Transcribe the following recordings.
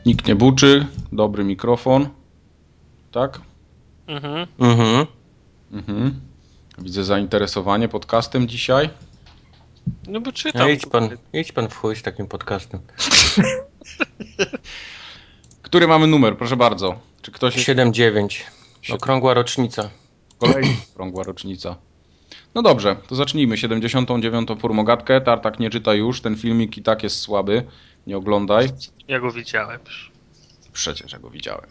Nikt nie buczy, dobry mikrofon. Tak? Mhm. Widzę zainteresowanie podcastem dzisiaj. No bo No czytam. idź pan w chuj z takim podcastem. Który mamy numer, proszę bardzo? Czy ktoś jest 7-9. Okrągła rocznica. kolejna okrągła rocznica? No dobrze, to zacznijmy. 79. Formogatkę. Tartak nie czyta już, ten filmik i tak jest słaby. Nie oglądaj. Ja go widziałem. Przecież ja go widziałem.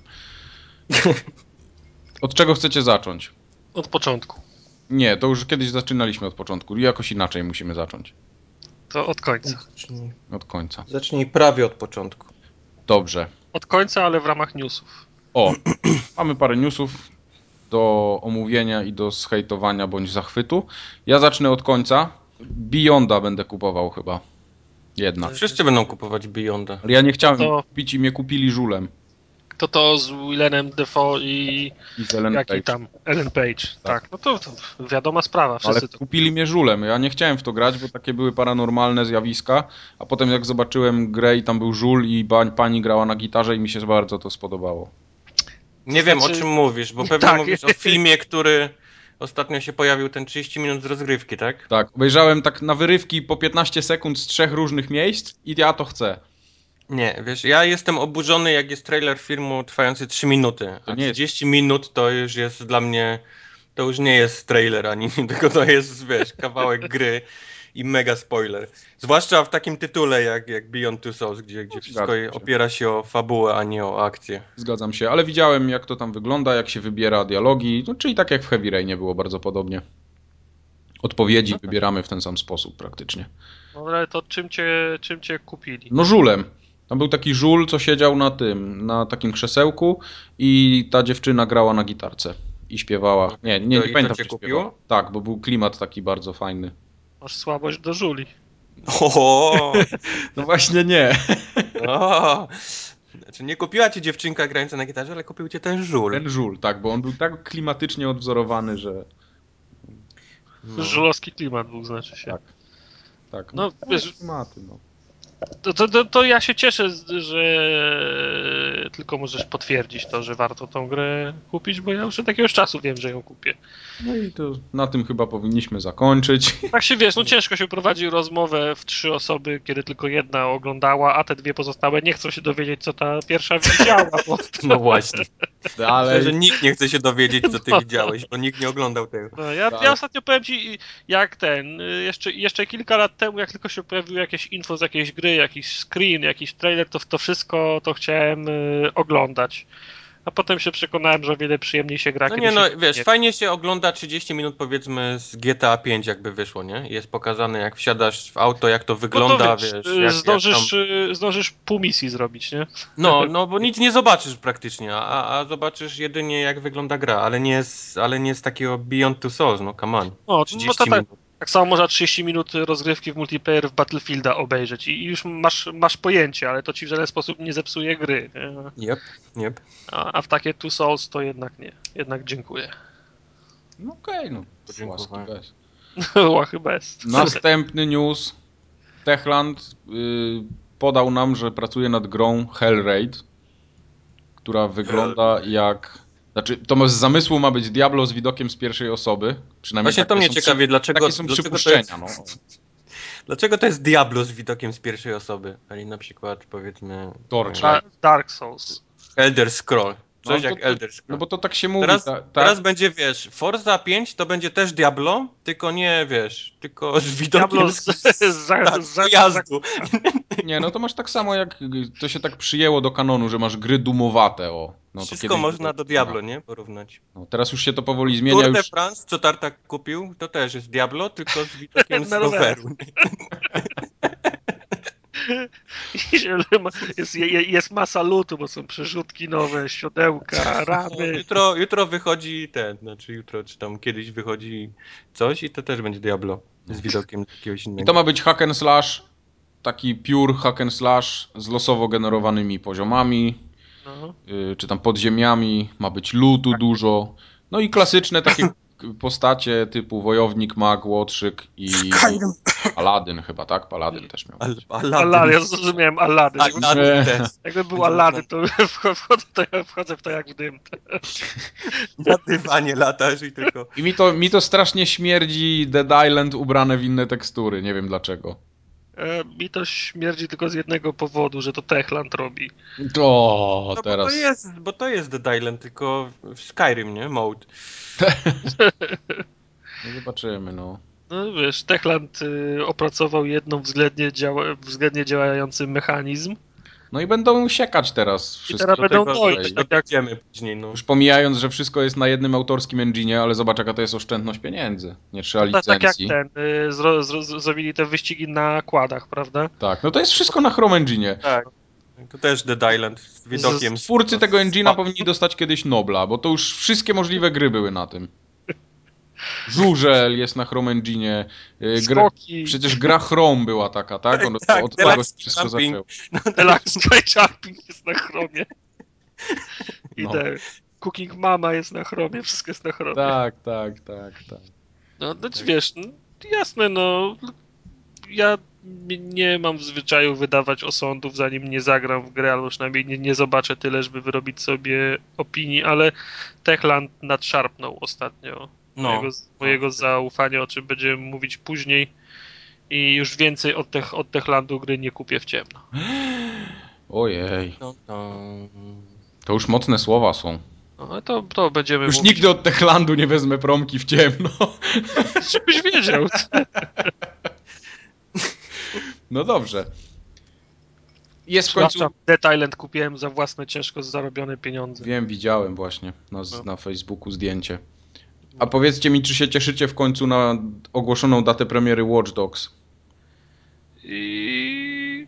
Od czego chcecie zacząć? Od początku. Nie, to już kiedyś zaczynaliśmy od początku. Jakoś inaczej musimy zacząć. To od końca. Od końca. Zacznij prawie od początku. Dobrze. Od końca, ale w ramach newsów. O, mamy parę newsów do omówienia i do zhejtowania bądź zachwytu. Ja zacznę od końca. Beyonda będę kupował chyba. Jednak. Wszyscy będą kupować Beyonda. Ale ja nie chciałem to- kupić i mnie kupili żulem. To z Willenem Defoe i I z Ellen jaki Page. tam? Ellen Page. Tak. No to wiadoma sprawa. Ale Wszyscy to. kupili mnie żulem. Ja nie chciałem w to grać, bo takie były paranormalne zjawiska. A potem jak zobaczyłem grę i tam był żul i pani grała na gitarze i mi się bardzo to spodobało. Nie wiem, o czym mówisz, bo pewnie Tak. mówisz o filmie, który ostatnio się pojawił, ten 30 minut z rozgrywki, tak? Tak, obejrzałem tak na wyrywki po 15 sekund z 3 różnych miejsc i ja to chcę. Nie, wiesz, ja jestem oburzony, jak jest trailer filmu trwający 3 minuty, To a nie jest- 30 minut to już jest dla mnie, to już nie jest trailer ani, tylko to jest, wiesz, kawałek gry i mega spoiler. Zwłaszcza w takim tytule jak Beyond Two Souls, gdzie wszystko Zgadzam się. opiera się o fabułę, a nie o akcję. Zgadzam się, ale widziałem jak to tam wygląda, jak się wybiera dialogi, no, czyli tak jak w Heavy Rainie było bardzo podobnie. Odpowiedzi wybieramy w ten sam sposób praktycznie. No ale to czym cię kupili? No żulem. Tam był taki żul, co siedział na takim krzesełku i ta dziewczyna grała na gitarce i śpiewała. Nie I to pamiętam, cię czy kupiło? śpiewała. Tak, bo był klimat taki bardzo fajny. Masz słabość do żuli. O, No właśnie nie. o. Znaczy nie kupiła cię dziewczynka grająca na gitarze, ale kupił cię ten żul. Ten żul, tak, bo on był tak klimatycznie odwzorowany, że No. Żulowski klimat był, znaczy się. tak. Tak, No, tak, wiesz- klimaty, no. To ja się cieszę, że tylko możesz potwierdzić to, że warto tą grę kupić, bo ja już od jakiegoś czasu wiem, że ją kupię. No i to na tym chyba powinniśmy zakończyć. Tak się wiesz, no ciężko się prowadzi rozmowę w 3 osoby, kiedy tylko jedna oglądała, a te 2 pozostałe nie chcą się dowiedzieć, co ta pierwsza widziała. Bo... No właśnie. Myślę, Dalej. że nikt nie chce się dowiedzieć, co ty widziałeś, bo nikt nie oglądał tego. No, ja ostatnio powiem ci, jak jeszcze kilka lat temu, jak tylko się pojawiło jakieś info z jakiejś gry, jakiś screen, jakiś trailer, to wszystko to chciałem oglądać. A potem się przekonałem, że o wiele przyjemniej się gra, No kiedy nie, no się wiesz, fajnie się ogląda 30 minut powiedzmy z GTA 5 jakby wyszło, nie? Jest pokazane jak wsiadasz w auto, jak to No wygląda, to wiesz, wiesz, jak zdążysz pół misji zrobić, nie? No, bo nic nie zobaczysz praktycznie, a zobaczysz jedynie jak wygląda gra, ale nie z takiego Beyond Two Souls, no come on. No, bo 30 to minut. tak samo można 30 minut rozgrywki w multiplayer w Battlefielda obejrzeć i już masz pojęcie, ale to ci w żaden sposób nie zepsuje gry. Nie? Yep. A w takie Two Souls to jednak nie. Jednak dziękuję. No okej, no. Podziękowałem. Łaski bez. Łachy bez. Następny news. Techland podał nam, że pracuje nad grą Hellraid, która wygląda jak... Znaczy, to z zamysłu ma być Diablo z widokiem z pierwszej osoby. Przynajmniej Właśnie to takie mnie są ciekawi, takie są dlaczego to przypuszczenia. jest, dlaczego to jest Diablo z widokiem z pierwszej osoby, a nie na przykład powiedzmy Torchlight. Dark Souls. Elder Scroll. Coś No, jak Elder Scroll. No bo to tak się mówi. Teraz będzie, wiesz, Forza 5 to będzie też Diablo, tylko nie, wiesz, tylko z widokiem Diablo z jazdu. Nie, no to masz tak samo jak to się tak przyjęło do kanonu, że masz gry dumowate, o. No to Wszystko kiedyś można było- do Diablo, nie? Porównać. No, teraz już się to powoli zmienia. Tour de Już... France, co Tartak kupił, to też jest Diablo, tylko z widokiem z Na rowerze. roweru. Jest masa lutu, bo są przerzutki nowe, siodełka, ramy. Jutro wychodzi jutro czy tam kiedyś wychodzi coś i to też będzie Diablo z widokiem jakiegoś I innego. to ma być hack and slash, taki pure hack and slash z losowo generowanymi poziomami, No. czy tam podziemiami, ma być lootu dużo. No i klasyczne takie postacie typu Wojownik, Mag, Łotrzyk i Skyrim. Paladyn chyba, tak? Paladyn też miał być. Aladdin, ja zrozumiałem Aladdin. Aladdin też. Jakby był Będzie Aladdin, to wchodzę w to jak w dym. Na dywanie latasz i tylko... I mi to strasznie śmierdzi Dead Island ubrane w inne tekstury, nie wiem dlaczego. Mi to śmierdzi tylko z jednego powodu, że to Techland robi. O, No teraz. bo to jest Dead Island, tylko w Skyrim, nie? Mode. No zobaczymy, no. No wiesz, Techland opracował jedną względnie działający mechanizm. No i będą siekać teraz wszystko. teraz będą tego dojść, tutaj. tak jak... Dojdziemy później, no. Już pomijając, że wszystko jest na jednym autorskim engine'ie, ale zobacz jaka to jest oszczędność pieniędzy. Nie trzeba Tak jak licencji. zrobili te wyścigi na kładach, prawda? Tak, no to jest wszystko na Chrome Engine. Tak. To też Dead Island z widokiem. Twórcy tego engine'a powinni dostać kiedyś Nobla, bo to już wszystkie możliwe gry były na tym. Żużel jest na Chrome Engine. Skoki. Przecież gra Chrome była taka, tak? Tak, Od tego Galaxy wszystko Jumping. zaczęło. Deluxe Sky Jumping jest na chromie. I No. Cooking Mama jest na chromie, wszystko jest na chromie. Tak. No, wiesz, no, jasne, no. Ja nie mam w zwyczaju wydawać osądów, zanim nie zagram w grę, albo przynajmniej nie zobaczę tyle, żeby wyrobić sobie opinii, ale Techland nadszarpnął ostatnio mojego zaufania, o czym będziemy mówić później. I już więcej od Techlandu gry nie kupię w ciemno. Ojej. No, To już mocne słowa są. No, ale to będziemy Już mówić. nigdy od Techlandu nie wezmę promki w ciemno. Żebyś wiedział. No dobrze. Jest w końcu... Dead Island kupiłem za własne ciężko zarobione pieniądze. Wiem, widziałem właśnie No. na Facebooku zdjęcie. A powiedzcie mi, czy się cieszycie w końcu na ogłoszoną datę premiery Watch Dogs? I...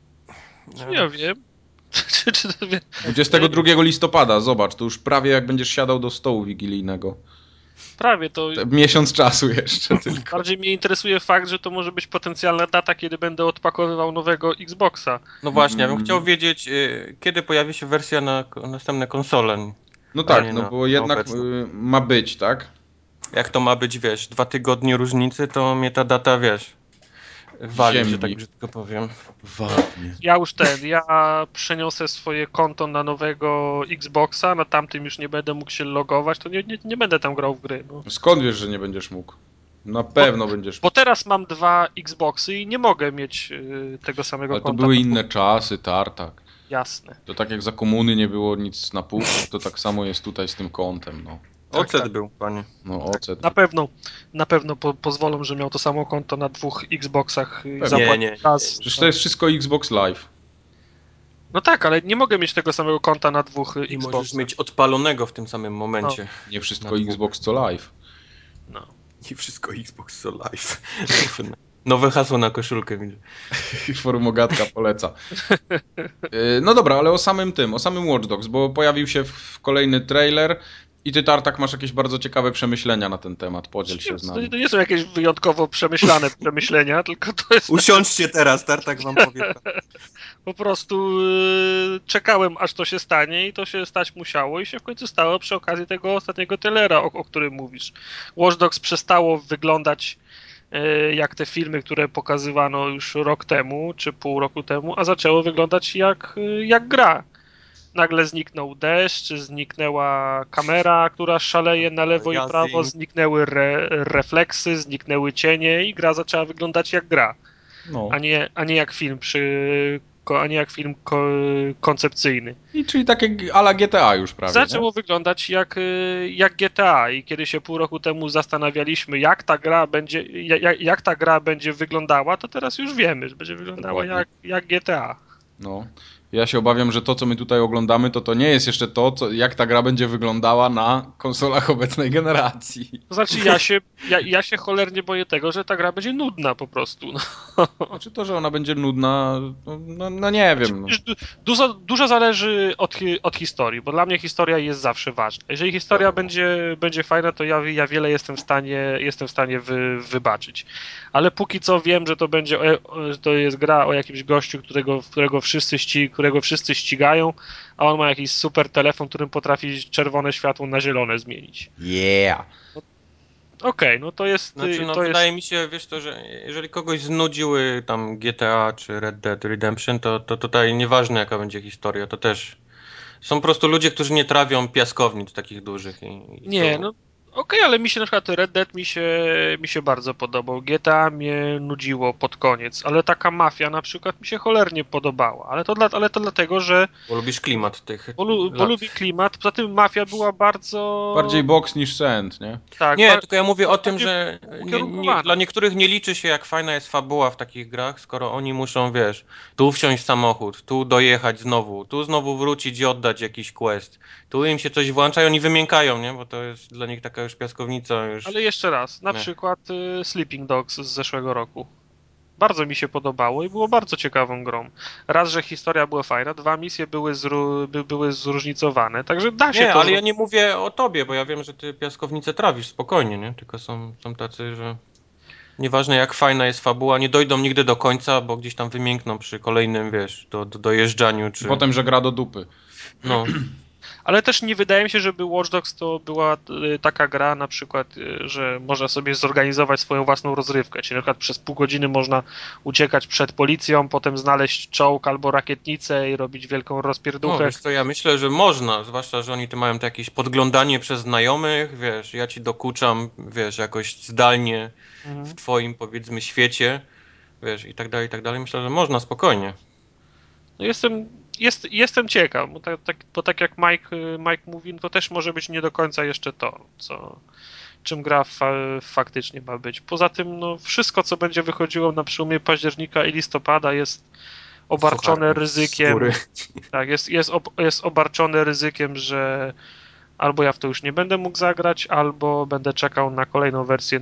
Ja wiem. Czy to wie... 22 listopada, zobacz, to już prawie jak będziesz siadał do stołu wigilijnego. Prawie to... Miesiąc czasu jeszcze tylko. Bardziej mnie interesuje fakt, że to może być potencjalna data, kiedy będę odpakowywał nowego Xboxa. No właśnie, ja bym chciał wiedzieć, kiedy pojawi się wersja na następne konsole. No tak, nie no na bo jednak obecną. ma być, tak? Jak to ma być, wiesz, 2 tygodnie różnicy, to mnie ta data, wiesz, wali, Ziemi. że tak brzydko powiem. Ładnie. Ja przeniosę swoje konto na nowego Xboxa, na tamtym już nie będę mógł się logować, to nie będę tam grał w gry. No. Skąd wiesz, że nie będziesz mógł? Na pewno będziesz Bo mógł. teraz mam 2 Xboxy i nie mogę mieć tego samego Ale to konta. były inne czasy, tartak. Jasne. To tak jak za komuny nie było nic na półkach, to tak samo jest tutaj z tym kątem, no. Ocet tak. był, panie. No ocet. Na pewno pozwolą, że miał to samo konto na 2 Xboxach. Nie. Przecież to jest wszystko Xbox Live. No tak, ale nie mogę mieć tego samego konta na 2 I możesz Xboxach. mieć odpalonego w tym samym momencie. Nie wszystko Na dwóch. Xbox co Live. No. I wszystko Xbox so live. Nowe hasło na koszulkę widzę. Forum Ogatka poleca. No dobra, ale o samym Watch Dogs, bo pojawił się kolejny trailer i ty, Tartak, masz jakieś bardzo ciekawe przemyślenia na ten temat. Podziel się z nami. To nie są jakieś wyjątkowo przemyślane przemyślenia, tylko to jest... Usiądźcie teraz, Tartak wam powie. Po prostu czekałem, aż to się stanie i to się stać musiało i się w końcu stało przy okazji tego ostatniego trailera, o którym mówisz. Watch Dogs przestało wyglądać jak te filmy, które pokazywano już rok temu, czy pół roku temu, a zaczęło wyglądać jak gra. Nagle zniknął deszcz, zniknęła kamera, która szaleje na lewo i prawo, zniknęły refleksy, zniknęły cienie i gra zaczęła wyglądać jak gra. No. A nie jak film koncepcyjny. I czyli takie a la GTA już prawie, Zaczęło wyglądać jak GTA i kiedy się pół roku temu zastanawialiśmy, jak ta gra będzie wyglądała, to teraz już wiemy, że będzie wyglądała jak GTA. No. Ja się obawiam, że to, co my tutaj oglądamy, to nie jest jeszcze to, jak ta gra będzie wyglądała na konsolach obecnej generacji. To znaczy, ja się cholernie boję tego, że ta gra będzie nudna po prostu. No. Znaczy to, że ona będzie nudna, no nie wiem. No. Dużo zależy od historii, bo dla mnie historia jest zawsze ważna. Jeżeli historia będzie fajna, to ja wiele jestem w stanie wybaczyć. Ale póki co wiem, że to jest gra o jakimś gościu, którego wszyscy ścigają, a on ma jakiś super telefon, którym potrafi czerwone światło na zielone zmienić. Yeah! Okej, no to jest... Znaczy, no to wydaje jest... mi się, wiesz to, że jeżeli kogoś znudziły tam GTA czy Red Dead Redemption, to tutaj nieważne jaka będzie historia, to też są po prostu ludzie, którzy nie trawią piaskownic takich dużych i Nie, chcą... no okej, ale mi się na przykład Red Dead mi się bardzo podobał. GTA mnie nudziło pod koniec, ale taka Mafia na przykład mi się cholernie podobała. Ale to dlatego, że Bo lubisz klimat tych bo lat. lubię klimat. Poza tym Mafia była bardzo... Bardziej boks niż sand, nie? Tak, Nie, tylko ja mówię o tym, bardziej że dla ukierunkowana. niektórych nie liczy się, jak fajna jest fabuła w takich grach, skoro oni muszą, wiesz, tu wsiąść w samochód, tu dojechać znowu, tu znowu wrócić i oddać jakiś quest. Tu im się coś włącza i oni wymiękają, nie? Bo to jest dla nich taka już piaskownica, już... Ale jeszcze raz, na Nie. przykład Sleeping Dogs z zeszłego roku. Bardzo mi się podobało i było bardzo ciekawą grą. Raz, że historia była fajna, dwa, misje były zróżnicowane, także da się Nie, to ale ja zrobić. nie mówię o tobie, bo ja wiem, że ty piaskownicę trawisz spokojnie, nie? Tylko są tacy, że nieważne jak fajna jest fabuła, nie dojdą nigdy do końca, bo gdzieś tam wymiękną przy kolejnym, wiesz, dojeżdżaniu, I czy... potem, że gra do dupy. No. Ale też nie wydaje mi się, żeby Watch Dogs to była taka gra na przykład, że można sobie zorganizować swoją własną rozrywkę, czyli na przykład przez pół godziny można uciekać przed policją, potem znaleźć czołg albo rakietnicę i robić wielką No, rozpierduchę. wiesz co, ja myślę, że można, zwłaszcza, że oni tu mają to jakieś podglądanie przez znajomych, wiesz, ja ci dokuczam, wiesz, jakoś zdalnie w Mhm. twoim, powiedzmy, świecie, wiesz, i tak dalej. Myślę, że można spokojnie. No jestem ciekaw, bo tak jak Mike mówi, no to też może być nie do końca jeszcze to, czym gra faktycznie ma być. Poza tym, no, wszystko, co będzie wychodziło na przełomie października i listopada jest obarczone Sucharem z góry. ryzykiem, tak, jest obarczone ryzykiem, że albo ja w to już nie będę mógł zagrać, albo będę czekał na kolejną wersję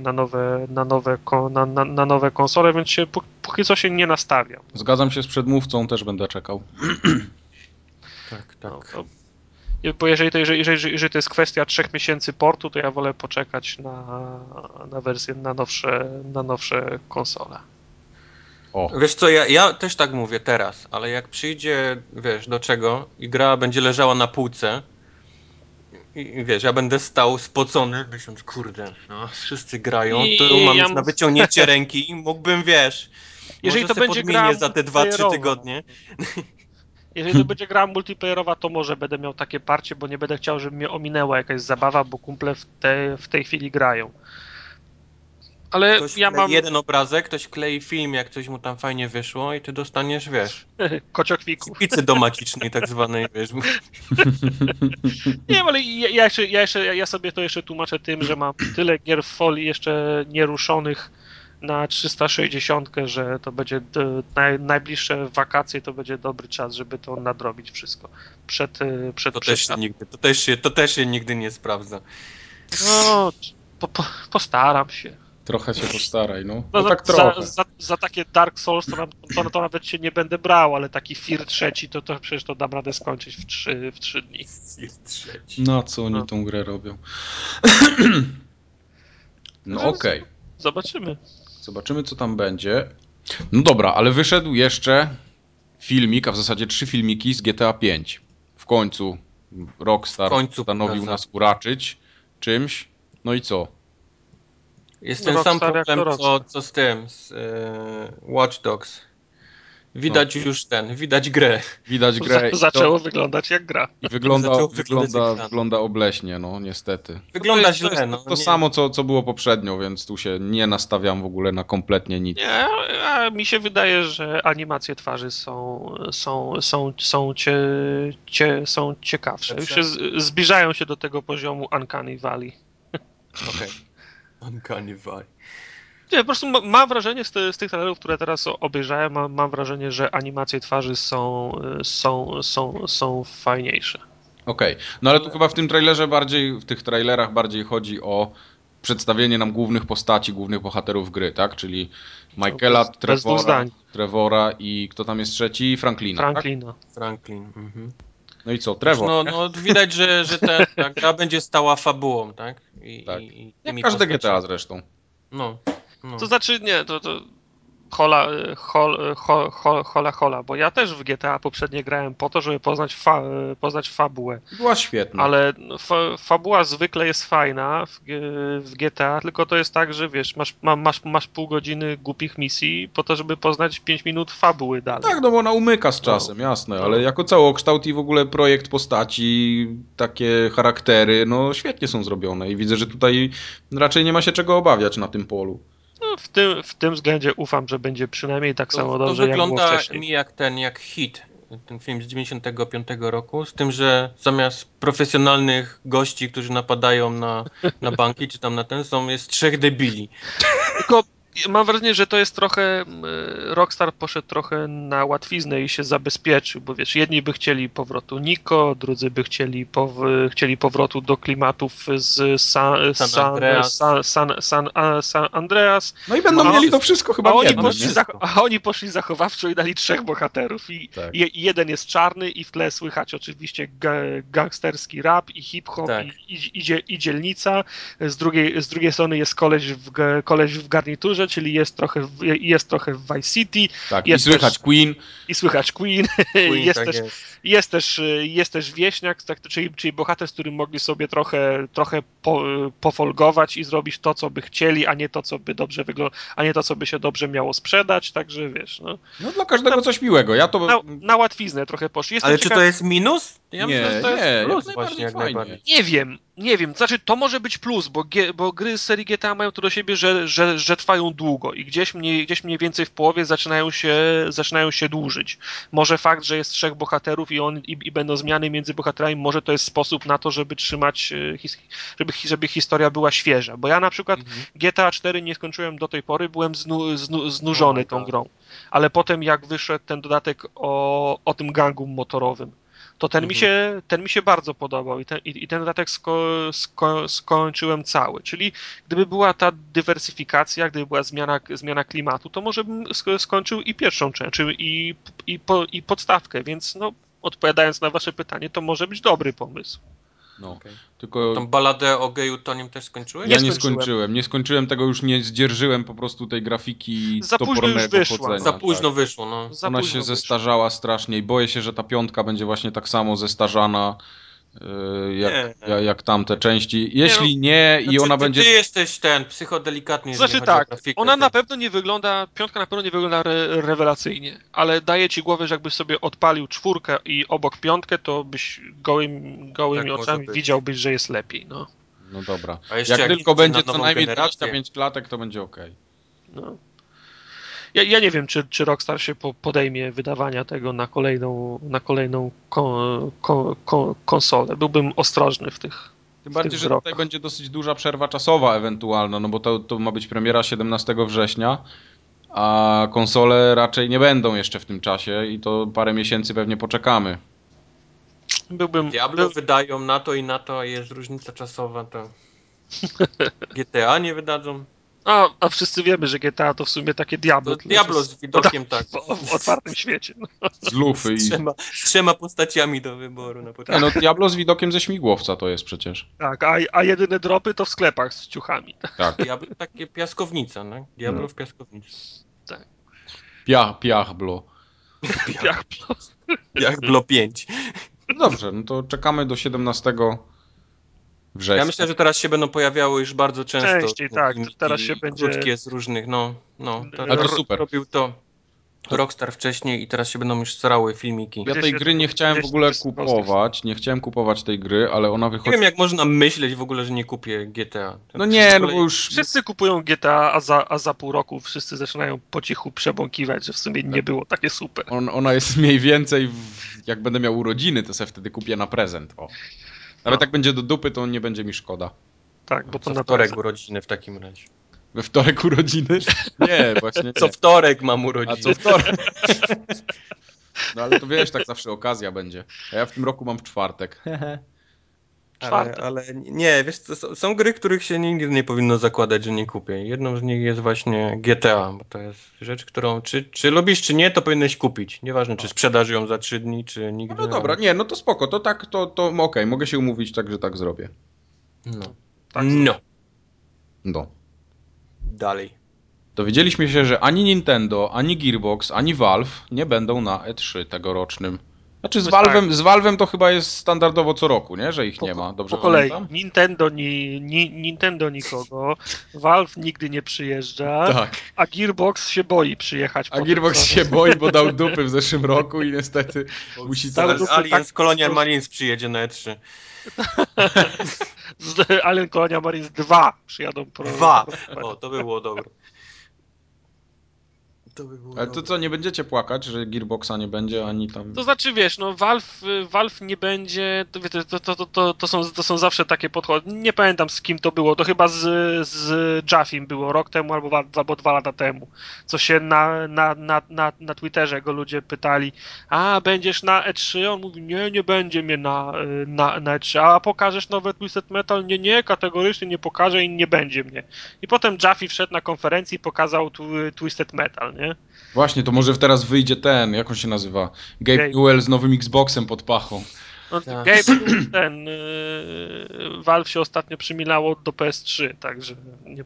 na nowe konsole, więc się póki co się nie nastawiam. Zgadzam się z przedmówcą, też będę czekał. Tak, No, tak. bo jeżeli to jest kwestia 3 miesięcy portu, to ja wolę poczekać na wersję, na nowsze konsole. O, Wiesz co, ja też tak mówię teraz, ale jak przyjdzie, wiesz, do czego i gra będzie leżała na półce i wiesz, ja będę stał spocony, myśląc, kurde, no, wszyscy grają, tu I mam ja, już na wyciągnięcie ręki i mógłbym, wiesz, jeżeli może to se będzie gra podmienię za te 2-3 multiplayerowa, tygodnie. jeżeli to będzie gra multiplayerowa, to może będę miał takie parcie, bo nie będę chciał, żeby mnie ominęła jakaś zabawa, bo kumple w tej chwili grają. Ale Ktoś ja wklei mam jeden obrazek, ktoś wklei film, jak coś mu tam fajnie wyszło i ty dostaniesz, wiesz, kociokwików. pizzy domacicznej tak zwanej, wiesz. Nie wiem, ale ja sobie to jeszcze tłumaczę tym, że mam tyle gier w folii jeszcze nieruszonych na 360, że to będzie najbliższe wakacje, to będzie dobry czas, żeby to nadrobić wszystko przed przystawką. To też się nigdy nie sprawdza. No, postaram się. trochę się postaraj, no. No, No tak trochę. za takie Dark Souls to nawet się nie będę brał, ale taki Fear trzeci to przecież to dam radę skończyć w 3 dni. Jest trzeci. Na co oni No. tą grę robią? No Także okej. zobaczymy. Zobaczymy, co tam będzie. No dobra, ale wyszedł jeszcze filmik, a w zasadzie 3 filmiki z GTA 5. W końcu W Rockstar końcu postanowił pokazał. nas uraczyć czymś. No i co? Jest ten sam Rockstar jak problem, to Rockstar. co z tym, z Watch Dogs. Widać grę. Widać grę Zaczęło wyglądać jak gra. i wygląda, Zaczęło wyglądać jak gra. wygląda obleśnie, no niestety. No to Wygląda jest, to źle, jest, no. To samo, co było poprzednio, więc tu się nie nastawiam w ogóle na kompletnie nic. nie, a mi się wydaje, że animacje twarzy są ciekawsze. Już Lepsze? się zbliżają się do tego poziomu Uncanny Valley. Okej. Uncanny Valley. Nie, po prostu mam wrażenie z tych trailerów, które teraz obejrzałem, mam wrażenie, że animacje twarzy są fajniejsze. Okej, no ale tu chyba w tym trailerze bardziej, w tych trailerach bardziej chodzi o przedstawienie nam głównych postaci, głównych bohaterów gry, tak? Czyli No, Michaela, bez dwóch zdań. Trevora i kto tam jest trzeci? Franklina, tak? Franklina. Franklin. Mhm. No i co? Znaczy, Trevor, nie? no widać, że ta gra będzie stała fabułą, tak? Tak. I Jak tymi każde GTA postaciami. zresztą. No, no. To znaczy, nie, to Hola, bo ja też w GTA poprzednie grałem po to, żeby poznać fabułę. Była świetna. Ale fabuła zwykle jest fajna w GTA, tylko to jest tak, że wiesz, masz pół godziny głupich misji po to, żeby poznać 5 minut fabuły dalej. Tak, no bo ona umyka z czasem, jasne, ale jako całokształt i w ogóle projekt postaci, takie charaktery, no świetnie są zrobione i widzę, że tutaj raczej nie ma się czego obawiać na tym polu. No, w tym względzie ufam, że będzie przynajmniej tak samo To dobrze, jak było wygląda wcześniej. mi jak Hit, ten film z 95 roku, z tym, że zamiast profesjonalnych gości, którzy napadają na banki, czy tam jest 3 debili. Tylko mam wrażenie, że to jest trochę. Rockstar poszedł trochę na łatwiznę i się zabezpieczył, bo wiesz, jedni by chcieli powrotu Niko, drudzy by chcieli powrotu do klimatów z San Andreas. No i będą mieli to wszystko chyba w jednym, nie? A oni poszli zachowawczo i dali 3 bohaterów. Tak. I jeden jest czarny i w tle słychać oczywiście gangsterski rap i hip-hop Tak. i dzielnica. Z drugiej strony jest koleś w garniturze, czyli jest trochę w Vice City. Tak, jest i słychać Queen. I słychać Queen. Jest też wieśniak, tak, czyli bohater, z którym mogli sobie trochę pofolgować i zrobić to, co by chcieli, a nie to, co by dobrze a nie to, co by się dobrze miało sprzedać, także wiesz. No dla każdego coś miłego. Ja to... Na łatwiznę trochę poszli. Ale czy to jest minus? Ja Nie, myślę, że to nie, jest plus jak właśnie, jak najbardziej najbardziej. Nie wiem, znaczy to może być plus, bo gry z serii GTA mają to do siebie, że trwają długo i gdzieś mniej więcej w połowie zaczynają się dłużyć. Może fakt, że jest 3 bohaterów i będą zmiany między bohaterami, może to jest sposób na to, żeby trzymać, żeby historia była świeża, bo ja na przykład GTA 4 nie skończyłem do tej pory, byłem znużony tą grą, ale potem jak wyszedł ten dodatek o tym gangu motorowym, to ten mi się bardzo podobał i ten dodatek skończyłem cały. Czyli gdyby była ta dywersyfikacja, gdyby była zmiana klimatu, to może bym skończył i pierwszą część, i podstawkę, więc no, odpowiadając na wasze pytanie, to może być dobry pomysł. No, Okay. tylko... Tą baladę o geju Tonim też skończyłeś? Ja nie skończyłem tego, już nie zdzierżyłem po prostu tej grafiki topornego chodzenia. Za późno wyszło, no. Ona się zestarzała strasznie i boję się, że ta 5 będzie właśnie tak samo zestarzana jak tamte części. Jeśli nie i ona będzie... Ty jesteś psychodelikatny, znaczy tak, grafikę, ona na pewno nie wygląda, 5 na pewno nie wygląda rewelacyjnie, ale daje ci głowę, że jakbyś sobie odpalił 4 i obok 5, to byś gołymi oczami widziałbyś, że jest lepiej, no. No dobra. A jeszcze jak tylko będzie co najmniej 25 klatek, to będzie okej. No. Ja nie wiem, czy Rockstar się podejmie wydawania tego na kolejną konsolę. Byłbym ostrożny w tych. Tym bardziej, że tutaj będzie dosyć duża przerwa czasowa ewentualna, no bo to ma być premiera 17 września, a konsole raczej nie będą jeszcze w tym czasie i to parę miesięcy pewnie poczekamy. Diablo wydają na to i na to, a jest różnica czasowa, to GTA nie wydadzą. A wszyscy wiemy, że GTA to w sumie takie Diablo. To Diablo z widokiem tak. W otwartym świecie. No. Z lufy z 3 postaciami do wyboru na początku. Nie, no Diablo z widokiem ze śmigłowca to jest przecież. Tak, a jedyne dropy to w sklepach z ciuchami. Tak. Diablo takie piaskownica, no? Diablo w piaskownicy. Tak. Piachblo. Piachblo 5. No dobrze, no to czekamy do 17 września. Ja myślę, że teraz się będą pojawiały już bardzo często. Częściej, tak. Teraz się będzie... Krótkie z różnych, Ale to super. Robił to Rockstar wcześniej i teraz się będą już starały filmiki. Ja tej gry nie chciałem w ogóle kupować. Nie chciałem kupować tej gry, ale ona wychodzi... Nie wiem, jak można myśleć w ogóle, że nie kupię GTA. No nie, no bo już... Wszyscy kupują GTA, a za pół roku wszyscy zaczynają po cichu przebąkiwać, że w sumie nie było takie super. Ona jest mniej więcej... Jak będę miał urodziny, to sobie wtedy kupię na prezent. O. Nawet jak będzie do dupy, to nie będzie mi szkoda. Tak, bo to na wtorek urodziny w takim razie. We wtorek urodziny? Nie, właśnie nie. Co wtorek mam urodziny. A co wtorek? No ale to wiesz, tak zawsze okazja będzie. A ja w tym roku mam w czwartek. Ale nie, wiesz, są gry, których się nigdy nie powinno zakładać, że nie kupię. Jedną z nich jest właśnie GTA, bo to jest rzecz, którą czy lubisz, czy nie, to powinieneś kupić. Nieważne, czy sprzedasz ją za 3 dni, czy nigdy. No dobra, nie, no to spoko, to tak, to okej, mogę się umówić tak, że tak zrobię. No. Tak, no. No. Dalej. Dowiedzieliśmy się, że ani Nintendo, ani Gearbox, ani Valve nie będą na E3 tegorocznym. Znaczy z Valve'em to chyba jest standardowo co roku, nie? Że ich nie ma. Dobrze po kolei. pamiętam? Nintendo nikogo, Valve nigdy nie przyjeżdża, Tak. a Gearbox się boi przyjechać. A Gearbox się boi, bo dał dupy w zeszłym roku i niestety musi teraz... Aliens Colonial Marines przyjedzie na E3. Alien Colonial Marines 2 przyjadą. Dwa! O, to by było dobre. Ale to co, nie będziecie płakać, że Gearboxa nie będzie, ani tam... To znaczy, wiesz, no Valve nie będzie, to są zawsze takie podchody. Nie pamiętam z kim to było, to chyba z Jaffim było rok temu albo 2 lata temu, co się na Twitterze go ludzie pytali, a będziesz na E3? On mówi, nie będzie mnie na E3, a pokażesz nowe Twisted Metal? Nie, kategorycznie nie pokażę i nie będzie mnie. I potem Jaffe wszedł na konferencji i pokazał Twisted Metal, nie? Właśnie, to może teraz wyjdzie ten, jak on się nazywa? Gabe Newell z nowym Xboxem pod pachą. No, Tak. Gabe, Valve się ostatnio przymilało do PS3, także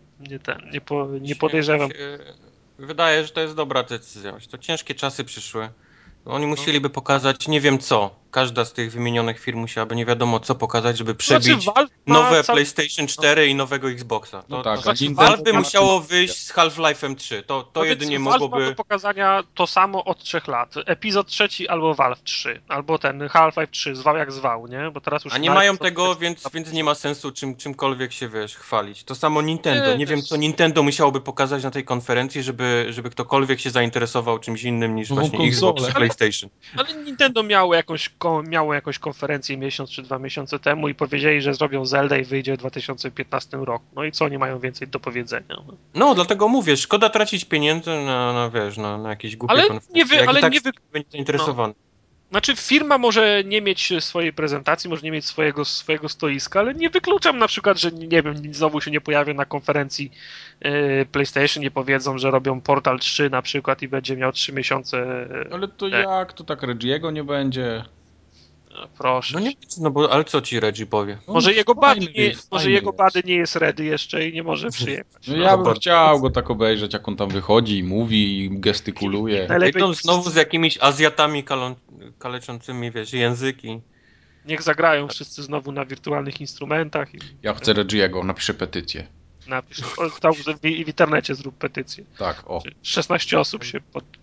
nie podejrzewam. Wydaje, że to jest dobra decyzja. To ciężkie czasy przyszły. Oni musieliby pokazać nie wiem co. Każda z tych wymienionych firm musiałaby nie wiadomo co pokazać, żeby przebić Valve nowe PlayStation 4 i nowego Xboxa. No tak, znaczy, a Valve by ma- musiało wyjść z Half-Life'em 3. To jedynie Valve ma do mogłoby... pokazania to samo od 3 lat. Epizod 3 albo Valve 3, albo ten Half-Life 3, zwał jak zwał, nie? Bo teraz już A nie mają tego, więc nie ma sensu czymkolwiek się, chwalić. To samo Nintendo. Nie wiem, co Nintendo musiałoby pokazać na tej konferencji, żeby ktokolwiek się zainteresował czymś innym niż Nową właśnie konsolę. Xbox czy PlayStation. Ale Nintendo miało jakąś konferencję miesiąc czy 2 miesiące temu i powiedzieli, że zrobią Zelda i wyjdzie w 2015 roku. No i co oni mają więcej do powiedzenia? No, dlatego mówię, szkoda tracić pieniędzy na jakieś głupie konferencje. Jak ale i tak nie będzie zainteresowany. Znaczy firma może nie mieć swojej prezentacji, może nie mieć swojego stoiska, ale nie wykluczam na przykład, że nie wiem, znowu się nie pojawią na konferencji PlayStation, nie powiedzą, że robią Portal 3 na przykład i będzie miał 3 miesiące. Ale to jak? To tak Reggiego nie będzie? Proszę. No nie, no bo, ale co ci Reggie powie? Może Fajny jego jest. bady nie jest ready jeszcze i nie może przyjechać. No ja bym chciał go tak obejrzeć, jak on tam wychodzi i mówi, i gestykuluje. Najlepiej Idą znowu z jakimiś Azjatami kaleczącymi, języki. niech zagrają wszyscy znowu na wirtualnych instrumentach i Ja chcę Reggiego, napiszę petycję. napisz. W internecie zrób petycję. Tak, o. 16 osób się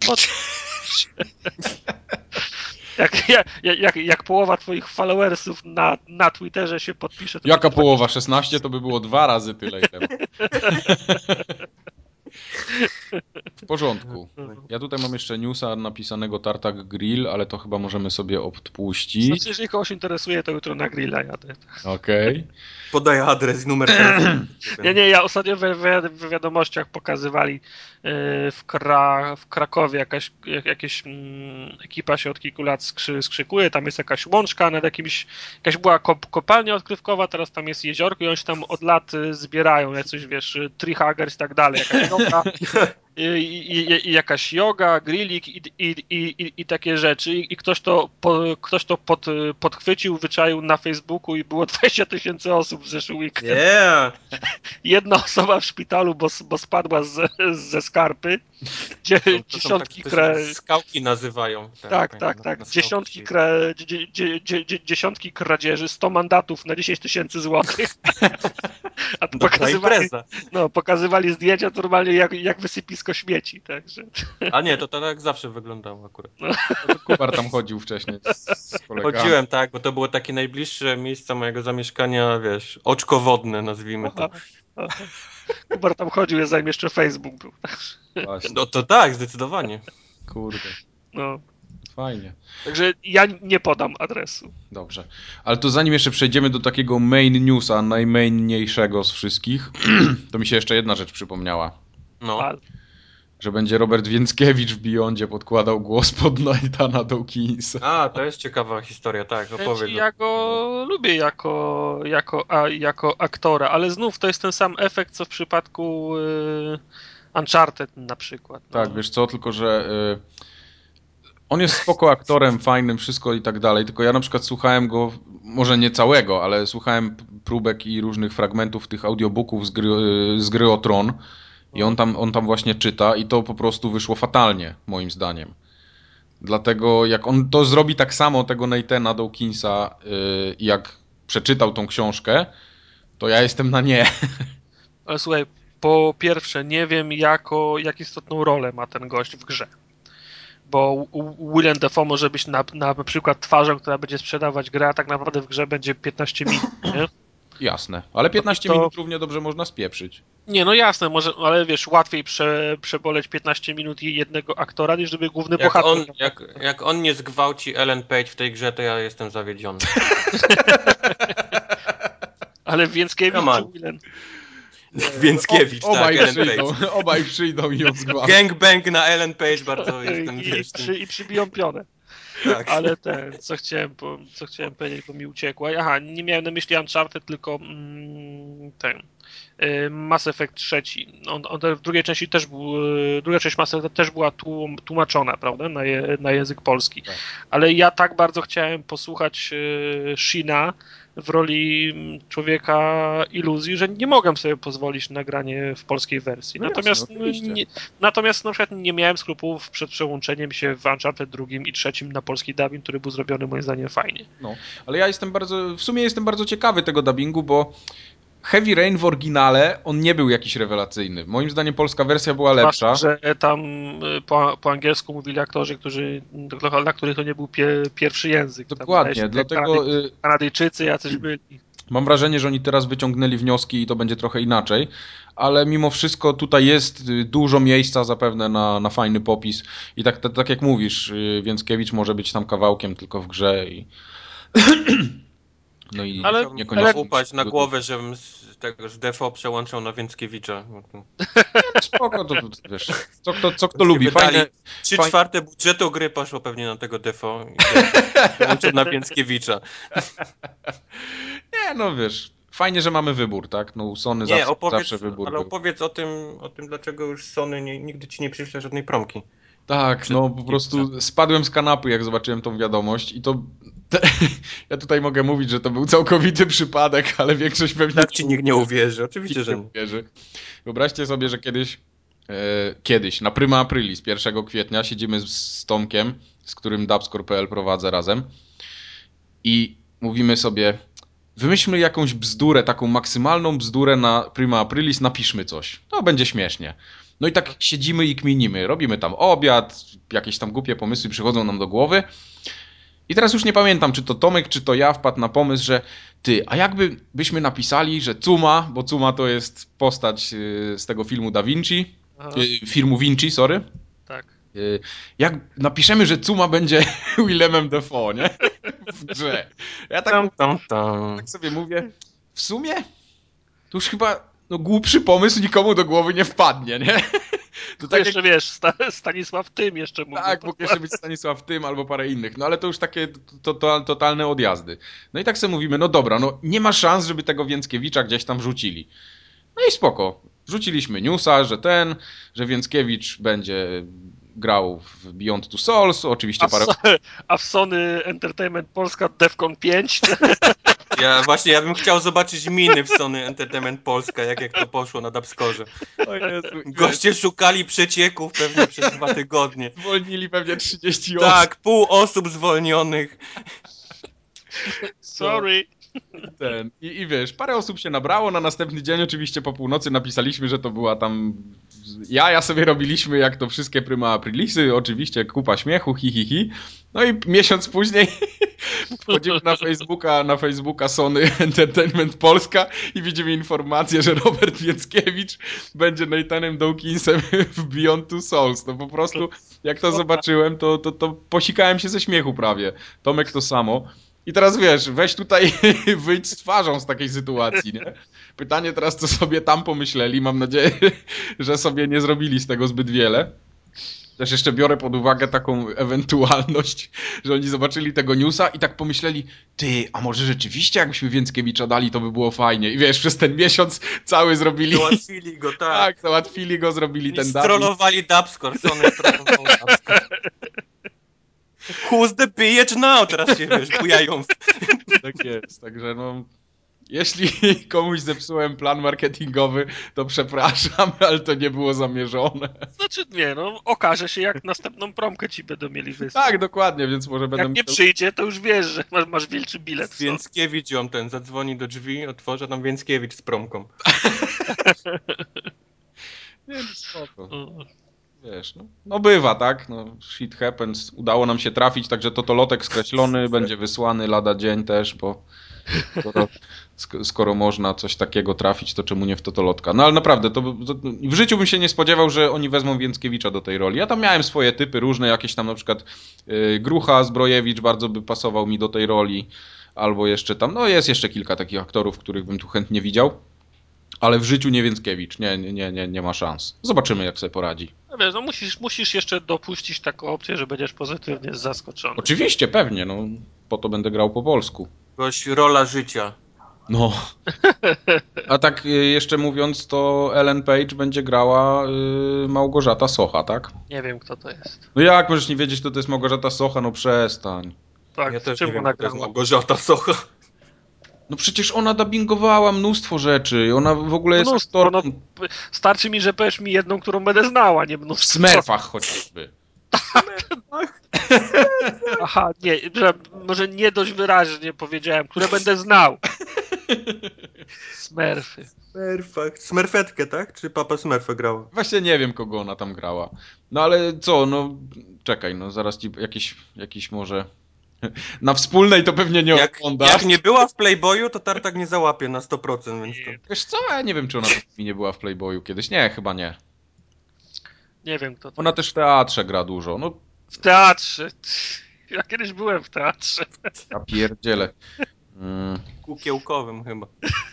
jak połowa twoich followersów na Twitterze się podpisze... To Jaka połowa? 16 to by było 2 razy tyle. W porządku. Ja tutaj mam jeszcze newsa napisanego Tartak Grill, ale to chyba możemy sobie odpuścić. Znaczy, jeżeli kogoś interesuje, to jutro na grilla jadę. Okej. Podaję adres i numer telefonu. Nie, ja ostatnio w wiadomościach pokazywali w Krakowie jakaś ekipa się od kilku lat skrzykuje, tam jest jakaś łączka nad jakaś była kopalnia odkrywkowa, teraz tam jest jeziorko i oni się tam od lat zbierają, jak coś, wiesz, treehuggers i tak dalej, jakaś joga, i jakaś joga, grillik i takie rzeczy i ktoś to podchwycił, wyczaił na Facebooku i było 20 000 osób w zeszły weekend. Yeah! Jedna osoba w szpitalu, bo spadła ze skarpy. Dziesiątki skałki nazywają. Tak. Dziesiątki kradzieży, 100 mandatów na 10 000 złotych. A to pokazywali zdjęcia to normalnie jak wysypisko śmieci. Także. A nie, to tak zawsze wyglądało akurat. No to Kubar tam chodził wcześniej z kolegami. Chodziłem, tak, bo to było takie najbliższe miejsce mojego zamieszkania, oczko wodne, nazwijmy to. Kubar tam chodził, zanim jeszcze Facebook był. Właśnie. No to tak, zdecydowanie. Kurde. No. Fajnie. Także ja nie podam adresu. Dobrze. Ale to zanim jeszcze przejdziemy do takiego main newsa, najmainniejszego z wszystkich, to mi się jeszcze jedna rzecz przypomniała. No. Że będzie Robert Więckiewicz w Beyondzie podkładał głos pod Nathana Dawkinsa. A, to jest ciekawa historia, tak, opowiedz. Ja go lubię jako aktora, ale znów to jest ten sam efekt, co w przypadku Uncharted na przykład. No. Tak, wiesz co, tylko że on jest spoko aktorem, fajnym, wszystko i tak dalej, tylko ja na przykład słuchałem go, może nie całego, ale słuchałem próbek i różnych fragmentów tych audiobooków z gry o Tron I on tam właśnie czyta i to po prostu wyszło fatalnie, moim zdaniem. Dlatego jak on to zrobi tak samo tego Nathana Dawkinsa, jak przeczytał tą książkę, to ja jestem na nie. Ale słuchaj, po pierwsze, nie wiem jak istotną rolę ma ten gość w grze. Bo Willem Dafoe może być na przykład twarzą, która będzie sprzedawać grę, a tak naprawdę w grze będzie 15 minut, nie? Jasne, ale 15 minut równie dobrze można spieprzyć. Nie, no jasne, może, ale wiesz, łatwiej przeboleć 15 minut i jednego aktora, niż żeby główny bohater... Jak on nie zgwałci Ellen Page w tej grze, to ja jestem zawiedziony. Ale Więckiewicz czy Willem? Więckiewicz, obaj tak, przyjdą, Ellen Page. obaj przyjdą i ją zgwałcą. Gangbang na Ellen Page, bardzo jestem, wiesz... I przybiją pionę. Tak. Ale co chciałem powiedzieć, bo mi uciekło. Aha, nie miałem na myśli Uncharted, tylko Mass Effect 3. W drugiej części też druga część Mass Effect też była tłumaczona, prawda, na język polski. Tak. Ale ja tak bardzo chciałem posłuchać Sheena w roli człowieka iluzji, że nie mogłem sobie pozwolić na granie w polskiej wersji. No natomiast jasne, natomiast na przykład nie miałem skrupułów przed przełączeniem się w Uncharted 2 i 3 na polski dubbing, który był zrobiony moim zdaniem fajnie. No, ale ja w sumie jestem bardzo ciekawy tego dubbingu, bo Heavy Rain w oryginale, on nie był jakiś rewelacyjny. Moim zdaniem polska wersja była lepsza. Zwłaszcza, że tam po angielsku mówili aktorzy, dla których to nie był pierwszy język. Dokładnie, tam, dlatego Kanadyjczycy jacyś byli. mam wrażenie, że oni teraz wyciągnęli wnioski i to będzie trochę inaczej, ale mimo wszystko tutaj jest dużo miejsca zapewne na fajny popis i tak jak mówisz, Więckiewicz może być tam kawałkiem tylko w grze i no i Ale niekoniecznie upaść na głowę, żebym z Defoe przełączał na Więckiewicza. spoko, to wiesz, co kto lubi. Fajne, 3/4 budżetu gry poszło pewnie na tego Defoe i przełączył na Więckiewicza. Nie, no wiesz, fajnie, że mamy wybór, tak? No u Sony zawsze wybór ale był. opowiedz o tym, dlaczego już Sony nigdy ci nie przyśle żadnej promki. Tak, no po prostu spadłem z kanapy, jak zobaczyłem tą wiadomość i ja tutaj mogę mówić, że to był całkowity przypadek, ale większość pewnie... Tak ci nikt nie uwierzy, oczywiście, że nie uwierzy. Wyobraźcie sobie, że kiedyś, na Prima Aprilis, 1 kwietnia, siedzimy z Tomkiem, z którym Dubscore.pl prowadzę razem i mówimy sobie, wymyślmy jakąś bzdurę, taką maksymalną bzdurę na Prima Aprilis, napiszmy coś. To będzie śmiesznie. No i tak siedzimy i kminimy, robimy tam obiad, jakieś tam głupie pomysły przychodzą nam do głowy. I teraz już nie pamiętam, czy to Tomek, czy to ja wpadł na pomysł, że a byśmy napisali, że Cuma, bo Cuma to jest postać z tego filmu Da Vinci, filmu Vinci, sorry. Tak. Jak napiszemy, że Cuma będzie Willemem Dafoe, nie? W grze. Ja tak sobie mówię, w sumie to już chyba głupszy pomysł nikomu do głowy nie wpadnie, nie? To tak jeszcze wiesz, Stanisław Tym jeszcze mógł. Tak, mógł jeszcze być Stanisław Tym albo parę innych, no ale to już takie totalne odjazdy. No i tak sobie mówimy, no dobra, no nie ma szans, żeby tego Więckiewicza gdzieś tam wrzucili. No i spoko. Wrzuciliśmy newsa, że Więckiewicz będzie grał w Beyond Two Souls, oczywiście A w Sony Entertainment Polska Defcon 5? Ja bym chciał zobaczyć miny w Sony Entertainment Polska, jak to poszło na Dubscorze. Goście szukali przecieków pewnie przez 2 tygodnie. Zwolnili pewnie 30 osób. Tak, pół osób zwolnionych. Sorry. I wiesz, parę osób się nabrało, na następny dzień oczywiście po północy napisaliśmy, że to była tam... Ja sobie robiliśmy jak to wszystkie Prima Aprilisy, oczywiście kupa śmiechu, hi. No i miesiąc później wchodzimy na Facebooka Sony Entertainment Polska i widzimy informację, że Robert Więckiewicz będzie Nathanem Dawkinsem w Beyond Two Souls. No po prostu jak to zobaczyłem, to posikałem się ze śmiechu prawie. Tomek to samo. I teraz wiesz, weź tutaj wyjdź z twarzą z takiej sytuacji, nie? Pytanie teraz, co sobie tam pomyśleli. Mam nadzieję, że sobie nie zrobili z tego zbyt wiele. Też jeszcze biorę pod uwagę taką ewentualność, że oni zobaczyli tego newsa i tak pomyśleli, a może rzeczywiście jakbyśmy Więckiewicza dali, to by było fajnie. I wiesz, przez ten miesiąc cały zrobili... Załatwili go, tak. Tak, załatwili go, zrobili ten dubbing. Strollowali Dubscore, Sony trollował Dubscore. Who's the bitch now? Teraz się, wiesz, bujają. Tak jest, także no... Jeśli komuś zepsułem plan marketingowy, to przepraszam, ale to nie było zamierzone. Znaczy nie, no okaże się, jak następną promkę ci będą mieli wysłać. Tak, dokładnie, więc może będę Jak nie musiał... przyjdzie, to już wiesz, że masz wilczy bilet w sobie. Więckiewicz ją zadzwoni do drzwi, otworzę tam Więckiewicz z promką. Nie, no spoko. No. Wiesz, no bywa, tak? No, shit happens. Udało nam się trafić, także totolotek skreślony, będzie wysłany lada dzień też, bo skoro można coś takiego trafić, to czemu nie w totolotka? No ale naprawdę, w życiu bym się nie spodziewał, że oni wezmą Więckiewicza do tej roli. Ja tam miałem swoje typy różne, jakieś tam na przykład Grucha Zbrojewicz bardzo by pasował mi do tej roli, albo jeszcze tam, no jest jeszcze kilka takich aktorów, których bym tu chętnie widział. Ale w życiu nie Więckiewicz, nie ma szans. Zobaczymy, jak sobie poradzi. No wiesz, no musisz jeszcze dopuścić taką opcję, że będziesz pozytywnie zaskoczony. Oczywiście, pewnie, no po to będę grał po polsku. Jakaś rola życia. No. A tak jeszcze mówiąc, to Ellen Page będzie grała Małgorzata Socha, tak? Nie wiem, kto to jest. No jak możesz nie wiedzieć, kto to jest Małgorzata Socha? No przestań. Tak, Ja też czym nie wiem, ona kto to jest grała? Małgorzata Socha. No przecież ona dubbingowała mnóstwo rzeczy. Ona w ogóle jest Mnóstwo, aktorką starczy mi, że powiesz mi jedną, którą będę znała, nie w mnóstwo. Smurfach chociażby. Aha, nie, że może nie dość wyraźnie powiedziałem, które będę znał. Smurfy. Smurfetkę, tak? Czy Papa Smurfę grała? Właśnie nie wiem, kogo ona tam grała. No ale co, no czekaj, no zaraz ci jakiś może... Na wspólnej to pewnie nie oglądasz. Jak nie była w Playboyu, to Tartak nie załapie na 100%, więc to... Wiesz co, ja nie wiem, czy ona mi nie była w Playboyu kiedyś. Nie, chyba nie. Nie wiem, kto to Ona jest. też w teatrze gra dużo. No, W teatrze. Ja kiedyś byłem w teatrze. ja pierdzielę. Kukiełkowym chyba.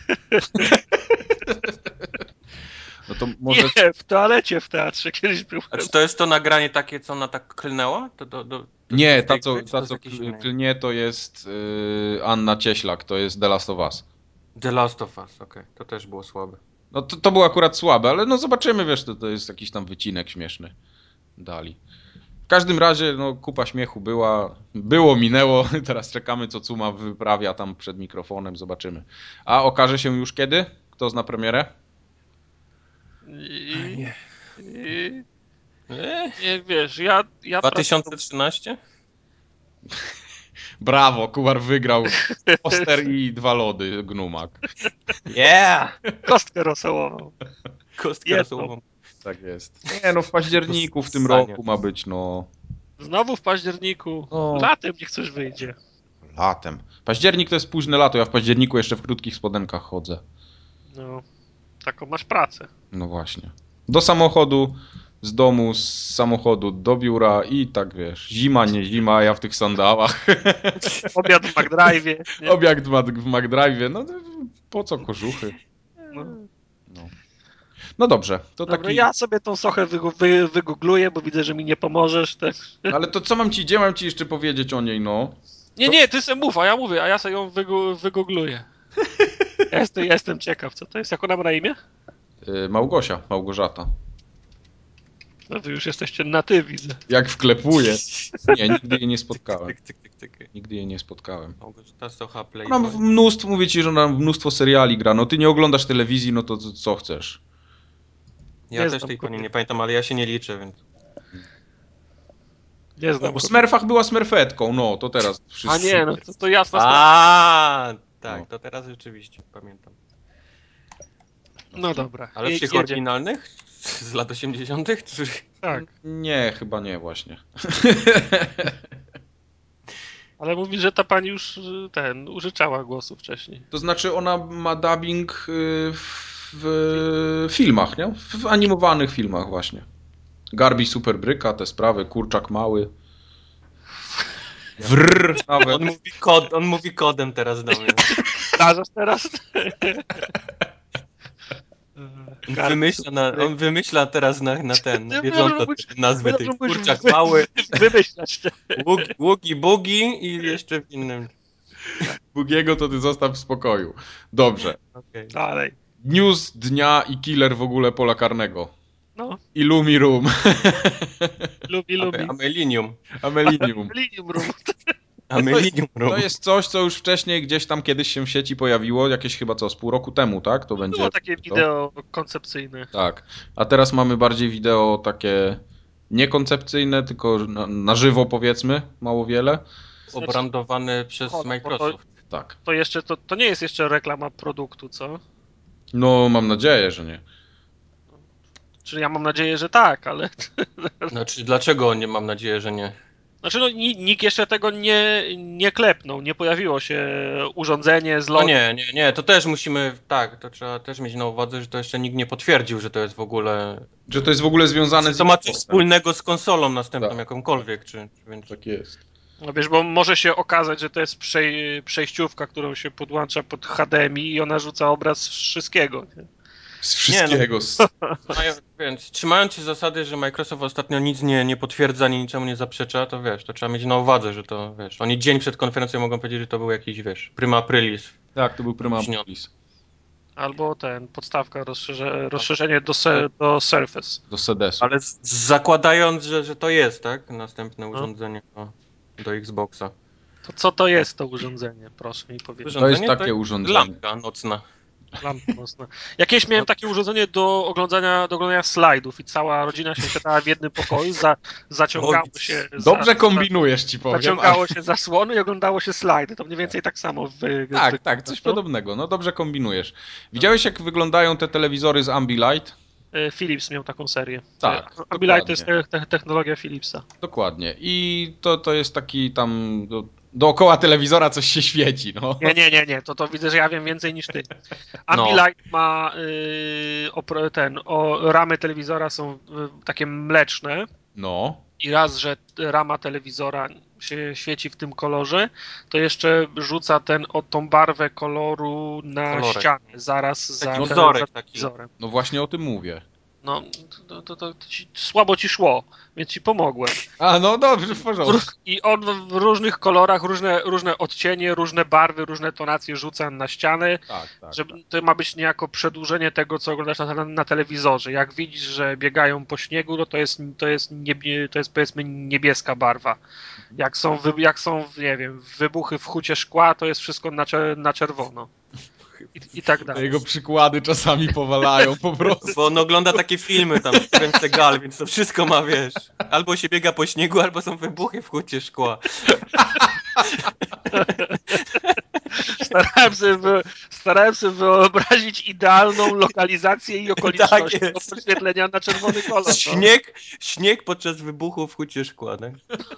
No to może... Nie, w toalecie w teatrze kiedyś byłem. A czy to jest to nagranie takie, co ona tak klnęła? Nie, ta tej co, gry, czy ta, to co jest jakieś inne? klnie, to jest Anna Cieślak, to jest The Last of Us. The Last of Us, okej. To też było słabe. No to było akurat słabe, ale no zobaczymy, wiesz, to jest jakiś tam wycinek śmieszny. Dali. W każdym razie, no kupa śmiechu było, minęło, teraz czekamy, co Cuma wyprawia tam przed mikrofonem, zobaczymy. A okaże się już kiedy? Kto zna premierę? I Nie. nie wiesz, ja 2013? Brawo, Kubar wygrał poster i 2 lody, Gnumak. Yeah! kostkę rosołową. Kostka Jedną. słową. Tak jest. Nie no, w październiku w tym Ssanie. roku ma być, no... Znowu w październiku. No. Latem niech coś wyjdzie. Latem. Październik to jest późne lato, ja w październiku jeszcze w krótkich spodenkach chodzę. No, taką masz pracę. No właśnie. Do samochodu, z domu, z samochodu do biura i tak wiesz, zima, nie zima, ja w tych sandałach. Obiad w McDrive'ie. nie? Obiad w McDrive'ie, no po co kożuchy? No. No dobrze, to Dobra, taki... ja sobie tą sochę wygoogluję, bo widzę, że mi nie pomożesz. Tak. Ale to co gdzie mam ci jeszcze powiedzieć o niej, no? Nie, ty se mów, a ja mówię, a ja sobie ją wygoogluję. Ja jestem ciekaw, co to jest. Jak ona ma na imię? Małgorzata. No wy już jesteście na ty, widzę. Jak wklepuje. Nie, nigdy jej nie spotkałem. Tyk. Nigdy jej nie spotkałem. Małgorzata Socha, Ona Playboy. mówię ci, że ona mnóstwo seriali gra. No ty nie oglądasz telewizji, no to co chcesz? Ja Nie też znam tej pani kobiety. nie pamiętam, ale ja się nie liczę, więc... Nie znam. W Smurfach była Smurfetką, no to teraz wszyscy... A nie, no to jasna sprawa. A, tak, No. to teraz rzeczywiście pamiętam. No dobra. Ale w tych jedzie. oryginalnych? Z lat 80., czy... Tak. Nie, chyba nie właśnie. Ale mówi, że ta pani już użyczała głosu wcześniej. To znaczy ona ma dubbing w filmach, nie? W animowanych filmach właśnie. Garbi Superbryka, te sprawy, Kurczak Mały. Wrrr, nawet. On mówi kodem teraz do mnie. Zdarzasz teraz? On wymyśla teraz na Nie, bieżąco możesz te nazwy mówić- tych możesz kurczak mówić- mały, Wymyślać te. Ługi Bugi i jeszcze w innym. Bugiego to ty zostaw w spokoju. Dobrze. Okay. Dalej. News dnia i killer w ogóle pola karnego. No, Illumirum. lubi. Amelinium. Amelinium. Linium Room. A my Medium To Room. jest coś, co już wcześniej gdzieś tam kiedyś się w sieci pojawiło, jakieś chyba z pół roku temu, tak? To będzie Było takie to. wideo koncepcyjne. Tak. A teraz mamy bardziej wideo takie niekoncepcyjne, tylko na żywo powiedzmy, mało wiele. Obrandowany przez Bo Microsoft. Tak. to jeszcze, to nie jest jeszcze reklama produktu, co? No, mam nadzieję, że nie. Czyli ja mam nadzieję, że tak, ale... Znaczy, dlaczego nie mam nadzieję, że nie? Znaczy, no, nikt jeszcze tego nie klepnął, nie pojawiło się urządzenie z No logiem. nie, to też musimy, tak, to trzeba też mieć na uwadze, że to jeszcze nikt nie potwierdził, że to jest w ogóle, Że to jest w ogóle związane że z to ma coś Xboxem. wspólnego z konsolą następną Tak. jakąkolwiek, więc... Tak jest. No wiesz, bo może się okazać, że to jest przejściówka, którą się podłącza pod HDMI i ona rzuca obraz z wszystkiego. Nie? Z wszystkiego. Więc trzymając się zasady, że Microsoft ostatnio nic nie potwierdza, ani niczemu nie zaprzecza, to wiesz, to trzeba mieć na uwadze, że to, wiesz, oni dzień przed konferencją mogą powiedzieć, że to był jakiś, wiesz, prima aprilis. Tak, to był Prima Jakiś Aprilis. Albo podstawka, rozszerzenie do Surface. Do Sedesu. Ale zakładając, że to jest, tak, następne No. urządzenie do Xboxa. To co to jest to urządzenie? Proszę mi powiedzieć. To jest takie urządzenie. Lampka nocna. Lampy mocne. Jakieś miałem takie urządzenie do oglądania slajdów i cała rodzina się siadała w jednym pokoju, zaciągało się... Dobrze kombinujesz, ci powiem. Zaciągało się zasłony i oglądało się slajdy. To mniej więcej tak samo Tak, coś podobnego. No dobrze kombinujesz. Widziałeś, jak wyglądają te telewizory z Ambilight? Philips miał taką serię. Tak, Ambilight to jest technologia Philipsa. Dokładnie. I to jest taki tam... Dookoła telewizora coś się świeci, no. Nie. To widzę, że ja wiem więcej niż ty. Ambilight ma ramy telewizora są takie mleczne. No. I raz, że rama telewizora się świeci w tym kolorze, to jeszcze rzuca tą barwę koloru na ścianę, zaraz za telewizorem. No właśnie o tym mówię. No, to słabo ci szło, więc ci pomogłem. A, no dobrze, w porządku. I on w różnych kolorach, różne odcienie, różne barwy, różne tonacje rzuca na ściany, żeby to ma być niejako przedłużenie tego, co oglądasz na telewizorze. Jak widzisz, że biegają po śniegu, no to jest powiedzmy niebieska barwa. Jak są, nie wiem, wybuchy w hucie szkła, to jest wszystko na czerwono. I tak dalej. Jego przykłady czasami powalają po prostu. Bo on ogląda takie filmy tam, Steven Seagal, więc to wszystko ma, wiesz, albo się biega po śniegu, albo są wybuchy w hucie szkła. Starałem sobie wyobrazić idealną lokalizację i okoliczność do podświetlenia na czerwony kolor. Śnieg podczas wybuchu w hucie szkła, tak?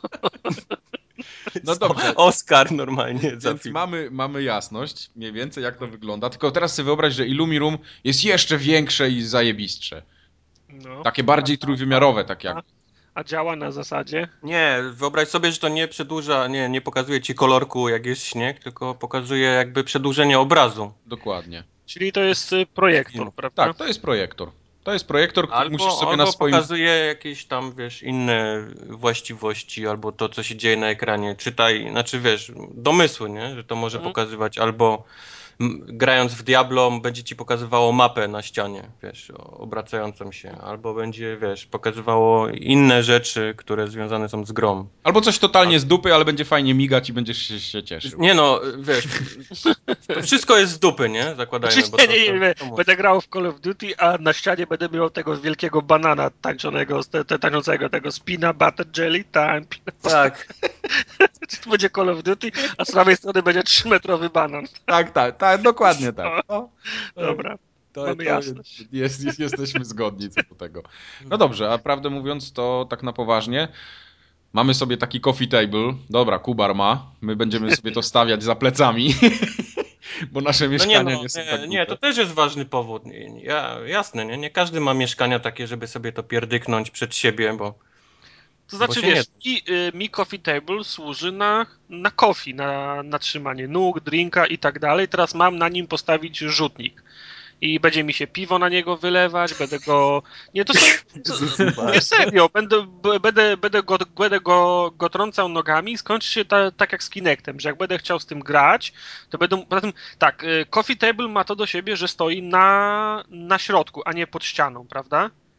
No dobrze. Oscar normalnie za Więc film. mamy jasność mniej więcej jak to wygląda. Tylko teraz sobie wyobraź, że Illumirum jest jeszcze większe i zajebistsze. No. Takie bardziej trójwymiarowe, tak jak. A działa na zasadzie? Nie, wyobraź sobie, że to nie przedłuża, nie pokazuje ci kolorku jak jest śnieg, tylko pokazuje jakby przedłużenie obrazu. Dokładnie. Czyli to jest projektor, prawda? Tak, to jest projektor. To jest projektor, który musisz sobie albo na swoim... pokazuje jakieś tam, wiesz, inne właściwości, albo to, co się dzieje na ekranie. Czytaj, znaczy, wiesz, domysły, nie? Że to może pokazywać albo grając w Diablo będzie ci pokazywało mapę na ścianie, wiesz, obracającą się, albo będzie, wiesz, pokazywało inne rzeczy, które związane są z grą. Albo coś totalnie z dupy, ale będzie fajnie migać i będziesz się cieszył. Nie no, wiesz, to wszystko jest z dupy, nie? Zakładajmy. Bo nie. Będę grał w Call of Duty, a na ścianie będę miał tego wielkiego banana tańczącego, tego spina, butter, jelly, time. Tak. To będzie Call of Duty, a z prawej strony będzie 3-metrowy banan. Tak, dokładnie tak. No, dobra, mamy jasność. Jesteśmy zgodni co do tego. No dobrze, a prawdę mówiąc to tak na poważnie, mamy sobie taki coffee table, dobra, Kubar ma, my będziemy sobie to stawiać za plecami, bo nasze mieszkania nie są tak duże. Nie, to też jest ważny powód. Jasne, nie każdy ma mieszkania takie, żeby sobie to pierdyknąć przed siebie, bo... To znaczy, wiesz, mi coffee table służy na coffee, na trzymanie nóg, drinka i tak dalej. Teraz mam na nim postawić rzutnik. I będzie mi się piwo na niego wylewać, będę go... Nie, to nie serio, będę go trącał nogami i skończy się tak jak z Kinectem, że jak będę chciał z tym grać, to będę... Poza tym, coffee table ma to do siebie, że stoi na środku, a nie pod ścianą, prawda?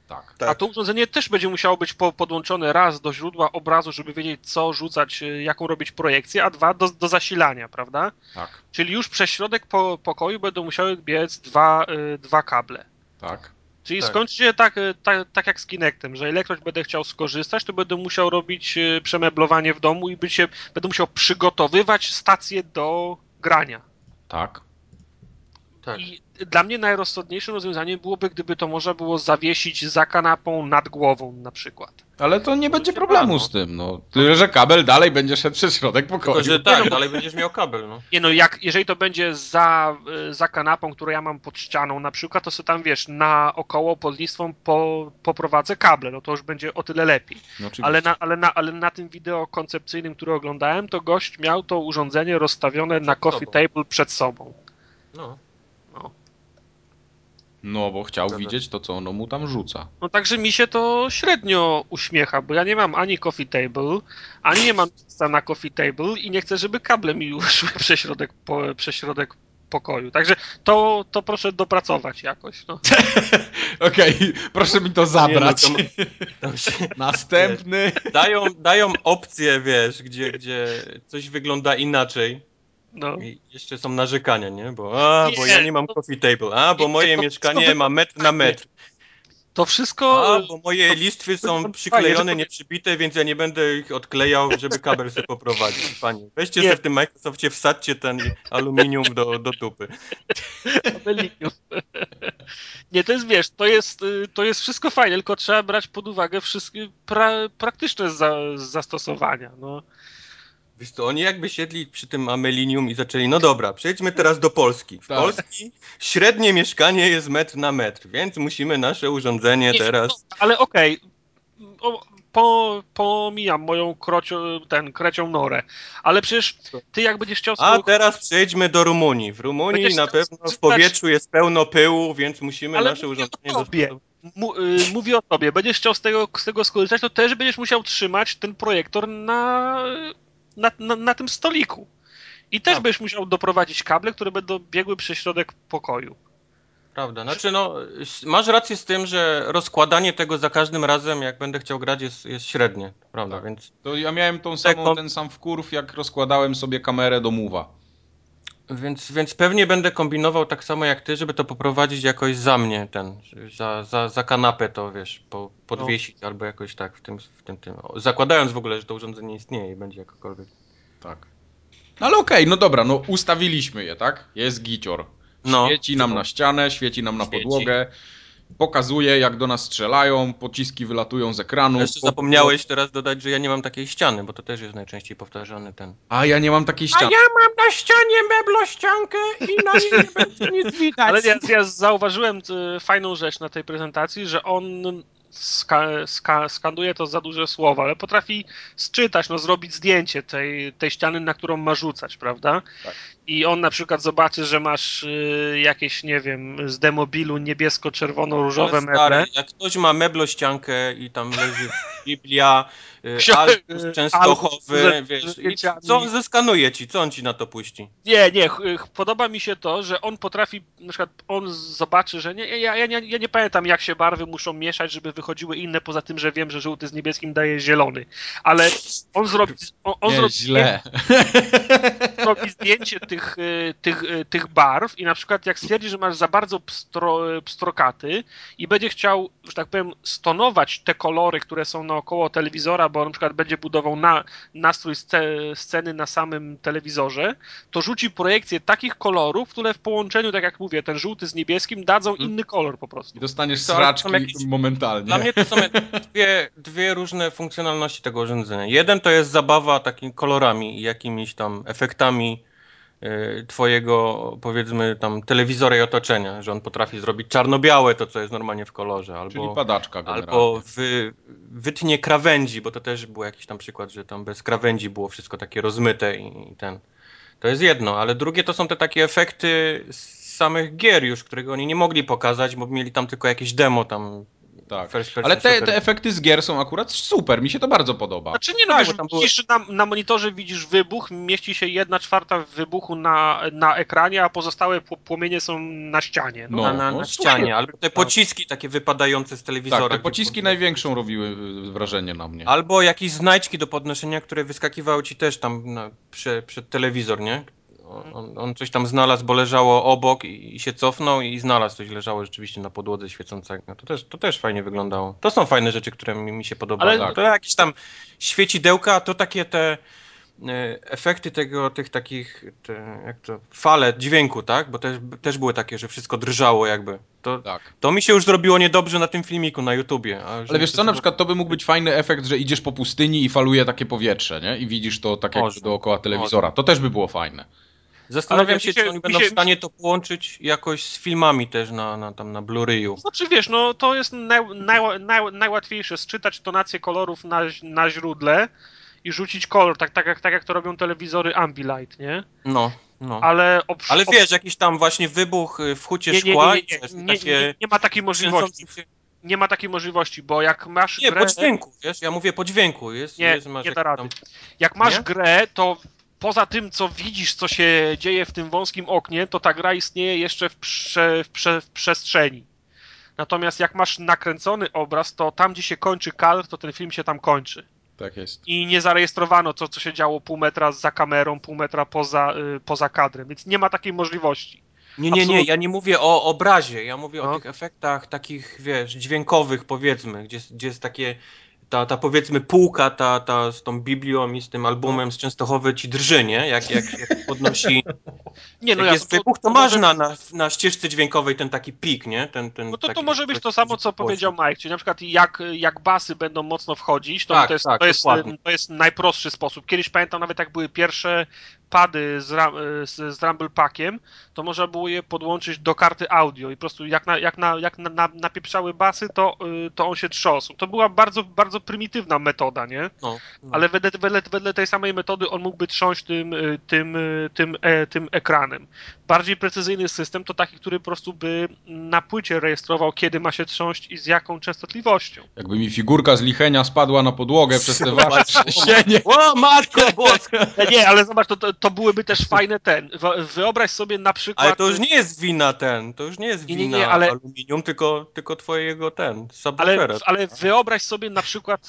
Tak. A to urządzenie też będzie musiało być podłączone raz do źródła obrazu, żeby wiedzieć, co rzucać, jaką robić projekcję, a dwa do zasilania, prawda? Tak. Czyli już przez środek pokoju będą musiały biec dwa kable. Tak. Czyli Tak. skończy się tak jak z Kinectem, że ilekroć będę chciał skorzystać, to będę musiał robić przemeblowanie w domu i będę musiał przygotowywać stację do grania. Tak. Tak. I dla mnie najrozsądniejszym rozwiązaniem byłoby, gdyby to można było zawiesić za kanapą nad głową na przykład. Ale to nie Może będzie się problemu da, no. z tym, no. Tyle, że kabel dalej będzie szedł przez środek pokoju. Tylko, że tak, dalej będziesz miał kabel, no. Nie no, jeżeli to będzie za kanapą, którą ja mam pod ścianą na przykład, to sobie tam, wiesz, naokoło pod listwą poprowadzę kable, no to już będzie o tyle lepiej. No, oczywiście. Ale na tym wideo koncepcyjnym, który oglądałem, to gość miał to urządzenie rozstawione na coffee sobą. table przed sobą. No. No, bo chciał Zgadza się. widzieć to, co ono mu tam rzuca. No także mi się to średnio uśmiecha, bo ja nie mam ani coffee table, ani nie mam miejsca na coffee table i nie chcę, żeby kable mi szły przez środek pokoju. Także to proszę dopracować jakoś. No. Okej, proszę mi to zabrać. Nie, no, tam się, Następny. dają opcje, wiesz, gdzie coś wygląda inaczej. No. I jeszcze są narzekania, nie? Bo Nie, ja nie mam coffee table, bo nie, moje to mieszkanie wszystko ma metr na metr. To wszystko. Bo moje listwy są fajnie, przyklejone, że nie przybite, więc ja nie będę ich odklejał, żeby kabel sobie poprowadzić. Panie, weźcie Nie. sobie w tym Microsoftie, wsadźcie ten aluminium do dupy. Aluminium. Nie, to jest, wiesz, to jest wszystko fajne, tylko trzeba brać pod uwagę wszystkie praktyczne zastosowania. No. Wiesz co, oni jakby siedli przy tym amelinium i zaczęli, no dobra, przejdźmy teraz do Polski. W Tak. Polski średnie mieszkanie jest metr na metr, więc musimy nasze urządzenie Nie, teraz... no, ale okej. Pomijam moją krecią norę, ale przecież ty jak będziesz chciał A swojego... teraz przejdźmy do Rumunii. W Rumunii Będziesz na chciał pewno w czytać- powietrzu jest pełno pyłu, więc musimy Ale nasze mówię urządzenie o tobie. dostosować. Mówię o tobie. Będziesz chciał z tego skorzystać, to też będziesz musiał trzymać ten projektor na tym stoliku. I też Tak. będziesz musiał doprowadzić kable, które będą biegły przez środek pokoju. Prawda, znaczy no, masz rację z tym, że rozkładanie tego za każdym razem, jak będę chciał grać, jest średnie, prawda, Tak. więc... To ja miałem Kon- ten sam wkurw, jak rozkładałem sobie kamerę do Mowa. Więc pewnie będę kombinował tak samo jak ty, żeby to poprowadzić jakoś za mnie, za kanapę to, wiesz, podwiesić albo jakoś tak w tym. Zakładając w ogóle, że to urządzenie istnieje i będzie jakokolwiek. Tak. No ale okej, no dobra, no ustawiliśmy je, tak? Jest gicior. No, Świeci nam na ścianę, świeci nam na Świeci. podłogę. Pokazuje, jak do nas strzelają, pociski wylatują z ekranu. Jeszcze zapomniałeś teraz dodać, że ja nie mam takiej ściany, bo to też jest najczęściej powtarzany ten. A ja nie mam takiej ściany. mam na ścianie meblościankę i na niej nie będzie nic widać. Ale ja zauważyłem fajną rzecz na tej prezentacji, że on skanduje to za duże słowa, ale potrafi sczytać, no zrobić zdjęcie tej ściany, na którą ma rzucać, prawda? Tak. I on na przykład zobaczy, że masz jakieś, nie wiem, z demobilu niebiesko-czerwono-różowe Ale stary, meble. jak ktoś ma meblościankę i tam leży Biblia, Albus Albus Częstochowy, z wiesz, i zdjęciami. co on zeskanuje ci, co on ci na to puści? Nie, podoba mi się to, że on potrafi, na przykład on zobaczy, że ja nie pamiętam jak się barwy muszą mieszać, żeby wychodziły inne, poza tym, że wiem, że żółty z niebieskim daje zielony, ale on zrobi, Nie, źle. zrobi zdjęcie tych barw i na przykład jak stwierdzi, że masz za bardzo pstrokaty i będzie chciał, że tak powiem, stonować te kolory, które są naokoło telewizora, bo na przykład będzie budował nastrój sceny na samym telewizorze, to rzuci projekcję takich kolorów, które w połączeniu, tak jak mówię, ten żółty z niebieskim dadzą inny kolor po prostu. I dostaniesz Co, ale to są sraczki jakieś- momentalnie. Dla mnie to są dwie różne funkcjonalności tego urządzenia. Jeden to jest zabawa takimi kolorami i jakimiś tam efektami twojego, powiedzmy, tam telewizora i otoczenia, że on potrafi zrobić czarno-białe, to co jest normalnie w kolorze, Czyli padaczka generalnie. albo wytnie krawędzi, bo to też był jakiś tam przykład, że tam bez krawędzi było wszystko takie rozmyte i ten. To jest jedno, ale drugie to są te takie efekty z samych gier już, których oni nie mogli pokazać, bo mieli tam tylko jakieś demo tam Tak. first person Ale shooter. te efekty z gier są akurat super, mi się to bardzo podoba. Znaczy nie, no Tak, wiesz, bo tam były- widzisz na monitorze widzisz wybuch, mieści się 1/4 wybuchu na ekranie, a pozostałe płomienie są na ścianie. No. No. Na super. ścianie, albo te pociski takie wypadające z telewizora. Tak, te gdzie pociski było- największą robiły wrażenie na mnie. Albo jakieś znajdźki do podnoszenia, które wyskakiwały ci też tam przed telewizor, nie? On coś tam znalazł, bo leżało obok i się cofnął i znalazł coś, leżało rzeczywiście na podłodze świecącego. To też fajnie wyglądało. To są fajne rzeczy, które mi się podobają. Ale- To jakieś tam świecidełka, a to takie te efekty tych takich, jak to, fale dźwięku, tak? Bo też były takie, że wszystko drżało jakby. Tak. To mi się już zrobiło niedobrze na tym filmiku na YouTubie. Ale wiesz co, na przykład to by mógł być fajny efekt, że idziesz po pustyni i faluje takie powietrze, nie? I widzisz to tak jakby Może. dookoła telewizora. To też by było fajne. Zastanawiam Ale się, mi czy się- oni mi będą się- w stanie to połączyć jakoś z filmami też na Blu-rayu. Znaczy wiesz, no to jest najłatwiejsze, sczytać tonację kolorów na źródle i rzucić kolor, tak jak to robią telewizory Ambilight, nie? No. Ale Ale wiesz, jakiś tam właśnie wybuch w hucie nie, szkła i wiesz, nie ma takiej możliwości. trzęsący się... Nie ma takiej możliwości, bo jak masz Nie, grę... po dźwięku, wiesz, ja mówię po dźwięku. Masz Nie da jakiś rady. tam... Jak masz Nie? grę, to poza tym, co widzisz, co się dzieje w tym wąskim oknie, to ta gra istnieje jeszcze w przestrzeni. Natomiast jak masz nakręcony obraz, to tam, gdzie się kończy kadr, to ten film się tam kończy. Tak jest. I nie zarejestrowano to, co się działo pół metra za kamerą, pół metra poza kadrem, więc nie ma takiej możliwości. Nie, Absolutnie. ja nie mówię o obrazie, ja mówię o No. tych efektach takich, wiesz, dźwiękowych powiedzmy, gdzie jest takie, ta powiedzmy półka ta z tą Biblią i z tym albumem z Częstochowy ci drży, nie? Jak podnosi, Nie, no jak jest jasno, wybuch, to to masz może, na ścieżce dźwiękowej ten taki pik, nie? Ten no to taki, może być coś to samo, co głośno. powiedział Mike, czyli na przykład jak basy będą mocno wchodzić, Tak, dokładnie. to jest najprostszy sposób. Kiedyś pamiętam nawet jak były pierwsze pady z Rumble Packiem, to można było je podłączyć do karty audio i po prostu jak napieprzały basy, to on się trząsł. To była bardzo, bardzo prymitywna metoda, nie? No. Ale wedle tej samej metody on mógłby trząść tym ekranem. Bardziej precyzyjny system to taki, który po prostu by na płycie rejestrował, kiedy ma się trząść i z jaką częstotliwością. Jakby mi figurka z lichenia spadła na podłogę przez te wasze trzęsienie. O, Matko Boska! Nie, ale zobacz, to byłyby też fajne Wyobraź sobie na przykład... Ale to już nie jest wina to już nie jest Nie, wina ale- aluminium, tylko twojego subwoofera. Ale wyobraź sobie na przykład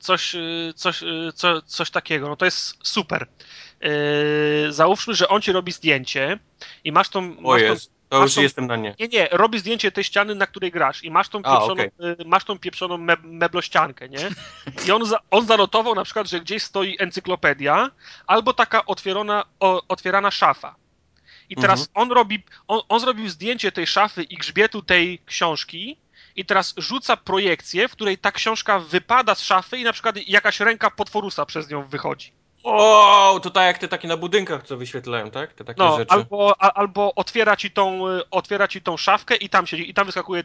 coś takiego. No to jest super. Załóżmy, że on ci robi zdjęcie i masz tą... O jest, to masz już jestem na nie. Nie, robi zdjęcie tej ściany, na której grasz i masz tą A, pieprzoną, okej. masz tą pieprzoną meblościankę, nie? I on zanotował na przykład, że gdzieś stoi encyklopedia albo taka otwierana szafa. I teraz on zrobił zdjęcie tej szafy i grzbietu tej książki i teraz rzuca projekcję, w której ta książka wypada z szafy i na przykład jakaś ręka potworusa przez nią wychodzi. O, to tak jak te takie na budynkach, co wyświetlają, tak? Te takie No, rzeczy. albo otwiera ci tą szafkę i tam siedzi, i tam wyskakuje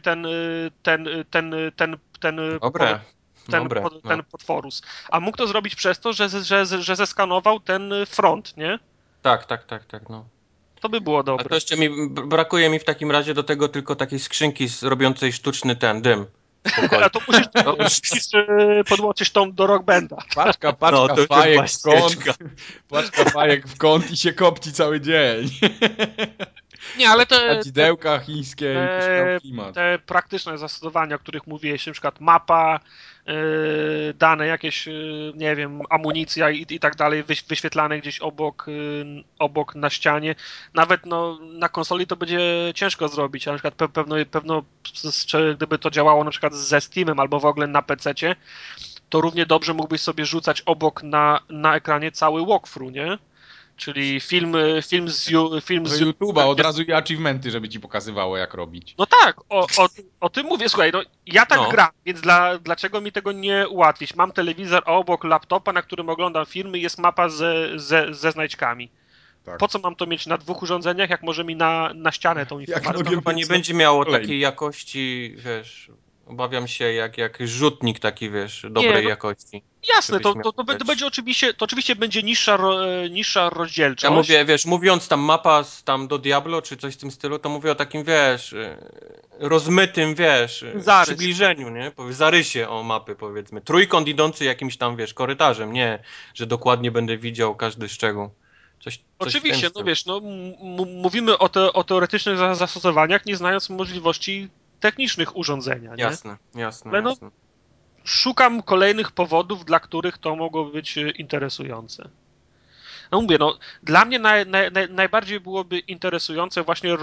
Dobre. ten potworus. A mógł to zrobić przez to, że zeskanował ten front, nie? Tak, no. To by było A dobre. to jeszcze brakuje mi w takim razie do tego tylko takiej skrzynki robiącej sztuczny dym. A to musisz podłączyć tą do Rock Banda. Paczka No, to już fajek jest w kąt. ścieżka. Paczka fajek w kąt i się kopci cały dzień. Nie, ale Kadzidełka chińskie i byś miał klimat. te praktyczne zastosowania, o których mówiłeś, na przykład mapa, dane jakieś, nie wiem, amunicja i tak dalej, wyświetlane gdzieś obok na ścianie. Nawet no, na konsoli to będzie ciężko zrobić, a na przykład pewno gdyby to działało na przykład ze Steamem albo w ogóle na PC-cie, to równie dobrze mógłbyś sobie rzucać obok na ekranie cały walkthrough, nie? Czyli film z YouTube'a od razu i achievementy, żeby ci pokazywało, jak robić. No tak, o tym mówię, słuchaj, no ja tak gram, więc dlaczego mi tego nie ułatwić? Mam telewizor, a obok laptopa, na którym oglądam filmy, jest mapa ze znajdźkami. Tak. Po co mam to mieć na dwóch urządzeniach, jak może mi na ścianę tą informację? To chyba nie będzie miało takiej jakości, wiesz, obawiam się jak rzutnik taki, wiesz, dobrej jakości. Jasne, żebyś to miał to będzie oczywiście, to oczywiście będzie niższa rozdzielczość. Ja mówię, wiesz, mówiąc tam mapa tam do Diablo, czy coś w tym stylu, to mówię o takim, wiesz, rozmytym, wiesz, Zarys. przybliżeniu, nie? Zarysie o mapy, powiedzmy. Trójkąt idący jakimś tam, wiesz, korytarzem, nie, że dokładnie będę widział każdy szczegół. Coś w tym Oczywiście, no stylu. wiesz, no, mówimy o teoretycznych zastosowaniach, nie znając możliwości technicznych urządzenia, nie? Jasne, jasne, Ale no, jasne. szukam kolejnych powodów, dla których to mogło być interesujące. No mówię, no, dla mnie najbardziej byłoby interesujące właśnie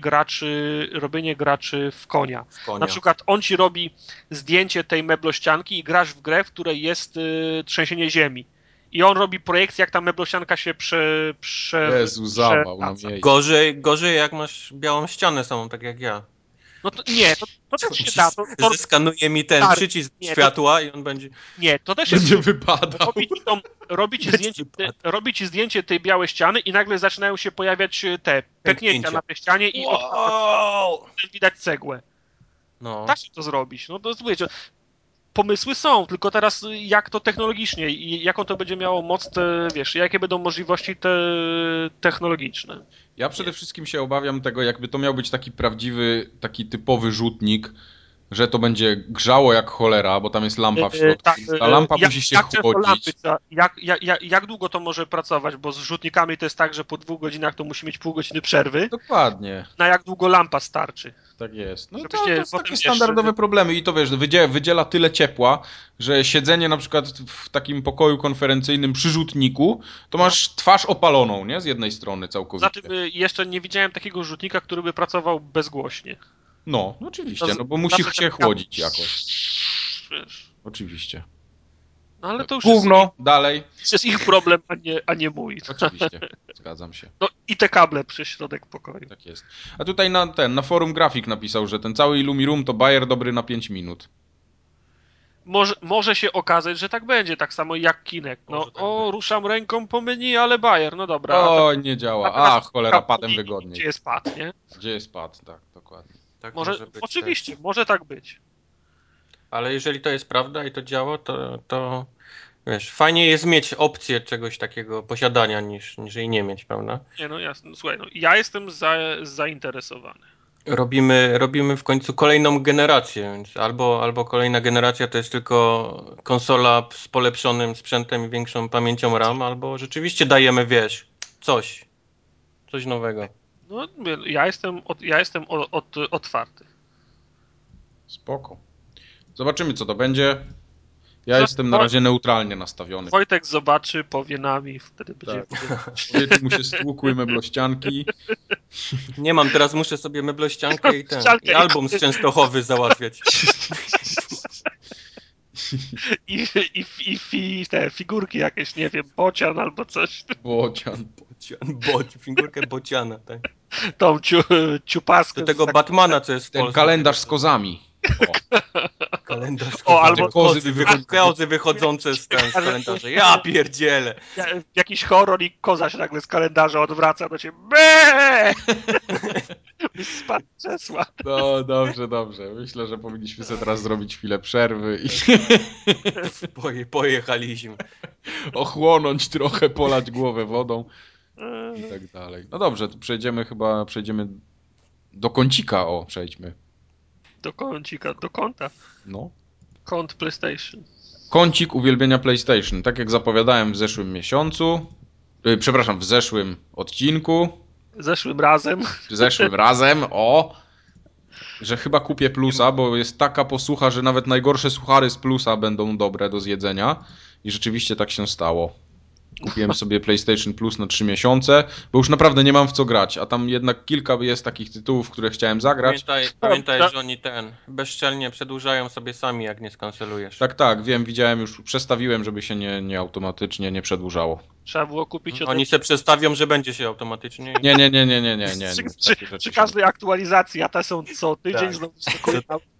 robienie graczy w konia. W konia. Na przykład on ci robi zdjęcie tej meblościanki i grasz w grę, w której jest trzęsienie ziemi. I on robi projekcję, jak ta meblościanka się Jezu, zawał na przewraca. miejscu. Gorzej jak masz białą ścianę samą, tak jak ja. No to nie, to też się Ci da. zeskanuje mi ten Stary, przycisk nie, światła i on będzie... Nie, to też jest. Będzie wypadał. Będzie wypadał. Robi ci zdjęcie tej białej ściany i nagle zaczynają się pojawiać te pęknięcia na tej ścianie i Wow! widać cegłę. No. Da się to zrobić. No to wiecie, pomysły są, tylko teraz jak to technologicznie i jaką to będzie miało moc, wiesz, jakie będą możliwości te technologiczne. Ja przede wszystkim się obawiam tego, jakby to miał być taki prawdziwy, taki typowy rzutnik, że to będzie grzało jak cholera, bo tam jest lampa w środku. Tak, Ta lampa musi się często chłodzić. jak długo to może pracować, bo z rzutnikami to jest tak, że po 2 godzinach to musi mieć pół godziny przerwy. Dokładnie, Na jak długo lampa starczy? tak jest. No Żebyś to nie- są potem, takie wiesz, standardowe problemy i to wiesz, wydziela tyle ciepła, że siedzenie na przykład w takim pokoju konferencyjnym przy rzutniku, to masz twarz opaloną, nie? Z jednej strony Za całkowicie. tym jeszcze nie widziałem takiego rzutnika, który by pracował bezgłośnie. No, oczywiście, To no bo musi zawsze się ten chłodzić jakoś. Wiesz. Oczywiście. No ale to już Gówno, dalej. jest ich problem, a nie mój. Oczywiście, zgadzam się. No i te kable przez środek pokoju. Tak jest. A tutaj na forum grafik napisał, że ten cały Illumirum to bajer dobry na 5 minut. Może się okazać, że tak będzie, tak samo jak Kinect. No, Może tak być. ruszam ręką po menu, ale Bayer, no dobra. O, nie działa. A, teraz cholera, padem Gdzie wygodniej. jest pad, nie? Gdzie jest pad? Tak, dokładnie. Tak Może, może być oczywiście, też. może tak być. Ale jeżeli to jest prawda i to działa, to wiesz, fajnie jest mieć opcję czegoś takiego posiadania niż jej nie mieć, prawda? Nie, no jasne, no, słuchaj, no, ja jestem zainteresowany. Robimy w końcu kolejną generację, więc albo kolejna generacja to jest tylko konsola z polepszonym sprzętem i większą pamięcią RAM, albo rzeczywiście dajemy, wiesz, coś nowego. No, mówię, ja jestem otwarty. Spoko. Zobaczymy, co to będzie. Ja Co- jestem na razie neutralnie nastawiony. Wojtek zobaczy, powie nam i wtedy będzie Tak. wiedział. Powie, czy mu się stłukły meblościanki. Nie mam, teraz muszę sobie meblościankę i Ściankę i album z Częstochowy załatwiać. I te figurki jakieś, nie wiem, bocian albo coś. Bocian. Figurkę bociana, tak. Tą ciupaskę. Do tego Batmana, co jest w Ten Polsce. kalendarz z kozami. O, Kalendarz z O, albo kozy wychodzące z kalendarza. Ja pierdzielę. Jakiś horror i koza się nagle z kalendarza odwraca do ciebie. Beee! Byś spadł z krzesła. no dobrze, dobrze. Myślę, że powinniśmy sobie teraz zrobić chwilę przerwy i Pojechaliśmy. ochłonąć trochę, polać głowę wodą i tak dalej. No dobrze, to przejdziemy do kącika. O, przejdźmy. Do kącika, do kąta. No. Kąt PlayStation. Kącik uwielbienia PlayStation. Tak jak zapowiadałem w zeszłym miesiącu, przepraszam, w zeszłym odcinku, Zeszłym razem. zeszłym razem, że chyba kupię Plusa, bo jest taka posłucha, że nawet najgorsze suchary z Plusa będą dobre do zjedzenia. I rzeczywiście tak się stało. Kupiłem sobie PlayStation Plus na 3 miesiące, bo już naprawdę nie mam w co grać, a tam jednak kilka jest takich tytułów, w które chciałem zagrać. Pamiętaj, że oni bezczelnie przedłużają sobie sami, jak nie skancelujesz. Tak, wiem, widziałem już, przestawiłem, żeby się nie automatycznie nie przedłużało. Trzeba było kupić Oni se przestawią, że będzie się automatycznie. Nie. Przy każdej aktualizacji, a te są co tydzień, Tak. znowu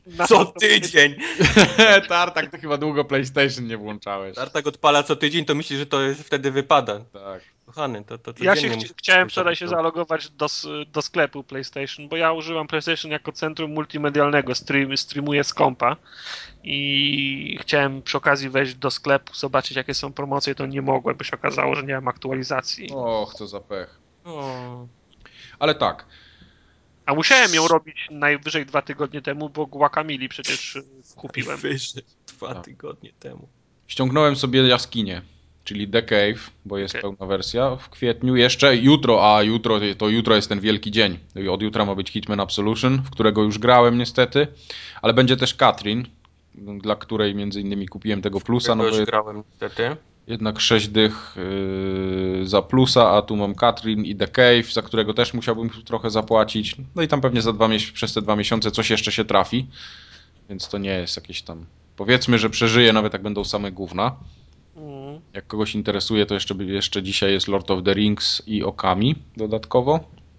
Co tydzień! Tartak, to chyba długo PlayStation nie włączałeś. Tartak odpala co tydzień, to myśli, że to jest, wtedy wypada. Tak. Kochany, to Ja codziennie się musisz chciałem coś wczoraj się robić. zalogować do sklepu PlayStation, bo ja używam PlayStation jako centrum multimedialnego, streamuję z kompa i chciałem przy okazji wejść do sklepu, zobaczyć jakie są promocje, to nie mogłem, bo się okazało, że nie mam aktualizacji. Och, co za pech. O, Ale tak, A musiałem ją robić najwyżej 2 tygodnie temu, bo Guacamole przecież kupiłem. wyżej 2 Tak. tygodnie temu. ściągnąłem sobie jaskinię, czyli The Cave, bo jest Okej. pełna wersja w kwietniu. Jeszcze jutro jest ten wielki dzień. Od jutra ma być Hitman Absolution, w którego już grałem niestety, ale będzie też Katrin, dla której między innymi kupiłem tego plusa, no Ja bo już jest grałem niestety. jednak 6 dych za plusa, a tu mam Katrin i The Cave, za którego też musiałbym trochę zapłacić. No i tam pewnie przez te 2 miesiące coś jeszcze się trafi, więc to nie jest jakieś tam... Powiedzmy, że przeżyję nawet jak będą same gówna. Mm. Jak kogoś interesuje, to jeszcze dzisiaj jest Lord of the Rings i Okami dodatkowo.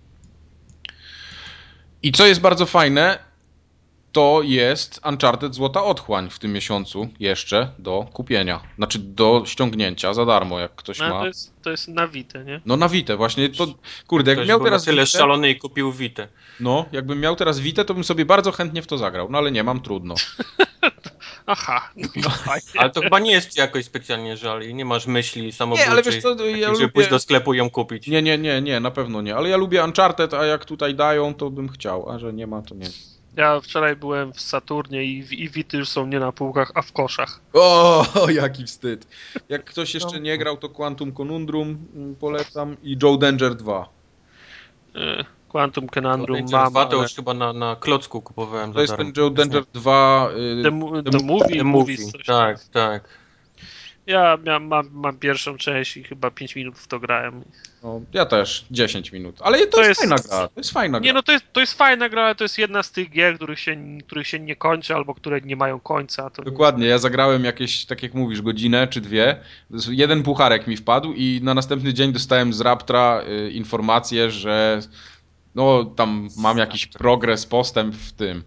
I co jest bardzo fajne, to jest Uncharted Złota Otchłań w tym miesiącu jeszcze do kupienia. Znaczy do ściągnięcia za darmo, jak ktoś No, ma. to jest na Vita, nie? No na Vita, właśnie to... Kurde, jakbym Ktoś miał był na teraz tyle Vitę, szalony i kupił Witę. no, jakbym miał teraz Vitę, to bym sobie bardzo chętnie w to zagrał. No ale nie mam, trudno. Aha, no fajnie. Ale to chyba nie jest ci jakoś specjalnie żal i nie masz myśli Nie, ale wiesz samobójczej, co, ja żeby lubię... pójść do sklepu i ją kupić. Nie, na pewno nie. Ale ja lubię Uncharted, a jak tutaj dają, to bym chciał. A że nie ma, to nie. Ja wczoraj byłem w Saturnie i Vity już są nie na półkach, a w koszach. O, jaki wstyd. Jak ktoś jeszcze No. nie grał, to Quantum Conundrum polecam i Joe Danger 2. Quantum Conundrum Danger mam, 2 to ale już chyba na klocku kupowałem To za jest darmo. ten Joe Już nie. Danger 2. The Movie, The Movies, Movie, coś tam. tak, tak. Ja mam pierwszą część i chyba 5 minut w to grałem. No, ja też 10 minut. Ale to To jest jest- fajna gra. To jest fajna Nie, gra. no to jest fajna gra, ale to jest jedna z tych gier, których się nie kończy, albo które nie mają końca. To Dokładnie, ja zagrałem jakieś, tak jak mówisz, godzinę czy dwie. Jeden pucharek mi wpadł i na następny dzień dostałem z Raptra informację, że no tam mam jakiś progres, postęp w tym.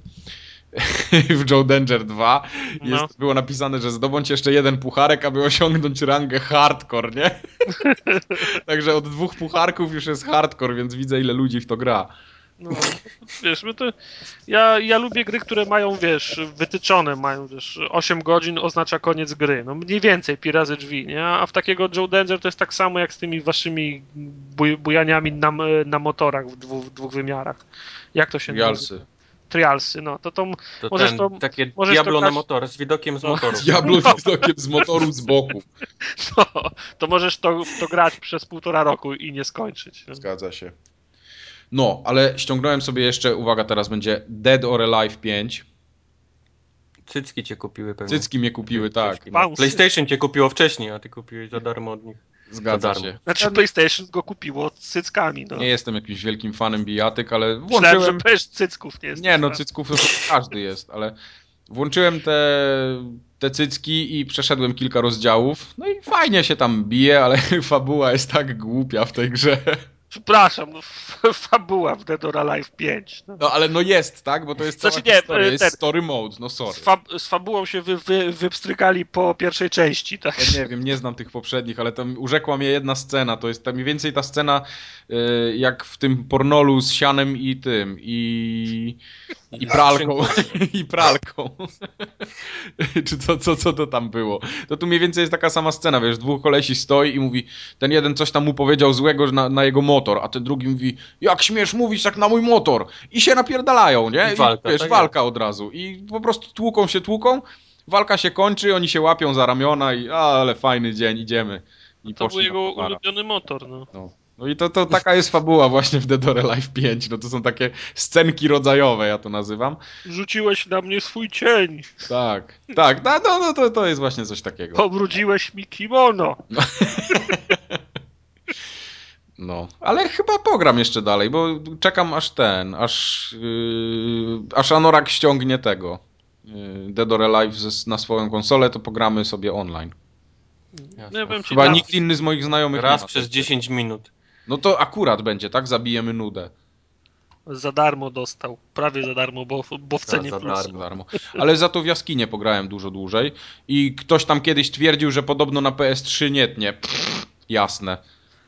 W Joe Danger 2 No. było napisane, że zdobądź jeszcze jeden pucharek, aby osiągnąć rangę hardcore, nie? Także od 2 pucharków już jest hardcore, więc widzę ile ludzi w to gra. No, wiesz, ja lubię gry, które mają, wiesz, wytyczone, mają, wiesz, 8 godzin oznacza koniec gry. No mniej więcej, pi razy drzwi, nie? A w takiego Joe Danger to jest tak samo jak z tymi waszymi bujaniami na motorach w dwóch wymiarach. Jak to się nazywa? Rialsy. Trialsy, no. To To możesz ten, to... takie możesz to Diablo na grać- motor, z widokiem z No. motoru. Diablo No. z widokiem z motoru z boku. No, to możesz to grać przez 1,5 roku i nie skończyć. Nie? Zgadza się. No, ale ściągnąłem sobie jeszcze, uwaga, teraz będzie Dead or Alive 5. Cycki cię kupiły pewnie. Cycki mnie kupiły, tak. Cycki. Bounce. PlayStation cię kupiło wcześniej, a ty kupiłeś za darmo od nich. Zgadza Za darmo. się. Znaczy PlayStation go kupiło z cyckami, no. Nie jestem jakimś wielkim fanem bijatyk, ale Myślałem, włączyłem... że też cycków nie jest. Nie, no cycków to każdy jest, ale włączyłem te cycki i przeszedłem kilka rozdziałów. No i fajnie się tam bije, ale fabuła jest tak głupia w tej grze. Przepraszam, no, fabuła w Dead or Alive 5. No. No ale no jest, tak? Bo to jest cała Znaczy nie, historia, jest ten- story mode, no sorry. Z fabułą się wypstrykali po pierwszej części, tak? Ja nie wiem, nie znam tych poprzednich, ale tam urzekła mnie jedna scena. To jest tam mniej więcej ta scena jak w tym pornolu z sianem i tym, i pralką. I pralką. Czy co to tam było? To tu mniej więcej jest taka sama scena, wiesz, 2 kolesi stoi i mówi, ten jeden coś tam mu powiedział złego na jego motor, a ten drugi mówi, jak śmiesz mówić tak na mój motor? I się napierdalają, nie? I walka, wiesz, tak walka od razu. I po prostu tłuką się. Walka się kończy, oni się łapią za ramiona i ale fajny dzień, idziemy. I To był poszli na jego towara. ulubiony motor, no. No i to taka jest fabuła właśnie w Dead or Alive 5. No to są takie scenki rodzajowe, ja to nazywam. Rzuciłeś na mnie swój cień. Tak, to jest właśnie coś takiego. Pobrudziłeś mi kimono. No, ale chyba pogram jeszcze dalej, bo czekam aż Anorak ściągnie tego Dead or Alive na swoją konsolę, to pogramy sobie online. Jasne. Ja powiem ci, Chyba nikt inny z moich znajomych nie Raz ma przez tej gry. 10 minut. No to akurat będzie, tak? Zabijemy nudę. Za darmo dostał. Prawie za darmo, bo w cenie Za plus. darmo. Darmo. Ale za to w jaskinię pograłem dużo dłużej i ktoś tam kiedyś twierdził, że podobno na PS3 nie tnie. Jasne.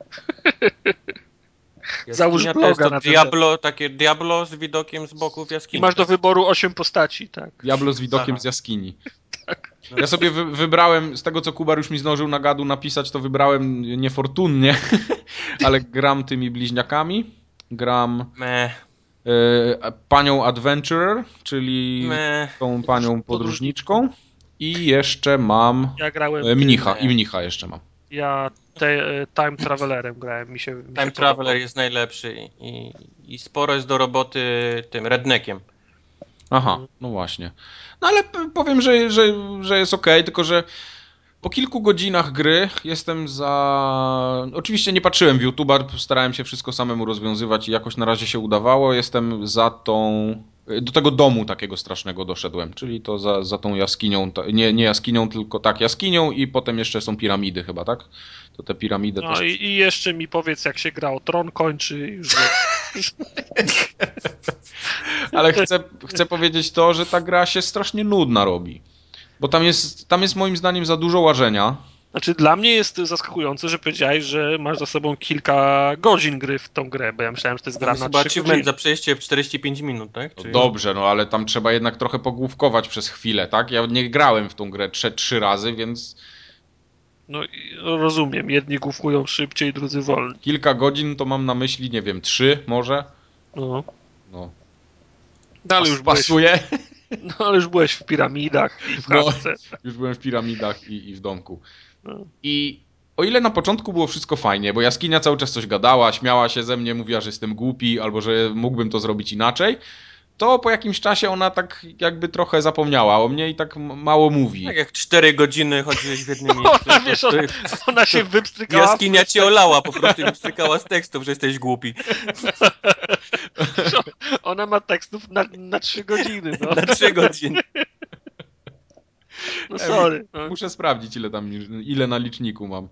Załóż Jaskinia to jest bloga to na ten Diablo, takie Diablo z widokiem z boku w I jaskini. masz do tak? wyboru 8 postaci, tak. Diablo z widokiem Aha. z jaskini. Ja sobie wybrałem, z tego co Kubar już mi zdążył na gadu napisać, to wybrałem niefortunnie, ale gram tymi bliźniakami. Gram Meh, panią Adventurer, czyli meh. tą panią podróżniczką. I jeszcze mam Ja grałem mnicha. nie. I mnicha jeszcze mam. Ja Time Travelerem grałem, mi się Time Traveler podobał. jest najlepszy i sporo jest do roboty tym redneckiem. Aha, no właśnie. No ale powiem, że jest okej, tylko że po kilku godzinach gry jestem za... Oczywiście nie patrzyłem w YouTube'a, starałem się wszystko samemu rozwiązywać i jakoś na razie się udawało. Jestem za tą... Do tego domu takiego strasznego doszedłem, czyli to za tą jaskinią, nie jaskinią, tylko tak, jaskinią i potem jeszcze są piramidy chyba, tak? To te piramidy No też... i jeszcze mi powiedz, jak się gra o Tron kończy już. Ale chcę powiedzieć to, że ta gra się strasznie nudna robi. Bo tam jest moim zdaniem za dużo łażenia. Znaczy dla mnie jest zaskakujące, że powiedziałeś, że masz za sobą kilka godzin gry w tą grę, bo ja myślałem, że to jest Tam gra jest na chyba 3 achievement godziny. za przejście w 45 minut, tak? No Czy... dobrze, no ale tam trzeba jednak trochę pogłówkować przez chwilę, tak? Ja nie grałem w tą grę trzy razy, więc No rozumiem, jedni główkują szybciej, drudzy wolniej. kilka godzin to mam na myśli, nie wiem, 3 może? No. No. Ale już byłeś, Pasuje? no, ale już byłeś w piramidach i w No, chatce. już byłem w piramidach i w domku. No. I o ile na początku było wszystko fajnie, bo jaskinia cały czas coś gadała, śmiała się ze mnie, mówiła, że jestem głupi albo że mógłbym to zrobić inaczej, to po jakimś czasie ona tak jakby trochę zapomniała o mnie i tak mało mówi. Tak jak 4 godziny chodziłeś w jednym miejscu. Ona, wiesz, ona się wypstrykała. Jaskinia cię olała, po prostu nie wstrykała z tekstów, że jesteś głupi. Ona ma tekstów na 3 godziny, no. Na 3 godziny. No sorry. No. Muszę sprawdzić, ile na liczniku mam.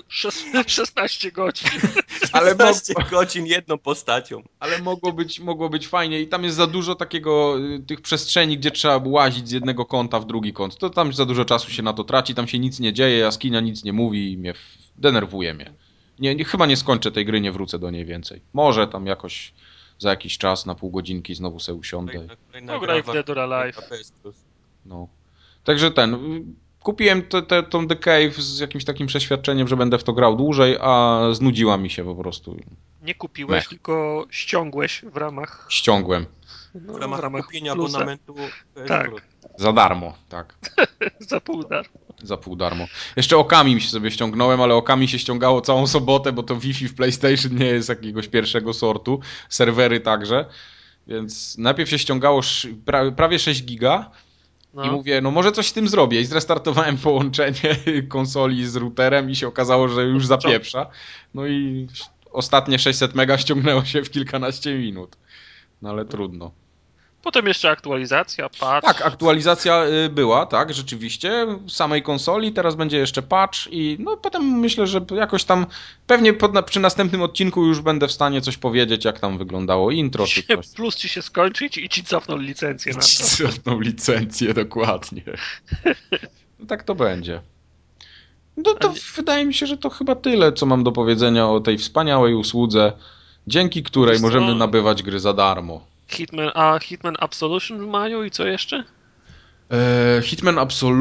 16 godzin. Ale 16 godzin jedną postacią. Ale mogło być fajnie i tam jest za dużo takiego, tych przestrzeni, gdzie trzeba łazić z jednego kąta w drugi kąt. To tam za dużo czasu się na to traci, tam się nic nie dzieje, jaskinia nic nie mówi i denerwuje mnie. Chyba nie skończę tej gry, nie wrócę do niej więcej. Może tam jakoś za jakiś czas, na pół godzinki znowu se usiądę. No graj w Dead or Alive. No. Także kupiłem tą The Cave z jakimś takim przeświadczeniem, że będę w to grał dłużej, a znudziła mi się po prostu. Nie kupiłeś, tylko ściągłeś w ramach... Ściągłem. No, W ramach kupienia plusa. abonamentu PS Tak. Plus. Za darmo, tak. Za pół darmo. Za pół darmo. Jeszcze Okami się sobie ściągnąłem, ale Okami się ściągało całą sobotę, bo to Wi-Fi w PlayStation nie jest jakiegoś pierwszego sortu. Serwery także. Więc najpierw się ściągało prawie 6 giga No. i mówię, no może coś z tym zrobię. I zrestartowałem połączenie konsoli z routerem i się okazało, że już zapieprza. No i ostatnie 600 mega ściągnęło się w kilkanaście minut. No ale trudno. Potem jeszcze aktualizacja, patch. Tak, aktualizacja była, tak, rzeczywiście, samej konsoli, teraz będzie jeszcze patch i no potem myślę, że jakoś tam, pewnie przy następnym odcinku już będę w stanie coś powiedzieć, jak tam wyglądało intro czy coś. Plus ci się skończy i ci cofną licencję na to. Cofną licencję, dokładnie. No tak to będzie. No to wydaje mi się, że to chyba tyle, co mam do powiedzenia o tej wspaniałej usłudze, dzięki której możemy nabywać gry za darmo. Hitman Absolution w maju i co jeszcze? Hitman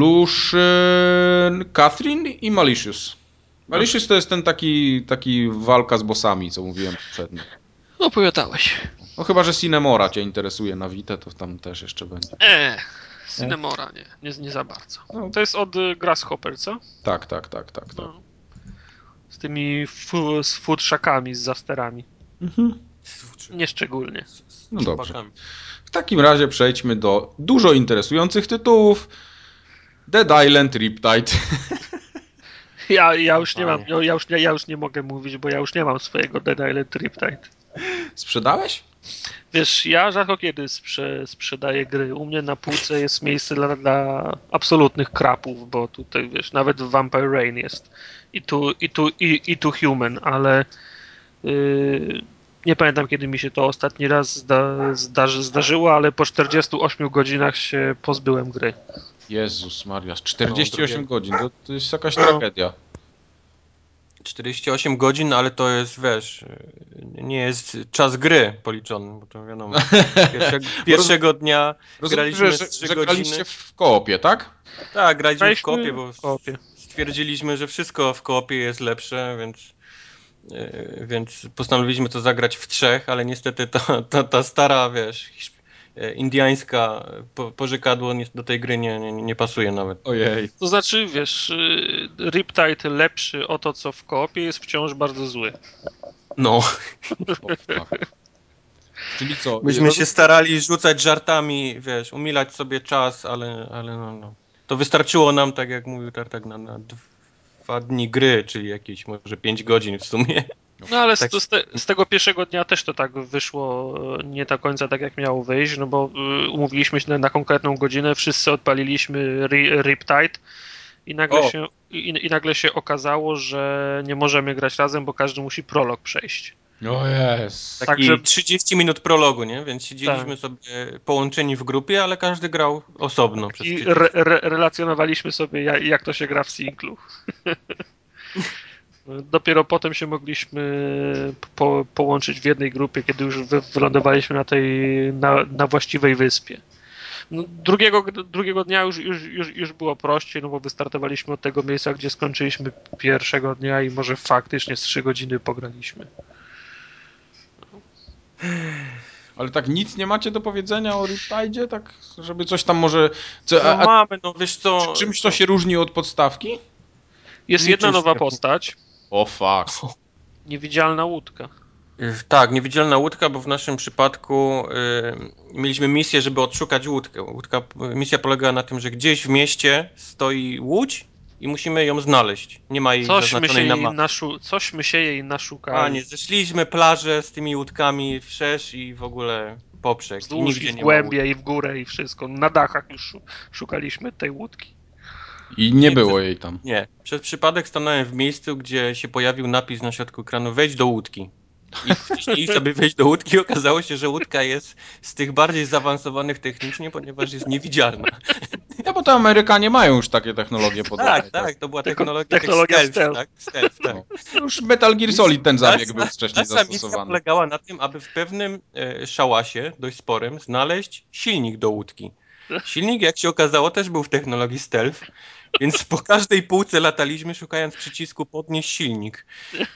Absolution, Catherine i Malicious. Malicious to jest ten taki walka z bossami, co mówiłem poprzednio. Opowiadałeś. No chyba, że Cinemora cię interesuje na Vita, to tam też jeszcze będzie. Cinemora nie za bardzo. No. To jest od Grasshopper, co? Tak. No. Z tymi z futrzakami, z zasterami. Mhm. Nieszczególnie. No dobrze. W takim razie przejdźmy do dużo interesujących tytułów. Dead Island Riptide. Ja już nie mam, ja już nie mogę mówić, bo ja już nie mam swojego Dead Island Riptide. Sprzedałeś? Wiesz, ja rzadko kiedy sprzedaję gry. U mnie na półce jest miejsce dla absolutnych krapów, bo tutaj, wiesz, nawet Vampire Rain jest i tu Human, ale Nie pamiętam, kiedy mi się to ostatni raz zdarzyło, ale po 48 godzinach się pozbyłem gry. Jezus Maria, No, 48 godzin, to jest jakaś No. tragedia. 48 godzin, ale to jest, wiesz, nie jest czas gry policzony, bo to wiadomo. Pierwszego dnia Rozumiem, graliśmy z 3 że godziny. graliście w koopie, tak? Tak, graliśmy w Graliśmy koopie, bo w koopie. stwierdziliśmy, że wszystko w koopie jest lepsze, więc postanowiliśmy to zagrać w 3, ale niestety ta stara, wiesz, indiańska pożykadło do tej gry nie pasuje nawet. Ojej. To znaczy, wiesz, Riptide lepszy o to, co w koopie, jest wciąż bardzo zły. No, O, fuck. Czyli co? myśmy się starali rzucać żartami, wiesz, umilać sobie czas, ale no. To wystarczyło nam, tak jak mówił Tartak, na 2 dni gry, czyli jakieś może 5 godzin w sumie. No ale Tak. z tego pierwszego dnia też to tak wyszło nie do końca tak, jak miało wyjść, no bo umówiliśmy się na konkretną godzinę, wszyscy odpaliliśmy Riptide i nagle się okazało, że nie możemy grać razem, bo każdy musi prolog przejść. O jest. Także 30 minut prologu, nie? Więc siedzieliśmy tak. sobie połączeni w grupie, ale każdy grał osobno przez I 30. relacjonowaliśmy sobie, jak to się gra w singlu. Dopiero potem się mogliśmy połączyć w jednej grupie, kiedy już wylądowaliśmy na właściwej wyspie. No, drugiego dnia już było prościej, no bo wystartowaliśmy od tego miejsca, gdzie skończyliśmy pierwszego dnia i może faktycznie z 3 godziny pograliśmy. Ale tak nic nie macie do powiedzenia o Riptide? Tak, żeby coś tam może... Co, No mamy, no wiesz co... czymś to się różni od podstawki? Jest jedna Niczym nowa się- postać, O fuck. niewidzialna łódka. Tak, niewidzialna łódka, bo w naszym przypadku mieliśmy misję, żeby odszukać łódkę. Misja polegała na tym, że gdzieś w mieście stoi łódź i musimy ją znaleźć. Nie ma jej zaznaczonej na mapie. Cośmy się jej A naszukali. nie, zeszliśmy plażę z tymi łódkami wszerz i w ogóle poprzek i Wzdłuż i nigdzie w nie ma łódki. głębie i w górę i wszystko. Na dachach już szukaliśmy tej łódki. I nie było jej tam. Nie. Przez przypadek stanąłem w miejscu, gdzie się pojawił napis na środku ekranu wejdź do łódki. I wciśnij sobie wejść do łódki. Okazało się, że łódka jest z tych bardziej zaawansowanych technicznie, ponieważ jest niewidzialna. Ja, bo to Amerykanie mają już takie technologie podobne. Tak, to była Tylko technologia technologia stealth, stealth. tak? Stealth, tak. No. Już Metal Gear Solid ten zabieg był wcześniej Nasza misja zastosowany. polegała na tym, aby w pewnym szałasie, dość sporym, znaleźć silnik do łódki. Silnik, jak się okazało, też był w technologii stealth, więc po każdej półce lataliśmy, szukając przycisku podnieść silnik.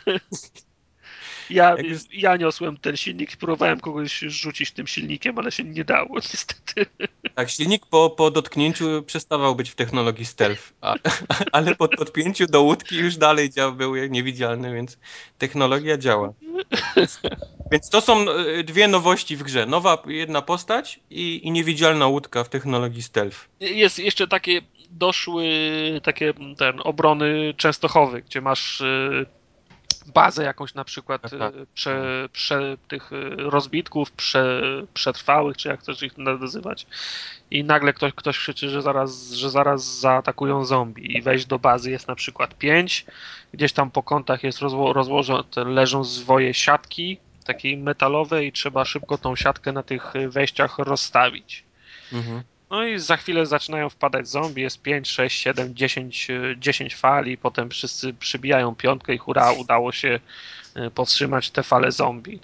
Ja, Jak już ja niosłem ten silnik i próbowałem kogoś rzucić tym silnikiem, ale się nie dało, niestety. Tak, silnik po dotknięciu przestawał być w technologii stealth, ale po podpięciu do łódki już dalej był niewidzialny, więc technologia działa. Więc to są 2 nowości w grze. Nowa jedna postać i niewidzialna łódka w technologii stealth. Jest jeszcze doszły takie obrony Częstochowy, gdzie masz bazę jakąś na przykład Tak. tych rozbitków, przetrwałych, czy jak chcesz ich nazywać. I nagle ktoś krzyczy, że zaraz zaatakują zombie i wejść do bazy jest na przykład 5, gdzieś tam po kątach jest leżą zwoje siatki takiej metalowej i trzeba szybko tą siatkę na tych wejściach rozstawić. Mhm. No i za chwilę zaczynają wpadać zombie, jest 5, 6, 7, 10 fali, potem wszyscy przybijają piątkę i hurra, udało się powstrzymać te fale zombie.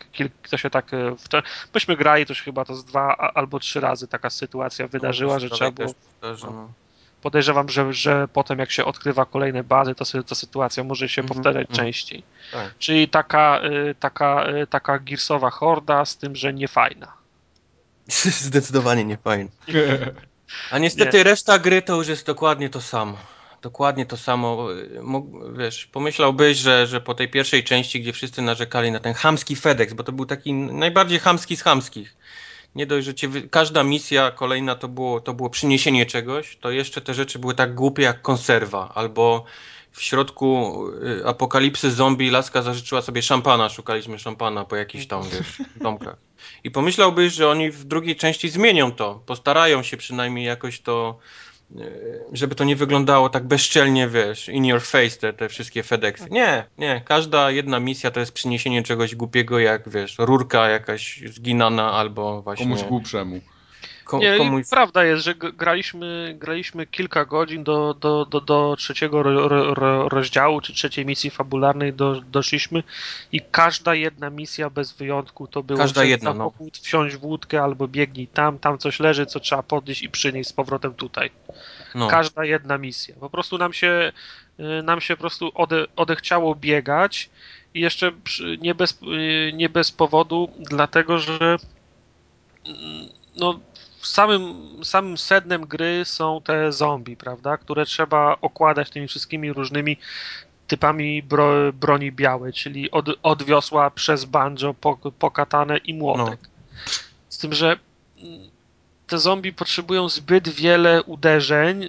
Myśmy grali, to się chyba to z 2 albo 3 razy taka sytuacja wydarzyła, że trzeba było... No. Podejrzewam, że potem jak się odkrywa kolejne bazy, to sytuacja może się powtarzać Mhm. częściej. Tak. Czyli taka Gearsowa horda, z tym, że nie fajna. Zdecydowanie nie fajnie. A niestety reszta gry to już jest dokładnie to samo. Dokładnie to samo. Wiesz, pomyślałbyś, że po tej pierwszej części, gdzie wszyscy narzekali na ten chamski FedEx, bo to był taki najbardziej chamski z chamskich. Nie dość, że każda misja kolejna to było przyniesienie czegoś, to jeszcze te rzeczy były tak głupie jak konserwa, albo w środku apokalipsy zombie laska zażyczyła sobie szampana, szukaliśmy szampana po jakichś tam, wiesz, domkach. I pomyślałbyś, że oni w drugiej części zmienią to, postarają się przynajmniej jakoś to żeby to nie wyglądało tak bezczelnie, wiesz, in your face, te wszystkie FedExy. Nie, każda jedna misja to jest przyniesienie czegoś głupiego, jak, wiesz, rurka jakaś zginana, albo Komuś właśnie głupszemu. Nie, i komuś... prawda jest, że graliśmy kilka godzin do trzeciego rozdziału, czy trzeciej misji fabularnej doszliśmy i każda jedna misja bez wyjątku to było Każda wsiąść w jedna, no. samochód, wsiąść w łódkę albo biegnij tam coś leży, co trzeba podnieść i przynieść z powrotem tutaj. No, Każda jedna misja. Po prostu nam się po prostu odechciało biegać i jeszcze nie bez powodu, dlatego że no, samym sednem gry są te zombie, prawda, które trzeba okładać tymi wszystkimi różnymi typami broni białej, czyli od wiosła przez banjo po katanę i no. młotek. Z tym, że te zombie potrzebują zbyt wiele uderzeń,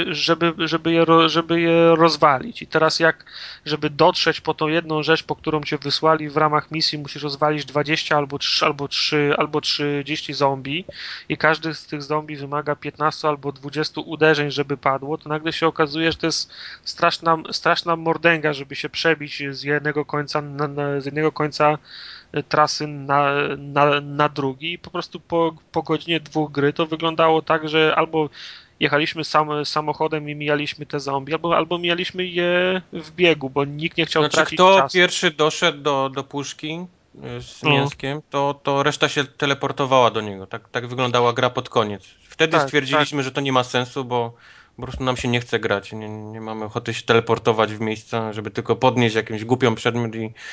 żeby je rozwalić. I teraz żeby dotrzeć po tą jedną rzecz, po którą cię wysłali w ramach misji, musisz rozwalić 20 albo 30 zombie i każdy z tych zombie wymaga 15 albo 20 uderzeń, żeby padło, to nagle się okazuje, że to jest straszna mordęga, żeby się przebić z jednego końca z jednego końca trasy na drugi i po prostu po godzinie 2 gry to wyglądało tak, że albo jechaliśmy samochodem i mijaliśmy te zombie, albo mijaliśmy je w biegu, bo nikt nie chciał Znaczy, tracić kto czasu. pierwszy doszedł do puszki z No, mięskiem, to reszta się teleportowała do niego. Tak wyglądała gra pod koniec. Wtedy tak, tak. stwierdziliśmy, że to nie ma sensu, bo po prostu nam się nie chce grać. Nie mamy ochoty się teleportować w miejsca, żeby tylko podnieść jakąś głupią przedmiot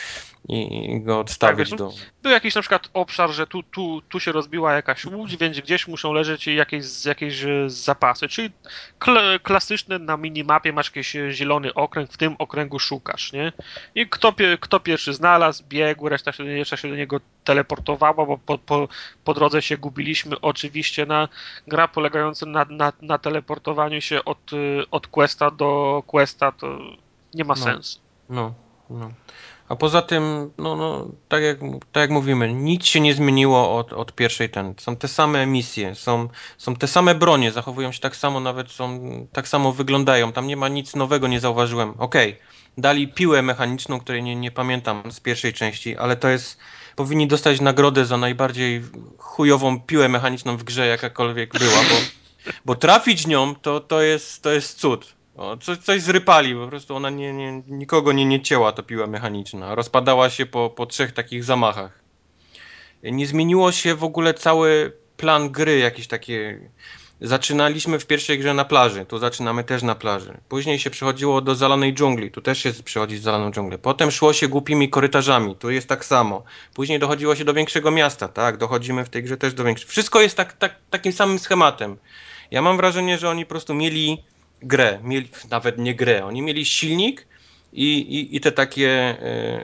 i go Tak, wiesz, odstawić no, do... był jakiś na przykład obszar, że tu się rozbiła jakaś łódź, więc gdzieś muszą leżeć jakieś zapasy, czyli klasyczne na minimapie masz jakiś zielony okręg, w tym okręgu szukasz, nie? I kto pierwszy znalazł, biegł, reszta się do niego teleportowała, bo po drodze się gubiliśmy. Oczywiście gra polegająca na teleportowaniu się od questa do questa to nie ma No, sensu. no, no. A poza tym, tak jak mówimy, nic się nie zmieniło od pierwszej ten. Są te same misje, są te same bronie, zachowują się tak samo, nawet tak samo wyglądają. Tam nie ma nic nowego, nie zauważyłem. Okej, dali piłę mechaniczną, której nie pamiętam z pierwszej części, ale powinni dostać nagrodę za najbardziej chujową piłę mechaniczną w grze, jakakolwiek była, bo trafić nią to jest cud. Coś zrypali, po prostu ona nikogo nie cięła, ta piła mechaniczna. Rozpadała się po 3 takich zamachach. Nie zmieniło się w ogóle cały plan gry, jakieś takie... Zaczynaliśmy w pierwszej grze na plaży, tu zaczynamy też na plaży. Później się przechodziło do zalanej dżungli, tu też się przechodzi z zalaną dżunglę. Potem szło się głupimi korytarzami, tu jest tak samo. Później dochodziło się do większego miasta, tak, dochodzimy w tej grze też do większego. Wszystko jest takim samym schematem. Ja mam wrażenie, że oni po prostu mieli grę, nawet nie grę, oni mieli silnik i te takie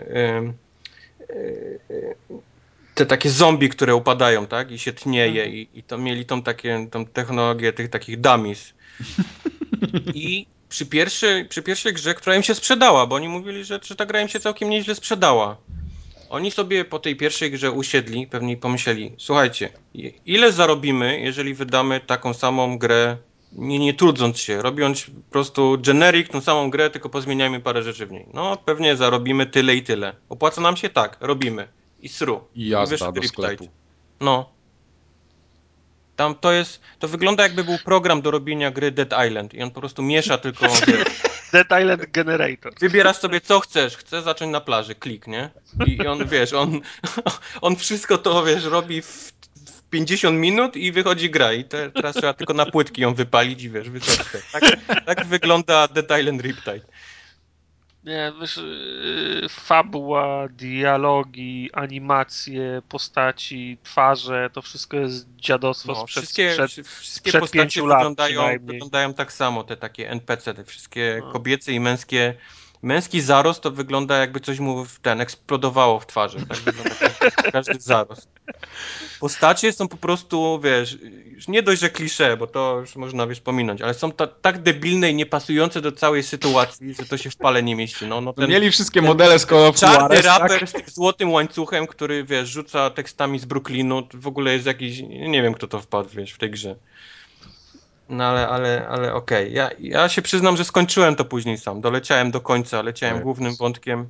te takie zombie, które upadają, tak? I się tnieje i to mieli tą technologię tych takich dummies. I przy pierwszej grze, która im się sprzedała, bo oni mówili, że ta gra im się całkiem nieźle sprzedała. Oni sobie po tej pierwszej grze usiedli, pewnie pomyśleli, słuchajcie, ile zarobimy, jeżeli wydamy taką samą grę, nie trudząc się, robiąc po prostu generic, tą samą grę, tylko pozmieniajmy parę rzeczy w niej. No, pewnie zarobimy tyle i tyle. Opłaca nam się? Tak, robimy. I sru. I I jazda wyszedł do Riptide. sklepu. No. Tam to wygląda jakby był program do robienia gry Dead Island i on po prostu miesza tylko, wiesz, Dead Island Generator. wybierasz sobie co chcesz, chcę zacząć na plaży, klik, nie? I on, wiesz, on wszystko to, wiesz, robi w 50 minut i wychodzi gra i teraz trzeba tylko na płytki ją wypalić i wiesz, wysłać te. Tak wygląda Dead Island Riptide. Nie, wiesz, fabuła, dialogi, animacje, postaci, twarze, to wszystko jest dziadostwo No, sprzed, wszystkie, sprzed, wszy- wszystkie sprzed postacie 5 lat wyglądają, przynajmniej. wyglądają tak samo, te takie NPC, te wszystkie No. kobiece i męskie. Męski zarost to wygląda jakby coś mu eksplodowało w twarzy. Tak wygląda każdy zarost. Postacie są po prostu, wiesz, już nie dość, że klisze, bo to już można, wiesz, pominąć, ale są tak debilne i niepasujące do całej sytuacji, że to się w pale nie mieści. No To ten, mieli wszystkie ten, modele z ten Call of czarny Juarez, tak? raper z tym złotym łańcuchem, który, wiesz, rzuca tekstami z Brooklynu, to w ogóle jest jakiś, nie wiem kto to wpadł, wiesz, w tej grze. No ale okej. Ja się przyznam, że skończyłem to później sam. Doleciałem do końca, leciałem Ojej. głównym wątkiem.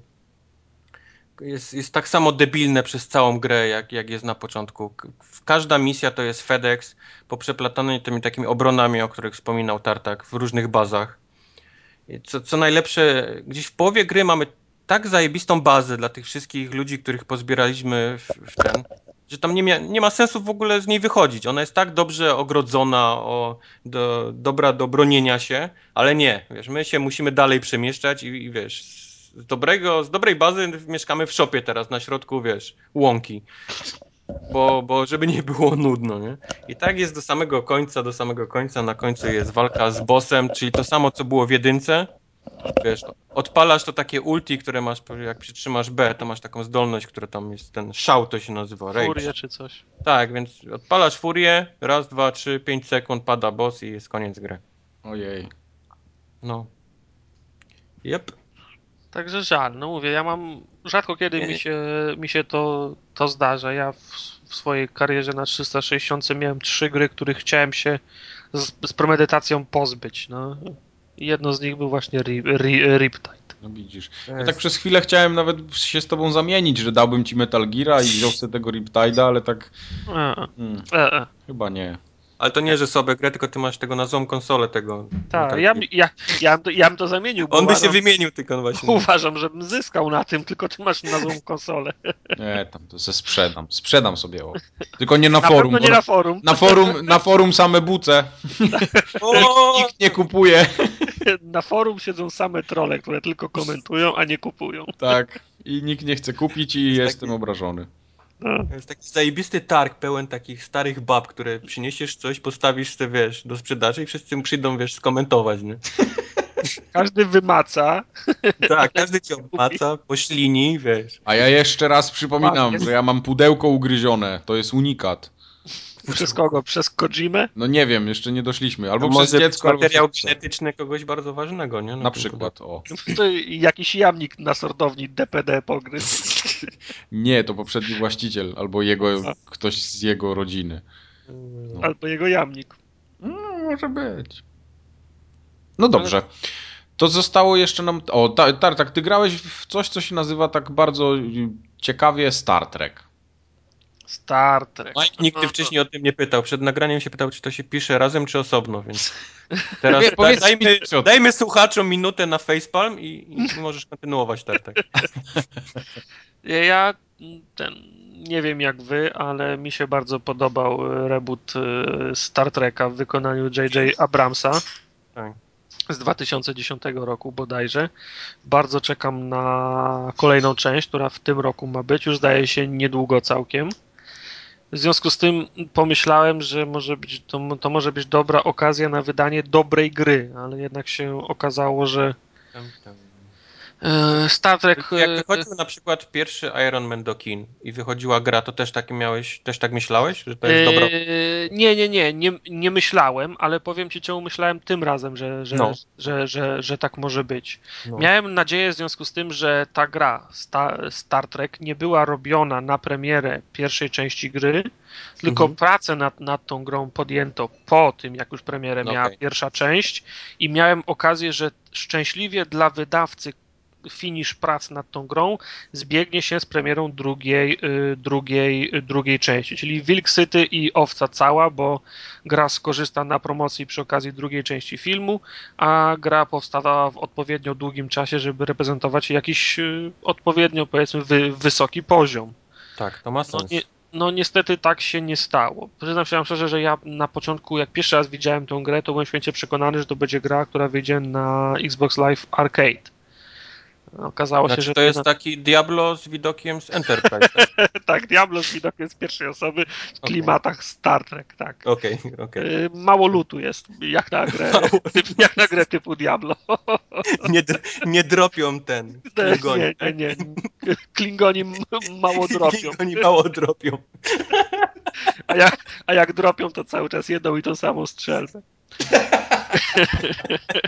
Jest tak samo debilne przez całą grę, jak jest na początku. Każda misja to jest FedEx, poprzeplatany tymi takimi obronami, o których wspominał Tartak, w różnych bazach. I co najlepsze, gdzieś w połowie gry mamy tak zajebistą bazę dla tych wszystkich ludzi, których pozbieraliśmy że tam nie ma sensu w ogóle z niej wychodzić. Ona jest tak dobrze ogrodzona, dobra do bronienia się, ale nie, wiesz, my się musimy dalej przemieszczać i wiesz, z dobrej bazy mieszkamy w szopie teraz, na środku, wiesz, łąki. Bo żeby nie było nudno, nie? I tak jest do samego końca, na końcu jest walka z bossem, czyli to samo, co było w jedynce. Wiesz, odpalasz to takie ulti, które masz, jak przytrzymasz B, to masz taką zdolność, która tam jest, ten szał to się nazywa, rage. Furię czy coś. Tak, więc odpalasz furię, raz, dwa, trzy, 5 sekund, pada boss i jest koniec gry. Ojej. No. Jep. Także żal, no mówię, ja mam rzadko kiedy mi się to zdarza. Ja w swojej karierze na 360 miałem 3 gry, których chciałem się z premedytacją pozbyć. No. I jedno z nich był właśnie Riptide. No widzisz. To Ja tak jest- przez chwilę chciałem nawet się z tobą zamienić, że dałbym ci Metal Geara i wziął sobie tego Riptide'a, ale tak... E, Hmm, e, e. chyba nie. Ale to nie, że sobie grę, tylko ty masz tego na złą konsolę tego. Tak, Metal Gear. ja bym to zamienił, bo On by się uważam, wymienił tylko właśnie. uważam, żebym zyskał na tym, tylko ty masz na złą konsolę. Nie, tam to se sprzedam. Sprzedam sobie, o. Tylko nie na Na forum, pewno bo nie na forum. na forum same buce. O! Nikt nie kupuje. Na forum siedzą same trolle, które tylko komentują, a nie kupują. Tak. I nikt nie chce kupić i Jest jestem taki- obrażony. No. To jest taki zajebisty targ pełen takich starych bab, które przyniesiesz coś, postawisz te, wiesz, do sprzedaży i wszyscy przyjdą, wiesz, skomentować, nie? Każdy wymaca. Tak, każdy cię obmaca, poślini, wiesz. A ja jeszcze raz przypominam, Ładnie. że ja mam pudełko ugryzione. To jest unikat. Przez kogo? Przez Kojimę? No nie wiem, jeszcze nie doszliśmy. To Albo przez może być dziecko, albo materiał przez psa. genetyczny kogoś bardzo ważnego, nie? Na tym przykład, o. To jakiś jamnik na sortowni DPD pogryzł. Nie, to poprzedni właściciel, albo jego, ktoś z jego rodziny. pudełku. No. Albo jego jamnik. No, może być. No dobrze. To zostało jeszcze nam... O, Tartak, ty grałeś w coś, co się nazywa tak bardzo ciekawie Star Trek. Star Trek. Mike nigdy wcześniej o tym nie pytał. Przed nagraniem się pytał, czy to się pisze razem, czy osobno, więc teraz Powiedz mi, co- dajmy słuchaczom minutę na facepalm i możesz kontynuować, Tartek. Ja nie wiem jak wy, ale mi się bardzo podobał reboot Star Treka w wykonaniu J.J. Abramsa Tak. z 2010 roku bodajże. Bardzo czekam na kolejną część, która w tym roku ma być. Już zdaje się niedługo całkiem. W związku z tym pomyślałem, że to może być dobra okazja na wydanie dobrej gry, ale jednak się okazało, że Star Trek... Jak wychodził na przykład pierwszy Iron Man do kin i wychodziła gra, to też też tak myślałeś, że to jest dobra... Nie myślałem, ale powiem ci, czemu myślałem tym razem, No. że tak może być. No. Miałem nadzieję w związku z tym, że ta gra Star Trek nie była robiona na premierę pierwszej części gry, tylko pracę nad tą grą podjęto po tym, jak już premierę miała Okej. pierwsza część i miałem okazję, że szczęśliwie dla wydawcy finisz prac nad tą grą zbiegnie się z premierą drugiej części, czyli Wilk Syty i Owca Cała, bo gra skorzysta na promocji przy okazji drugiej części filmu, a gra powstała w odpowiednio długim czasie, żeby reprezentować jakiś odpowiednio, powiedzmy, wysoki poziom. Tak, to ma sens. No niestety tak się nie stało. Przyznam się wam szczerze, że ja na początku, jak pierwszy raz widziałem tę grę, to byłem święcie przekonany, że to będzie gra, która wyjdzie na Xbox Live Arcade. Okazało się, Znaczy, że to jest taki Diablo z widokiem z Enterprise, tak? tak, Diablo z widokiem z pierwszej osoby w klimatach Star Trek, tak. Okej. Mało lutu jest, jak na grę typu Diablo. Nie dropią ten Klingoni. Nie. Klingoni mało dropią. Klingoni mało dropią. A jak dropią, to cały czas jedną i tą samą strzelbę.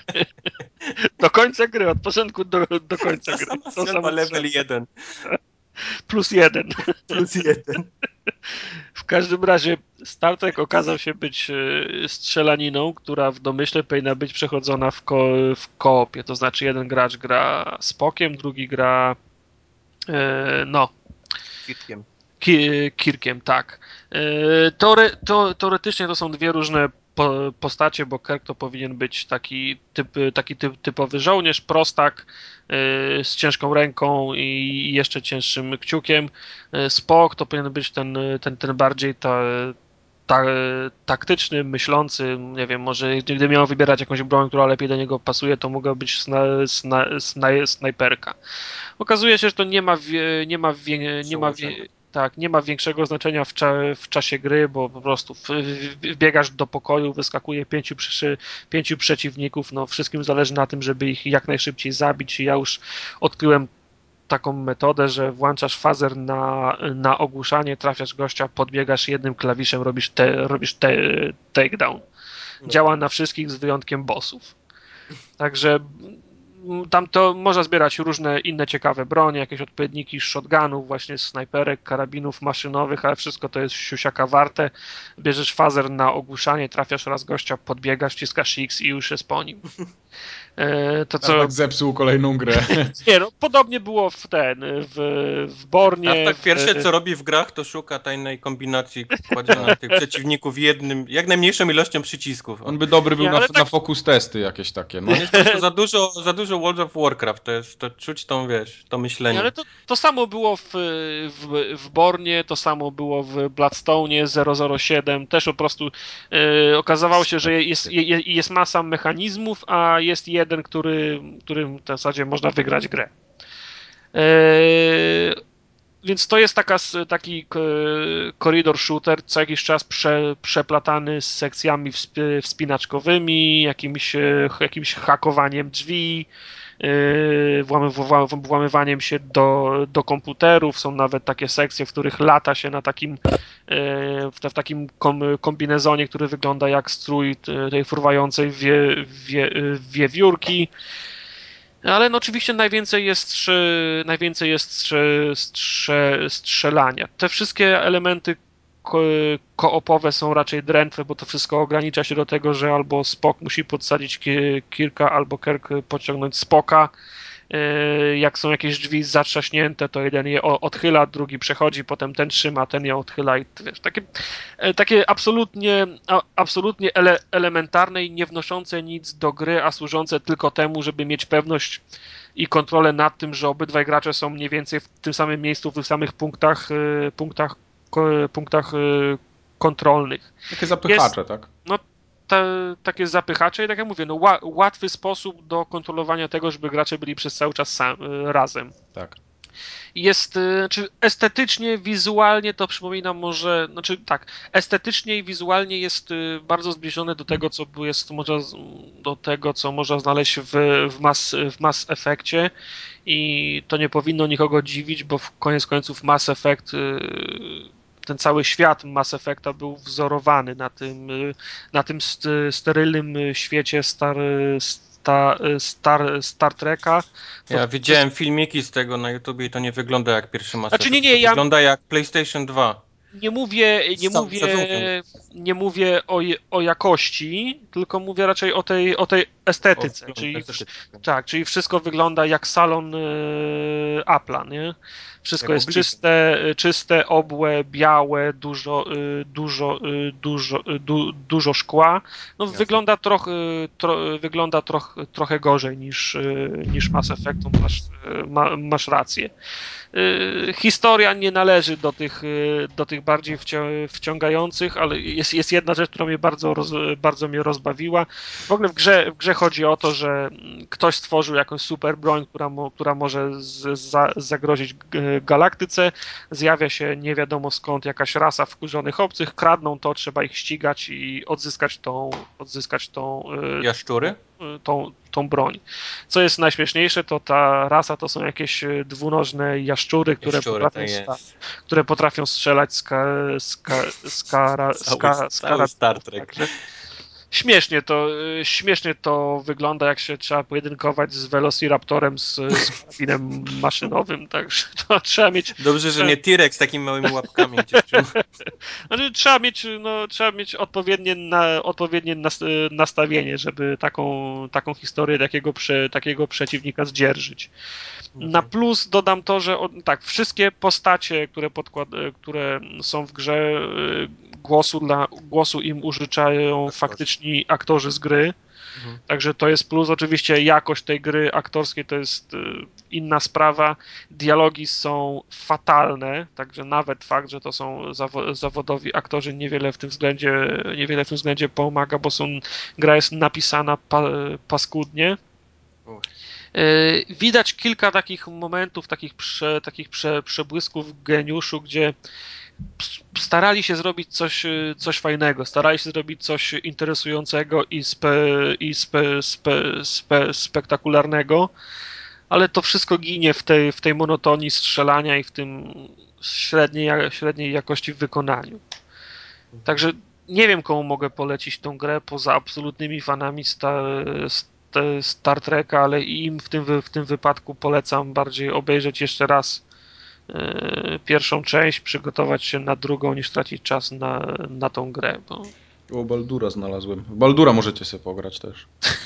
Do końca gry, od początku do końca gry. Strzelba level 1. +1. +1. W każdym razie Star Trek okazał się być strzelaniną, która w domyśle powinna być przechodzona w koopie. To znaczy jeden gracz gra Spockiem, drugi gra Kirkiem. Kirkiem, tak. Teoretycznie to są dwie różne postacie, bo Kirk to powinien być taki typowy żołnierz, prostak z ciężką ręką i jeszcze cięższym kciukiem. Spock to powinien być ten bardziej taktyczny, myślący, nie wiem, może gdyby miał wybierać jakąś broń, która lepiej do niego pasuje, to mogła być snajperka. Okazuje się, że to nie ma większego znaczenia w czasie gry, bo po prostu wbiegasz do pokoju, wyskakuje pięciu przeciwników, no wszystkim zależy na tym, żeby ich jak najszybciej zabić. Ja już odkryłem taką metodę, że włączasz fazer na ogłuszanie, trafiasz gościa, podbiegasz jednym klawiszem, robisz takedown. Działa na wszystkich z wyjątkiem bossów. Także tam to można zbierać różne inne ciekawe bronie, jakieś odpowiedniki shotgunów, właśnie snajperek, karabinów maszynowych, ale wszystko to jest siusiaka warte. Bierzesz fazer na ogłuszanie, trafiasz raz gościa, podbiegasz, wciskasz X i już jest po nim. To co... Tartak zepsuł kolejną grę. Nie, no, podobnie było w Bornie. Tak pierwsze co robi w grach, to szuka tajnej kombinacji, kładzie na tych przeciwników jak najmniejszą ilością przycisków. On by dobry był Nie, na tak... focus testy jakieś takie. No. To jest po prostu za dużo World of Warcraft, to czuć tą, to myślenie. Nie, ale to samo było w Bornie, to samo było w Bloodstone 007, też po prostu okazywało się, że jest masa mechanizmów, a jest jeden, którym w zasadzie można wygrać grę. Więc to jest taki koridor shooter, co jakiś czas przeplatany z sekcjami wspinaczkowymi, jakimś hakowaniem drzwi, włamywaniem się do komputerów. Są nawet takie sekcje, w których lata się w takim kombinezonie, który wygląda jak strój tej fruwającej wiewiórki. Ale no oczywiście najwięcej jest strzelania. Te wszystkie elementy koopowe są raczej drętwe, bo to wszystko ogranicza się do tego, że albo Spock musi podsadzić Kirka, albo Kirk pociągnąć Spocka. Jak są jakieś drzwi zatrzaśnięte, to jeden je odchyla, drugi przechodzi, potem ten trzyma, ten je odchyla i wiesz, takie absolutnie elementarne i nie wnoszące nic do gry, a służące tylko temu, żeby mieć pewność i kontrolę nad tym, że obydwaj gracze są mniej więcej w tym samym miejscu, w tych samych punktach kontrolnych. Takie zapychacze, tak? No, takie zapychacze i tak jak mówię, no, łatwy sposób do kontrolowania tego, żeby gracze byli przez cały czas razem. Tak. Jest, czy estetycznie, wizualnie to przypomina może, znaczy tak, estetycznie i wizualnie jest bardzo zbliżone do tego, co można znaleźć w Mass Effectie i to nie powinno nikogo dziwić, bo w koniec końców Mass Effect, ten cały świat Mass Effecta był wzorowany na tym sterylnym świecie Star Treka. Ja widziałem filmiki z tego na YouTubie i to nie wygląda jak pierwszy Mass Znaczy, Effect. nie, To wygląda jak PlayStation 2. Nie mówię o jakości, tylko mówię raczej o tej estetyce. Czyli wszystko wygląda jak salon Apple'a, nie? Wszystko jest czyste, obłe, białe, dużo szkła. No, wygląda trochę gorzej niż Mass Effect, masz rację. Historia nie należy do tych bardziej wciągających, ale jest jedna rzecz, która mnie bardzo mnie rozbawiła. W ogóle w grze chodzi o to, że ktoś stworzył jakąś super broń, która może zagrozić galaktyce. Zjawia się nie wiadomo skąd jakaś rasa wkurzonych obcych, kradną to, trzeba ich ścigać i odzyskać tą jaszczury? Tą broń. Co jest najśmieszniejsze, to ta rasa to są jakieś dwunożne jaszczury, które potrafią strzelać z Cały Star Trek. Śmiesznie to wygląda, jak się trzeba pojedynkować z Velociraptorem z karabinem maszynowym, także to trzeba mieć... Dobrze, że nie T-Rex z takimi małymi łapkami cię trzyma. Znaczy, trzeba mieć odpowiednie nastawienie, żeby taką historię takiego przeciwnika zdzierżyć. Na plus dodam to, że tak, wszystkie postacie, które są w grze, głosu im użyczają faktyczni aktorzy z gry. Także to jest plus. Oczywiście jakość tej gry aktorskiej to jest inna sprawa. Dialogi są fatalne, także nawet fakt, że to są zawodowi aktorzy niewiele w tym względzie pomaga, bo gra jest napisana paskudnie. Widać kilka takich momentów, takich przebłysków geniuszu, gdzie starali się zrobić coś fajnego, starali się zrobić coś interesującego i spektakularnego, ale to wszystko ginie w tej monotonii strzelania i w tym średniej jakości w wykonaniu. Także nie wiem, komu mogę polecić tą grę poza absolutnymi fanami Star Treka, ale im w tym wypadku polecam bardziej obejrzeć jeszcze raz pierwszą część, przygotować się na drugą, niż tracić czas na tą grę. O, Baldura znalazłem. Baldura możecie sobie pograć też.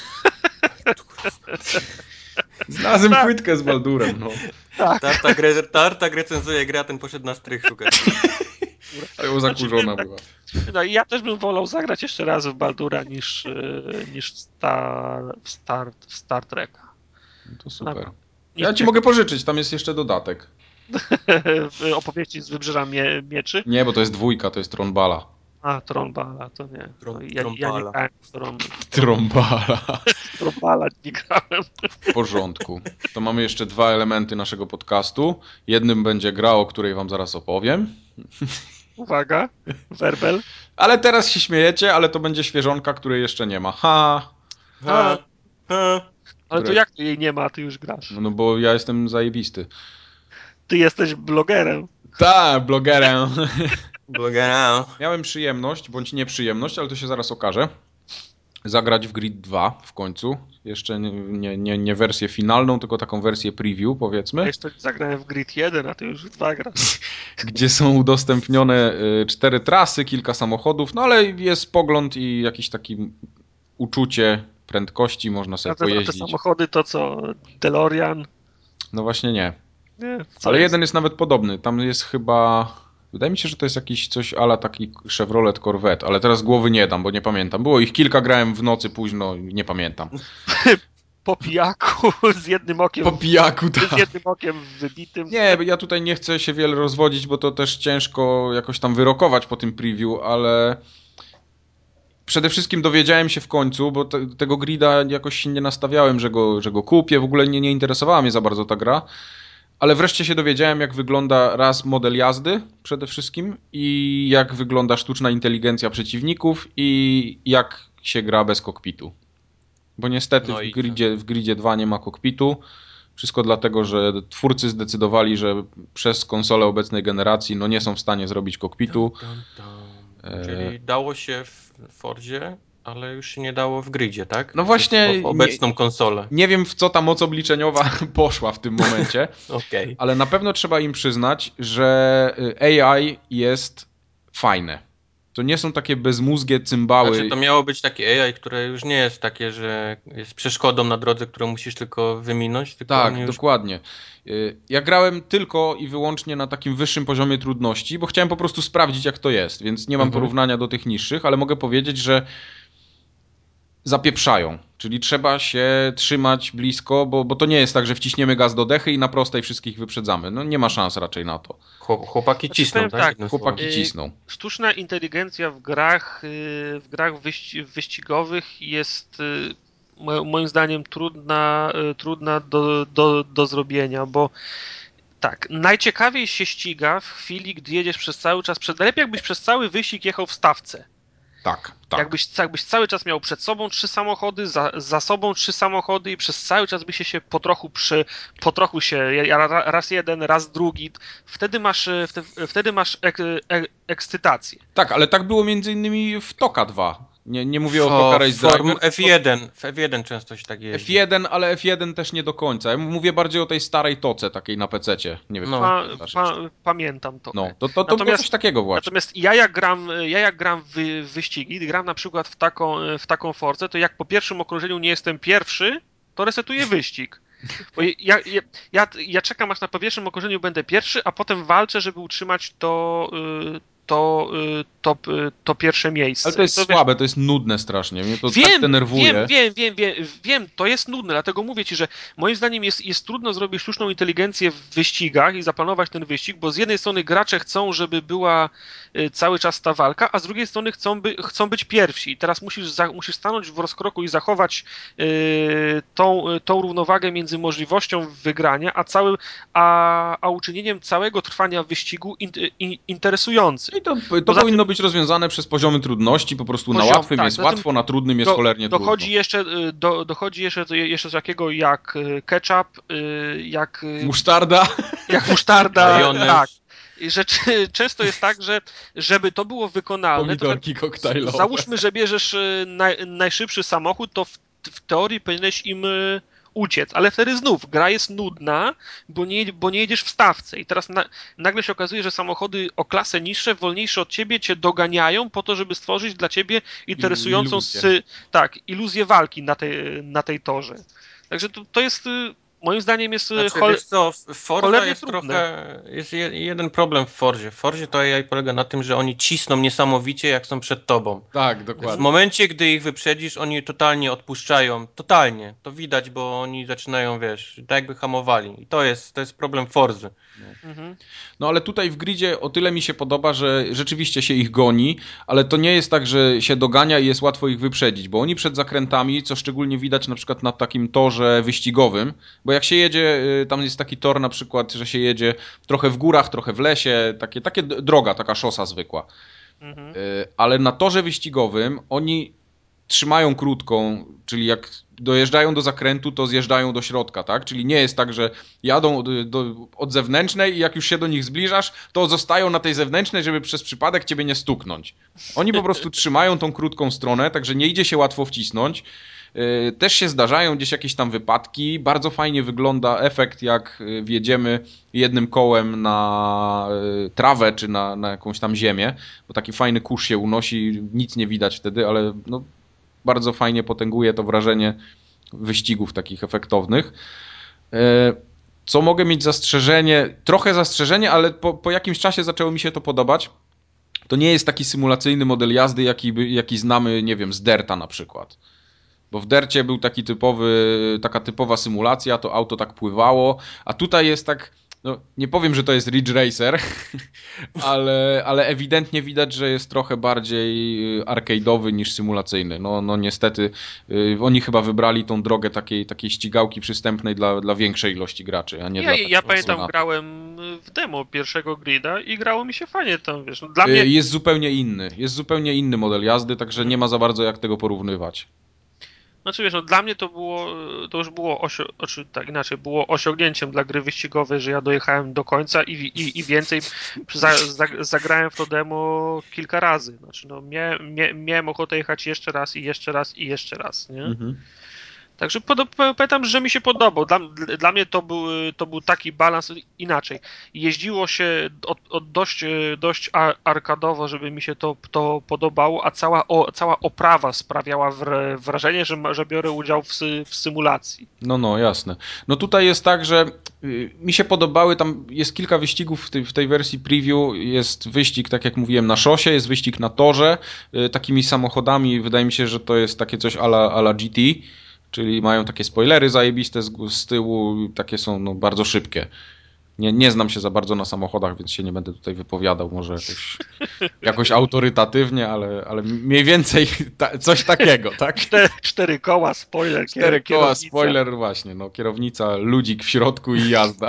Znalazłem płytkę z Baldurem, no. Tak. Tartak recenzuje grę, a ten poszedł na strych szukać. Ale ją zakurzona była. No i ja też bym wolał zagrać jeszcze raz w Baldura niż w Star Treka. No to super. Ja ci mogę pożyczyć, tam jest jeszcze dodatek. Opowieści z Wybrzeża Mieczy? Nie, bo to jest 2, to jest Tronbala. A, Tronbala, to nie. Ja nie grałem w Tronbala. Tronbala nie grałem. W porządku. To mamy jeszcze 2 elementy naszego podcastu. Jednym będzie gra, o której wam zaraz opowiem. Uwaga, werbel. Ale teraz się śmiejecie, ale to będzie świeżonka, której jeszcze nie ma. Ale to jak to jej nie ma, a ty już grasz? No bo ja jestem zajebisty. Ty jesteś blogerem. Tak, blogerem. Blogerem. Miałem przyjemność, bądź nieprzyjemność, ale to się zaraz okaże. Zagrać w Grid 2 w końcu. Jeszcze nie wersję finalną, tylko taką wersję preview, powiedzmy. Ja jeszcze zagrałem w Grid 1, a ty już w 2 grasz. Gdzie są udostępnione 4 trasy, kilka samochodów, no ale jest pogląd i jakiś taki uczucie prędkości, można sobie pojeździć. A te samochody to co? DeLorean? No właśnie nie. Nie, ale jeden jest nawet podobny. Tam jest chyba... Wydaje mi się, że to jest jakiś coś ala taki Chevrolet Corvette, ale teraz głowy nie dam, bo nie pamiętam. Było ich kilka, grałem w nocy późno, nie pamiętam. Po pijaku, z jednym okiem... Po pijaku, tak. Z jednym okiem wybitym. Nie, ja tutaj nie chcę się wiele rozwodzić, bo to też ciężko jakoś tam wyrokować po tym preview, ale... Przede wszystkim dowiedziałem się w końcu, bo tego grida jakoś się nie nastawiałem, że go kupię, w ogóle nie interesowała mnie za bardzo ta gra. Ale wreszcie się dowiedziałem, jak wygląda raz model jazdy przede wszystkim i jak wygląda sztuczna inteligencja przeciwników i jak się gra bez kokpitu. Bo niestety w Gridzie 2 nie ma kokpitu. Wszystko dlatego, że twórcy zdecydowali, że przez konsolę obecnej generacji nie są w stanie zrobić kokpitu. Czyli dało się w Fordzie, ale już się nie dało w Gridzie, tak? No właśnie... Obecną konsolę. Nie wiem, w co ta moc obliczeniowa poszła w tym momencie, ale na pewno trzeba im przyznać, że AI jest fajne. To nie są takie bezmózgie cymbały. Znaczy, to miało być takie AI, które już nie jest takie, że jest przeszkodą na drodze, którą musisz tylko wyminąć. Tylko tak, dokładnie. Ja grałem tylko i wyłącznie na takim wyższym poziomie trudności, bo chciałem po prostu sprawdzić, jak to jest, więc nie mam porównania do tych niższych, ale mogę powiedzieć, że zapieprzają, czyli trzeba się trzymać blisko, bo to nie jest tak, że wciśniemy gaz do dechy i na prostej wszystkich wyprzedzamy. No nie ma szans raczej na to. Chłopaki cisną, tak? Chłopaki cisną. Sztuczna inteligencja w grach wyścigowych jest moim zdaniem trudna do zrobienia, bo tak, najciekawiej się ściga w chwili, gdy jedziesz przez cały czas, najlepiej jakbyś przez cały wyścig jechał w stawce. Tak. Jakbyś cały czas miał przed sobą 3 samochody, za sobą 3 samochody i przez cały czas byś się po trochu się, raz jeden, raz drugi, wtedy masz ekscytację. Tak, ale tak było między innymi w Toka 2. Nie mówię o Toka Race Driver. W F1 często się tak jeździ. F1, ale F1 też nie do końca. Ja mówię bardziej o tej starej toce, takiej na PC-cie. Nie wiem, No. pamiętasz jeszcze. Pamiętam to. No, to było coś takiego właśnie. Natomiast ja jak gram w wyścigi, gram na przykład w taką Forzę, to jak po pierwszym okrążeniu nie jestem pierwszy, to resetuję wyścig. Bo ja czekam, aż na pierwszym okrążeniu będę pierwszy, a potem walczę, żeby utrzymać to pierwsze miejsce. Ale to jest słabe, to jest nudne strasznie. Mnie to tak denerwuje. Wiem, to jest nudne, dlatego mówię ci, że moim zdaniem jest trudno zrobić sztuczną inteligencję w wyścigach i zaplanować ten wyścig, bo z jednej strony gracze chcą, żeby była cały czas ta walka, a z drugiej strony chcą być pierwsi. I teraz musisz stanąć w rozkroku i zachować tą równowagę między możliwością wygrania, a uczynieniem całego trwania wyścigu interesującym. I to powinno być rozwiązane przez poziomy trudności, po prostu na łatwym jest łatwo, na trudnym jest cholernie trudno. Dochodzi jeszcze coś takiego jak ketchup, jak musztarda. Jak musztarda, majonez. tak. I że często jest tak, że żeby to było wykonalne, pomidorki koktajlowe. Załóżmy, że bierzesz najszybszy samochód, to w teorii powinieneś im uciec, ale wtedy znów gra jest nudna, bo nie jedziesz w stawce i teraz nagle się okazuje, że samochody o klasę niższe, wolniejsze od ciebie cię doganiają po to, żeby stworzyć dla ciebie interesującą iluzję walki na tej torze. Także to jest moim zdaniem jest wiesz co, Forza jest trudne. trochę... Jest jeden problem w Forzie. W Forzie to AI polega na tym, że oni cisną niesamowicie, jak są przed tobą. Tak, dokładnie. W momencie, gdy ich wyprzedzisz, oni totalnie odpuszczają. Totalnie. To widać, bo oni zaczynają, wiesz, tak jakby hamowali. I to jest problem Forzy. No ale tutaj w gridzie o tyle mi się podoba, że rzeczywiście się ich goni, ale to nie jest tak, że się dogania i jest łatwo ich wyprzedzić, bo oni przed zakrętami, co szczególnie widać na przykład na takim torze wyścigowym, bo jak się jedzie, tam jest taki tor na przykład, że się jedzie trochę w górach, trochę w lesie, takie droga, taka szosa zwykła. Ale na torze wyścigowym oni trzymają krótką, czyli jak dojeżdżają do zakrętu, to zjeżdżają do środka, tak? Czyli nie jest tak, że jadą od zewnętrznej i jak już się do nich zbliżasz, to zostają na tej zewnętrznej, żeby przez przypadek ciebie nie stuknąć. Oni po prostu trzymają tą krótką stronę, także nie idzie się łatwo wcisnąć. Też się zdarzają gdzieś jakieś tam wypadki. Bardzo fajnie wygląda efekt, jak wjedziemy jednym kołem na trawę czy na jakąś tam ziemię, bo taki fajny kurz się unosi, nic nie widać wtedy, ale no, bardzo fajnie potęguje to wrażenie wyścigów takich efektownych. Co mogę mieć trochę zastrzeżenie, ale po jakimś czasie zaczęło mi się to podobać. To nie jest taki symulacyjny model jazdy, jaki znamy, nie wiem, z Dirta na przykład. Bo w Dircie był taka typowa symulacja, to auto tak pływało, a tutaj jest tak, no nie powiem, że to jest Ridge Racer, ale ewidentnie widać, że jest trochę bardziej arcade'owy niż symulacyjny. No niestety oni chyba wybrali tą drogę takiej ścigałki przystępnej dla większej ilości graczy, a nie dla Ja pamiętam, grałem w demo pierwszego grida i grało mi się fajnie tam, wiesz. No, dla mnie... Jest zupełnie inny model jazdy, także nie ma za bardzo jak tego porównywać. Znaczy wiesz, no dla mnie to już było było osiągnięciem dla gry wyścigowej, że ja dojechałem do końca i więcej zagrałem w to demo kilka razy. Znaczy no miałem ochotę jechać jeszcze raz i jeszcze raz i jeszcze raz, nie? Także pamiętam, że mi się podobał. Dla mnie to był taki balans inaczej. Jeździło się dość arkadowo, żeby mi się to podobało, a cała oprawa sprawiała wrażenie, że biorę udział w symulacji. No, jasne. No tutaj jest tak, że mi się podobały, tam jest kilka wyścigów w tej wersji preview, jest wyścig, tak jak mówiłem, na szosie, jest wyścig na torze, takimi samochodami, wydaje mi się, że to jest takie coś a la GT, czyli mają takie spoilery zajebiste z tyłu, takie są no, bardzo szybkie. Nie znam się za bardzo na samochodach, więc się nie będę tutaj wypowiadał, może jakoś autorytatywnie, ale mniej więcej coś takiego, tak? 4 koła, spoiler, 4 koła, spoiler, właśnie, no kierownica, ludzik w środku i jazda.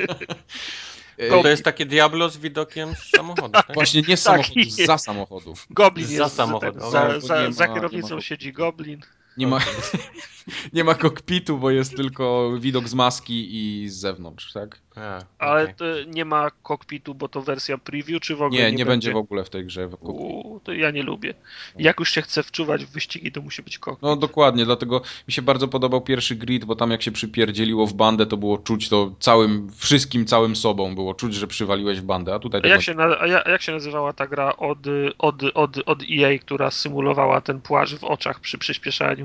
To jest takie Diablo z widokiem z samochodu, tak? Właśnie nie z samochodu, za samochodu. Goblin za jest samochodu. Za kierownicą siedzi goblin. Nie ma kokpitu, bo jest tylko widok z maski i z zewnątrz, tak? Ale okej. to nie ma kokpitu, bo to wersja preview, czy w ogóle Nie będzie w ogóle w tej grze. To ja nie lubię. Jak już się chce wczuwać w wyścigi, to musi być kokpit. No dokładnie, dlatego mi się bardzo podobał pierwszy Grid, bo tam jak się przypierdzieliło w bandę, to było czuć to całym sobą było czuć, że przywaliłeś w bandę, a tutaj tego A jak się nazywała ta gra od EA, która symulowała ten płaszcz w oczach przy przyspieszaniu?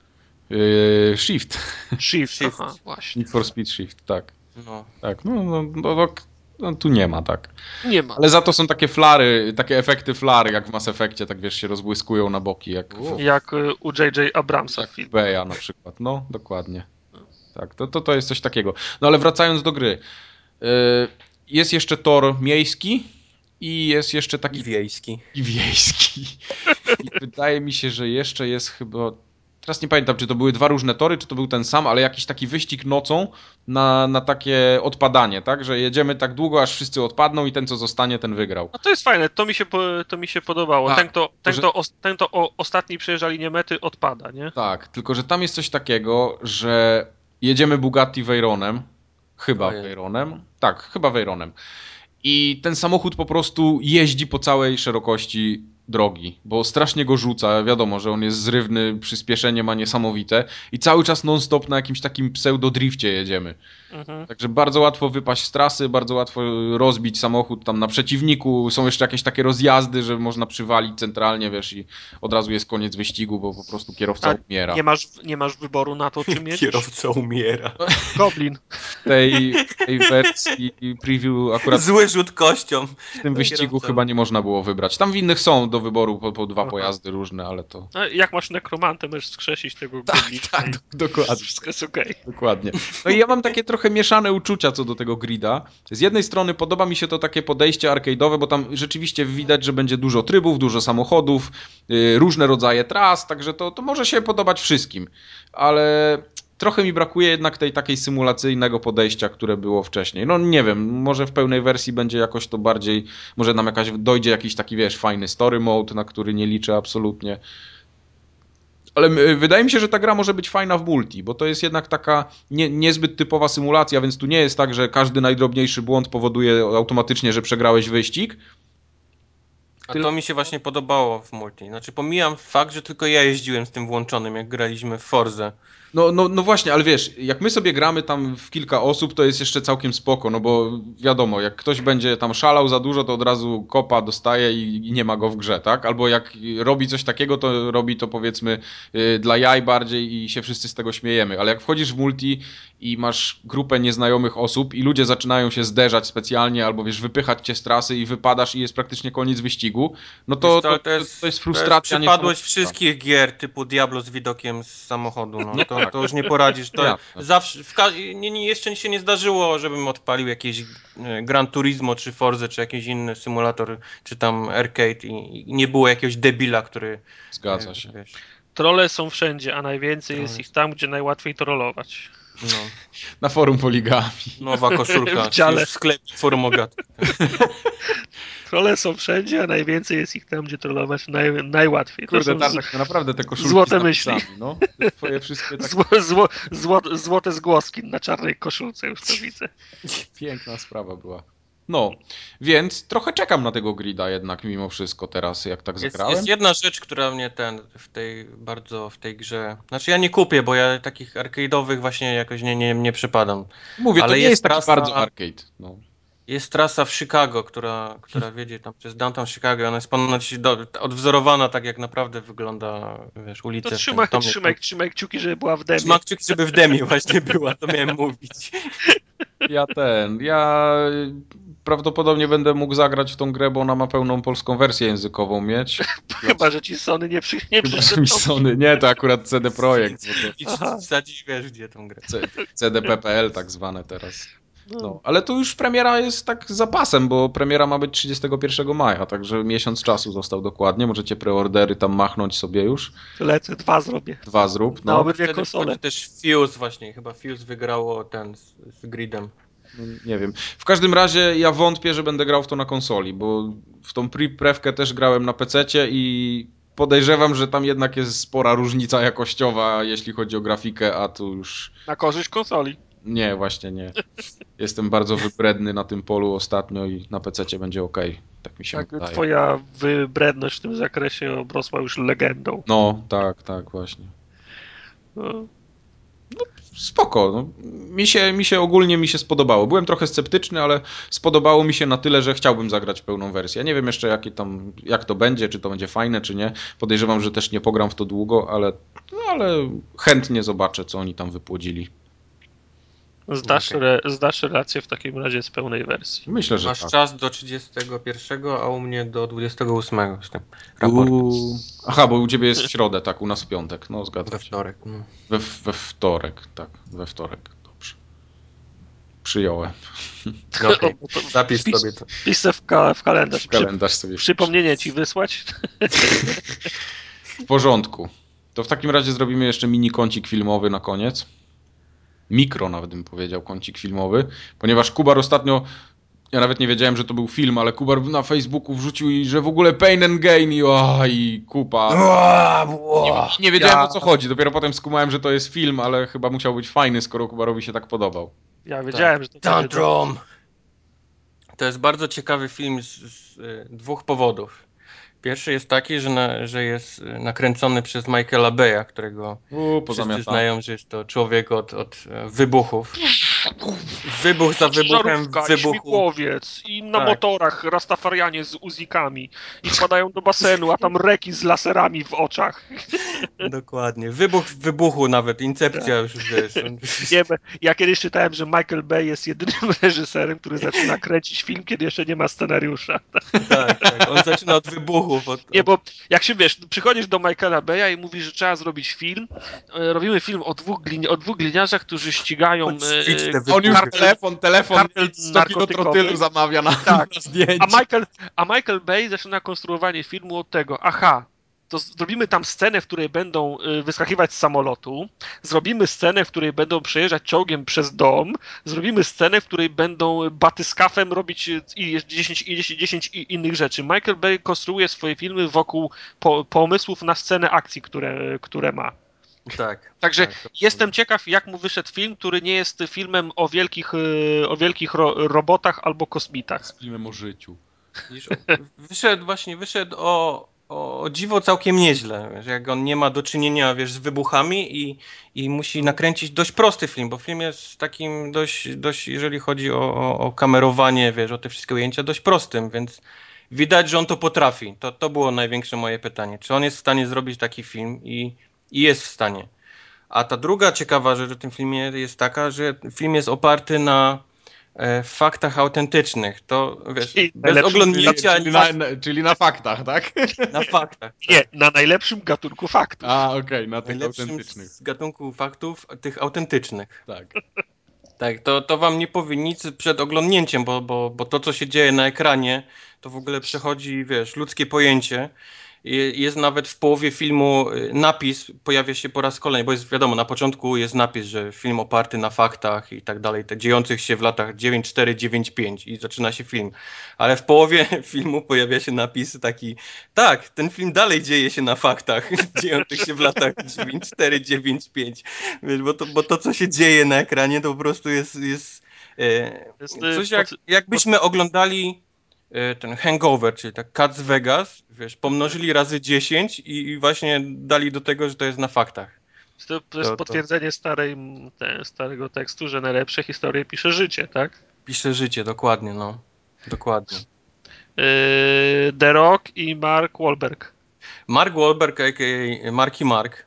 Shift. Shift, Shift. aha, właśnie. Need for Speed Shift, tak. No. Tak, no, tu nie ma, tak. Nie ma. Ale za to są takie flary, takie efekty flary, jak w Mass Effectie, tak wiesz, się rozbłyskują na boki, jak Jak u J.J. Abramsa w filmie. Beja na przykład. No, dokładnie. Tak, to jest coś takiego. No ale wracając do gry. Jest jeszcze tor miejski i jest jeszcze taki... I wiejski. I wiejski. I wydaje mi się, że jeszcze jest chyba... Teraz nie pamiętam, czy to były dwa różne tory, czy to był ten sam, ale jakiś taki wyścig nocą na takie odpadanie, tak? Że jedziemy tak długo, aż wszyscy odpadną i ten, co zostanie, ten wygrał. No to jest fajne, to mi się podobało. Tak, Ten, kto ostatni przejeżdża linię mety, odpada, nie? Tak, tylko że tam jest coś takiego, że jedziemy Bugatti Veyronem, chyba Ojej. Veyronem, tak, chyba Veyronem. I ten samochód po prostu jeździ po całej szerokości drogi, bo strasznie go rzuca, wiadomo, że on jest zrywny, przyspieszenie ma niesamowite i cały czas non-stop na jakimś takim pseudo-drifcie jedziemy. Mhm. Także bardzo łatwo wypaść z trasy, bardzo łatwo rozbić samochód tam na przeciwniku, są jeszcze jakieś takie rozjazdy, że można przywalić centralnie, wiesz, i od razu jest koniec wyścigu, bo po prostu kierowca umiera. Nie masz wyboru na to, czym jedziesz? Kierowca umiera. Goblin. W tej wersji preview akurat Zły rzut kością. w tym wyścigu Kierowca chyba nie można było wybrać. Tam w innych są do wyboru po dwa Aha. pojazdy różne, ale to... A jak masz nekromantę, możesz skrzesić tego goblina. Tak, dokładnie. Wszystko jest okej. Dokładnie. No i ja mam takie trochę mieszane uczucia co do tego grida. Z jednej strony podoba mi się to takie podejście arcade'owe, bo tam rzeczywiście widać, że będzie dużo trybów, dużo samochodów, różne rodzaje tras, także to może się podobać wszystkim. Ale trochę mi brakuje jednak tej takiej symulacyjnego podejścia, które było wcześniej. No nie wiem, może w pełnej wersji będzie jakoś to bardziej, może nam dojdzie jakiś taki, wiesz, fajny story mode, na który nie liczę absolutnie. Ale wydaje mi się, że ta gra może być fajna w multi, bo to jest jednak taka niezbyt typowa symulacja, więc tu nie jest tak, że każdy najdrobniejszy błąd powoduje automatycznie, że przegrałeś wyścig. A to mi się właśnie podobało w multi. Znaczy pomijam fakt, że tylko ja jeździłem z tym włączonym, jak graliśmy w Forze. No właśnie, ale wiesz, jak my sobie gramy tam w kilka osób, to jest jeszcze całkiem spoko, no bo wiadomo, jak ktoś będzie tam szalał za dużo, to od razu kopa dostaje i nie ma go w grze, tak? Albo jak robi coś takiego, to robi to powiedzmy dla jaj bardziej i się wszyscy z tego śmiejemy, ale jak wchodzisz w multi i masz grupę nieznajomych osób i ludzie zaczynają się zderzać specjalnie, albo wiesz, wypychać cię z trasy i wypadasz i jest praktycznie koniec wyścigu, no to jest frustracja. To jest przypadłość wszystkich gier typu Diablo z widokiem z samochodu. No, to już nie poradzisz. To zawsze, jeszcze się nie zdarzyło, żebym odpalił jakieś Gran Turismo, czy Forza, czy jakiś inny symulator, czy tam arcade i nie było jakiegoś debila, który... Zgadza się. Wiesz, Trolle są wszędzie, a najwięcej jest ich tam, gdzie najłatwiej trollować. no. Na forum Poligami. Nowa koszulka W dziale. już w sklepie Forumogat. Trolle są wszędzie, a najwięcej jest ich tam, gdzie trollować najłatwiej. Kurde, Tartak, to naprawdę te koszulki złote z myśli. napisami, no. Twoje wszystkie takie... Złote zgłoski na czarnej koszulce, już to widzę. Piękna sprawa była. No, więc trochę czekam na tego grida jednak mimo wszystko teraz, jak tak zagrałem. Jest jedna rzecz, która mnie w tej grze... Znaczy ja nie kupię, bo ja takich arcade'owych właśnie jakoś nie przypadam. Mówię, ale to nie jest taki trasa- bardzo arcade. No. Jest trasa w Chicago, która wiedzie tam przez downtown Chicago. Ona jest ponoć odwzorowana tak, jak naprawdę wygląda, wiesz, ulice. To w tym trzymaj kciuki, żeby była w demie. Trzymaj kciuki, żeby w demie właśnie była, to miałem mówić. Ja prawdopodobnie będę mógł zagrać w tą grę, bo ona ma pełną polską wersję językową mieć. Chyba, że ci Sony nie Chyba, że mi Sony. Nie, to akurat CD Projekt. I Aha. wiesz, gdzie tą grę. CDPPL tak zwane teraz. No, ale tu już premiera jest tak z zapasem, bo premiera ma być 31 maja, także miesiąc czasu został dokładnie. Możecie preordery tam machnąć sobie już. Lecę, 2 zrobię. 2 zrób. Na No. obydwie Wtedy konsole. wchodzi też Fuse właśnie, chyba Fuse wygrało ten z Gridem. Nie wiem. W każdym razie ja wątpię, że będę grał w to na konsoli, bo w tą prewkę też grałem na PC-cie i podejrzewam, że tam jednak jest spora różnica jakościowa, jeśli chodzi o grafikę, a tu już... Na korzyść konsoli. Nie, właśnie nie. Jestem bardzo wybredny na tym polu ostatnio i na PC będzie ok. Tak mi się Tak, wydaje. twoja wybredność w tym zakresie obrosła już legendą. No, tak, właśnie. No. Spoko. No. Mi się spodobało. Byłem trochę sceptyczny, ale spodobało mi się na tyle, że chciałbym zagrać pełną wersję. Ja nie wiem jeszcze jak to będzie, czy to będzie fajne, czy nie. Podejrzewam, że też nie pogram w to długo, ale chętnie zobaczę, co oni tam wypłodzili. Zdasz relację w takim razie z pełnej wersji. Myślę, że Masz tak. czas do 31, a u mnie do 28 z tym raportem. Aha, bo u ciebie jest w środę, tak, u nas w piątek. No, We zgadzam się. wtorek. No. We wtorek, tak, we wtorek. Dobrze. Przyjąłem. Okej, No to zapisz sobie to. wpisz se w kalendarz. W kalendarz sobie Przypomnienie ci wysłać? w porządku. To w takim razie zrobimy jeszcze mini kącik filmowy na koniec. Mikro nawet bym powiedział kącik filmowy, ponieważ Kubar ostatnio, ja nawet nie wiedziałem, że to był film, ale Kubar na Facebooku wrzucił, że w ogóle Pain and Gain i kupa. Nie wiedziałem o co chodzi, dopiero potem skumałem, że to jest film, ale chyba musiał być fajny, skoro Kubarowi się tak podobał. Ja wiedziałem, że to będzie Tantrum! To jest bardzo ciekawy film z dwóch powodów. Pierwszy jest taki, że jest nakręcony przez Michaela Beya, którego wszyscy Pozamiatane. znają, że jest to człowiek od wybuchów. Wybuch za wybuchem żarówka, wybuchu. śmigłowiec i na Tak. motorach rastafarianie z uzikami i wpadają do basenu, a tam reki z laserami w oczach. Dokładnie. Wybuch w wybuchu nawet, incepcja już wiesz. Nie, ja kiedyś czytałem, że Michael Bay jest jedynym reżyserem, który zaczyna kręcić film, kiedy jeszcze nie ma scenariusza. Tak. On zaczyna od wybuchów. Nie, bo jak się wiesz, przychodzisz do Michaela Baya i mówisz, że trzeba zrobić film. Robimy film o dwóch gliniarzach, którzy ścigają Ćwicz te On już kartel telefon 100 kilo narkotykowy. trotylu zamawia na Tak. zdjęcie. A Michael Bay zaczyna konstruowanie filmu od tego, aha, to zrobimy tam scenę, w której będą wyskakiwać z samolotu, zrobimy scenę, w której będą przejeżdżać czołgiem przez dom, zrobimy scenę, w której będą batyskafem robić i 10 innych rzeczy. Michael Bay konstruuje swoje filmy wokół pomysłów na scenę akcji, które ma. Tak. Także tak, jestem ciekaw, jak mu wyszedł film, który nie jest filmem o wielkich robotach albo kosmitach. Z filmem o życiu. Widzisz, wyszedł o dziwo całkiem nieźle, wiesz, jak on nie ma do czynienia, wiesz, z wybuchami i musi nakręcić dość prosty film, bo film jest takim dość jeżeli chodzi o kamerowanie, wiesz, o te wszystkie ujęcia, dość prostym, więc widać, że on to potrafi. To było największe moje pytanie. Czy on jest w stanie zrobić taki film i jest w stanie. A ta druga ciekawa rzecz w tym filmie jest taka, że film jest oparty na faktach autentycznych. To wiesz, Czyli bez najlepszym- oglądnięcia Czyli na faktach, tak? na faktach. Nie, na najlepszym gatunku faktów. Okej, na tych Najlepszym autentycznych. z gatunku faktów, tych autentycznych. Tak. Tak, to wam nie powie nic przed oglądnięciem, bo to, co się dzieje na ekranie, to w ogóle przechodzi, wiesz, ludzkie pojęcie. Jest nawet w połowie filmu napis, pojawia się po raz kolejny, bo jest wiadomo, na początku jest napis, że film oparty na faktach i tak dalej, te dziejących się w latach 94-95 i zaczyna się film. Ale w połowie filmu pojawia się napis taki, tak, ten film dalej dzieje się na faktach, dziejących się w latach 94-95. Wiesz, bo to, co się dzieje na ekranie, to po prostu jest Jest, coś jakbyśmy oglądali ten Hangover, czyli tak Cat z Vegas, wiesz, pomnożyli razy 10 i właśnie dali do tego, że to jest na faktach. to jest potwierdzenie starego tekstu, że najlepsze historie pisze życie, tak? Pisze życie, dokładnie, no. Dokładnie. The Rock i Mark Wahlberg. Mark Wahlberg, a.k.a. Marky Mark.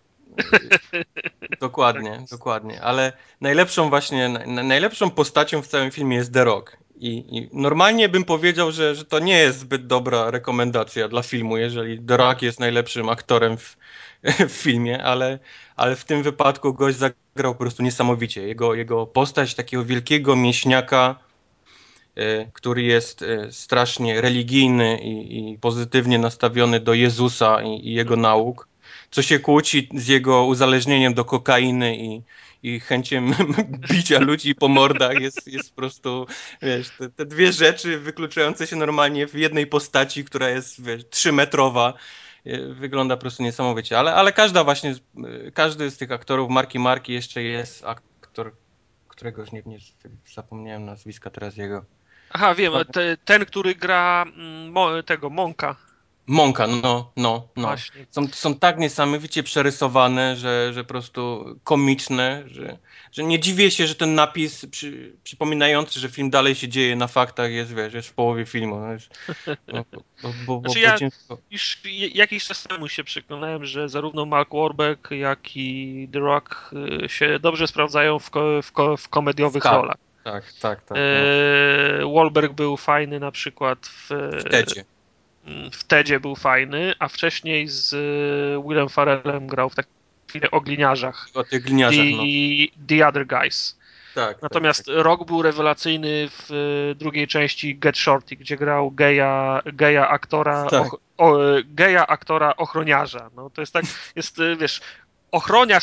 Dokładnie. Ale najlepszą postacią w całym filmie jest The Rock. I normalnie bym powiedział, że to nie jest zbyt dobra rekomendacja dla filmu, jeżeli The Rock jest najlepszym aktorem w filmie, ale w tym wypadku gość zagrał po prostu niesamowicie. Jego postać takiego wielkiego mięśniaka, który jest strasznie religijny i pozytywnie nastawiony do Jezusa i jego nauk, co się kłóci z jego uzależnieniem do kokainy i chęciem bicia ludzi po mordach jest po prostu, wiesz, te dwie rzeczy wykluczające się normalnie w jednej postaci, która jest, wiesz, 3-metrowa, wygląda po prostu niesamowicie. Ale każdy z tych aktorów, Marky jeszcze jest aktor, któregoś nie zapomniałem nazwiska teraz jego. Aha, wiem, ten, który gra tego Monka. Monka, no. Właśnie. Są tak niesamowicie przerysowane, że po prostu komiczne, że nie dziwię się, że ten napis przypominający, że film dalej się dzieje na faktach jest w połowie filmu. No, Znaczy bo ja ciężko. już jakiś czas temu się przekonałem, że zarówno Mark Wahlberg, jak i The Rock się dobrze sprawdzają w komediowych Tak, rolach. tak. No. Wahlberg był fajny na przykład Wtedy. w Tedzie był fajny, a wcześniej z Willem Ferrellem grał w takim filmie o gliniarzach. O tych gliniarzach, no. The Other Guys. Tak. Natomiast Rock był rewelacyjny w drugiej części Get Shorty, gdzie grał geja aktora, Tak. geja aktora ochroniarza. No to jest tak, wiesz, ochroniarz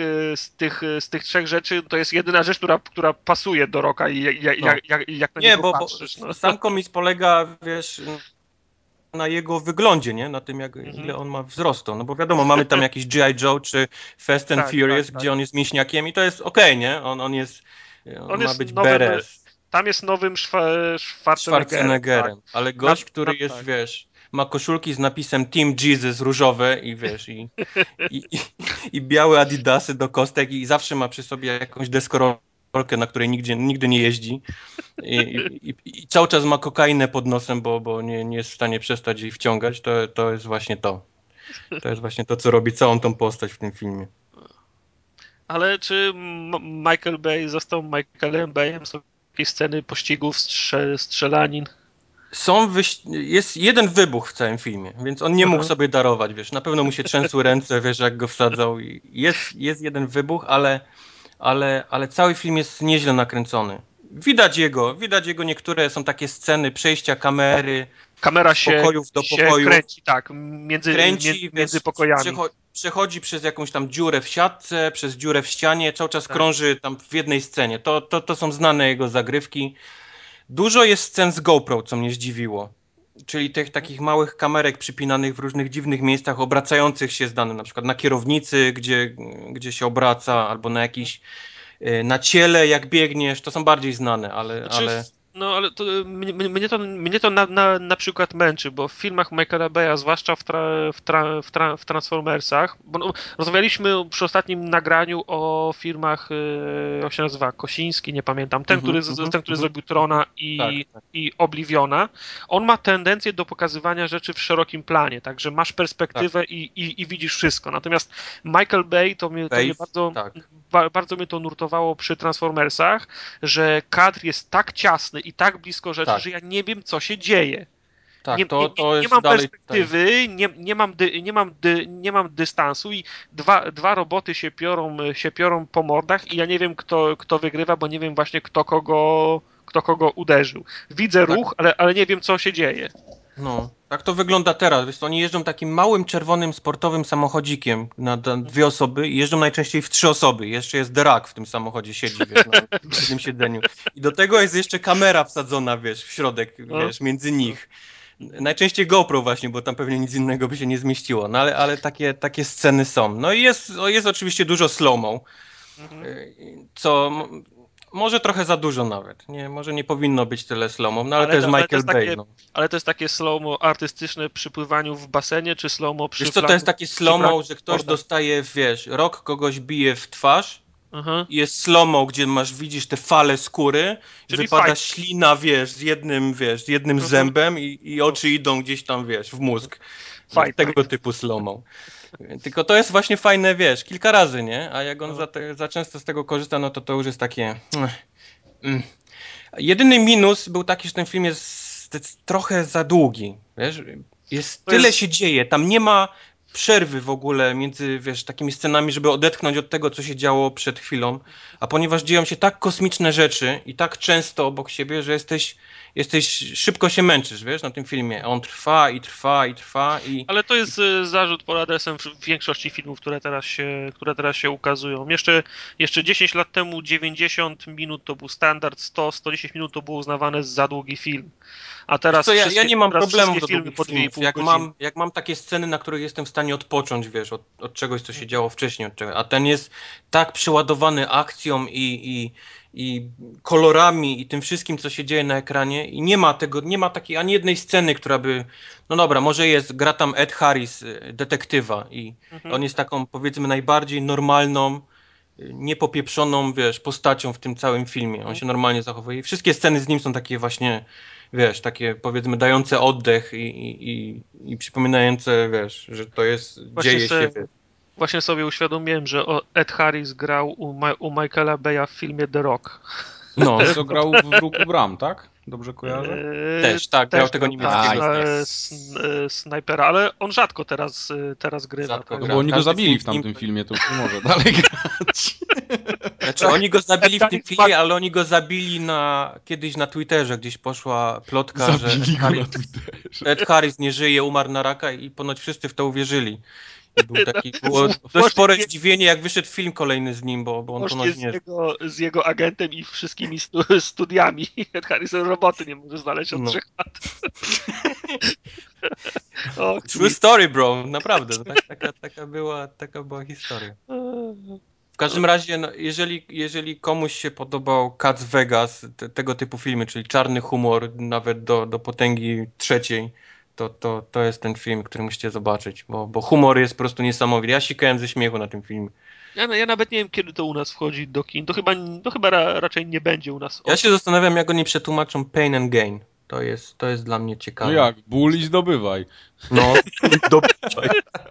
z tych trzech rzeczy to jest jedyna rzecz, która pasuje do Rocka i No. jak na Nie, niego bo patrzysz. No. sam komiks polega, wiesz, na jego wyglądzie, nie? Na tym, ile on ma wzrostu. No bo wiadomo, mamy tam jakiś G.I. Joe czy Fast and Tak, Furious, tak. gdzie on jest mięśniakiem i to jest okej, nie? On On ma jest być nowym, badass tam jest nowym Schwarzeneggerem, tak. Schwarzeneggerem, ale gość, który jest, Tak. wiesz, ma koszulki z napisem Team Jesus różowe i wiesz, i, i, i białe adidasy do kostek i zawsze ma przy sobie jakąś deskorolkę, na której nigdy nie jeździ. I cały czas ma kokainę pod nosem, bo nie jest w stanie przestać jej wciągać, to jest właśnie to. To jest właśnie to, co robi całą tą postać w tym filmie. Ale czy Michael Bay został Michaelem Bayem? Są jakieś sceny pościgów, strzelanin? Jest jeden wybuch w całym filmie, więc on nie mógł Aha. sobie darować, wiesz, na pewno mu się trzęsły ręce, wiesz, jak go wsadzał. Jest jeden wybuch, ale cały film jest nieźle nakręcony. Widać jego niektóre są takie sceny przejścia kamery Kamera z pokojów do się pokojów. kręci, tak, Kręci, między wiesz, pokojami. przechodzi przez jakąś tam dziurę w siatce, przez dziurę w ścianie, cały czas Tak. krąży tam w jednej scenie. To są znane jego zagrywki. Dużo jest scen z GoPro, co mnie zdziwiło. Czyli tych takich małych kamerek przypinanych w różnych dziwnych miejscach, obracających się z danym, na przykład na kierownicy, gdzie się obraca, albo na jakiś, na ciele, jak biegniesz, to są bardziej znane, Znaczy, ale no ale to, mnie to na przykład męczy, bo w filmach Michaela Baya, zwłaszcza w Transformersach, bo no, rozmawialiśmy przy ostatnim nagraniu o filmach, jak się nazywa, Kosiński, nie pamiętam, ten, który zrobił Trona tak. i Obliviona, on ma tendencję do pokazywania rzeczy w szerokim planie, także masz perspektywę i widzisz wszystko. Natomiast Michael Bay to mnie bardzo, tak. bardzo mnie to nurtowało przy Transformersach, że kadr jest tak ciasny i tak blisko rzeczy, Tak. że ja nie wiem, co się dzieje. Tak, Nie jest mam dalej perspektywy, nie mam dystansu i dwa roboty się piorą po mordach i ja nie wiem, kto wygrywa, bo nie wiem właśnie, kto kogo uderzył. Widzę tak. ruch, ale nie wiem, co się dzieje. No, tak to wygląda teraz. Wiesz, oni jeżdżą takim małym, czerwonym, sportowym samochodzikiem na dwie osoby i jeżdżą najczęściej w trzy osoby. Jeszcze jest The Rock w tym samochodzie, siedzi, wiesz, na jednym siedzeniu. I do tego jest jeszcze kamera wsadzona, wiesz, w środek, wiesz, między nich. Najczęściej GoPro właśnie, bo tam pewnie nic innego by się nie zmieściło. No ale takie sceny są. No i jest oczywiście dużo slow-mo, co może trochę za dużo nawet. Nie, może nie powinno być tyle slow-mo, no ale to jest Michael Bay. No. Ale to jest takie slow-mo artystyczne przy pływaniu w basenie, czy slow-mo Wiesz co, to jest takie przy slow-mo, że ktoś mordach? dostaje, wiesz, rok kogoś bije w twarz Aha. i jest slow-mo, gdzie widzisz te fale skóry, Czyli wypada fight. ślina, z jednym zębem i oczy idą gdzieś tam, wiesz, w mózg. Wiesz, Fight tego Night. typu slow-mo. Tylko to jest właśnie fajne, wiesz, kilka razy, nie? A jak on za często z tego korzysta, no to już jest takie... Mm. Jedyny minus był taki, że ten film jest trochę za długi, wiesz? Tyle się dzieje, tam nie ma przerwy w ogóle między, wiesz, takimi scenami, żeby odetchnąć od tego, co się działo przed chwilą, a ponieważ dzieją się tak kosmiczne rzeczy i tak często obok siebie, że szybko się męczysz, wiesz, na tym filmie. On trwa i trwa i trwa i... Ale to jest zarzut pod adresem większości filmów, które teraz się ukazują. Jeszcze 10 lat temu 90 minut to był standard, 100-110 minut to było uznawane za długi film. A Wiesz teraz co, ja nie mam teraz problemu wszystkie do filmy długich po filmów. 2,5 godziny. Jak mam takie sceny, na których jestem w stanie odpocząć, wiesz, od czegoś, co się działo wcześniej, a ten jest tak przeładowany akcją i kolorami i tym wszystkim, co się dzieje na ekranie i nie ma takiej ani jednej sceny, która by, no dobra, może gra tam Ed Harris, detektywa i on jest taką, powiedzmy, najbardziej normalną, niepopieprzoną, wiesz, postacią w tym całym filmie. On się normalnie zachowuje i wszystkie sceny z nim są takie właśnie, wiesz, takie, powiedzmy, dające oddech i przypominające, wiesz, że to jest, dzieje się, wiesz. Właśnie sobie uświadomiłem, że Ed Harris grał u Michaela Beya w filmie The Rock. No, Co grał w Ruchu Bram, tak? Dobrze kojarzę? Też, tak, grał tego niemieckiego. Snajpera, ale on rzadko teraz grywa. Rzadko No Tak. bo oni go Każdy zabili film w z nim tamtym to- filmie, to już nie może dalej grać. Znaczy, oni go zabili w tym filmie, ale oni go zabili kiedyś na Twitterze, gdzieś poszła plotka, że Zabili go na Twitterze. Ed Harris nie żyje, umarł na raka i ponoć wszyscy w to uwierzyli. I było dość spore zdziwienie, jak wyszedł film kolejny z nim, bo on ponoć nie... Z jego agentem i wszystkimi studiami. Ed Harrison roboty nie może znaleźć od 3 lat. True story, bro, naprawdę. Taka była historia. W każdym razie, no, jeżeli komuś się podobał Cats Vegas, tego typu filmy, czyli czarny humor nawet do potęgi trzeciej, to jest ten film, który musicie zobaczyć, bo humor jest po prostu niesamowity. Ja sikałem ze śmiechu na tym filmie. Ja nawet nie wiem, kiedy to u nas wchodzi do kin. To chyba raczej nie będzie u nas. Ja się zastanawiam, jak oni przetłumaczą Pain and Gain. To jest dla mnie ciekawe. No jak? Ból i zdobywaj. No, dobywaj.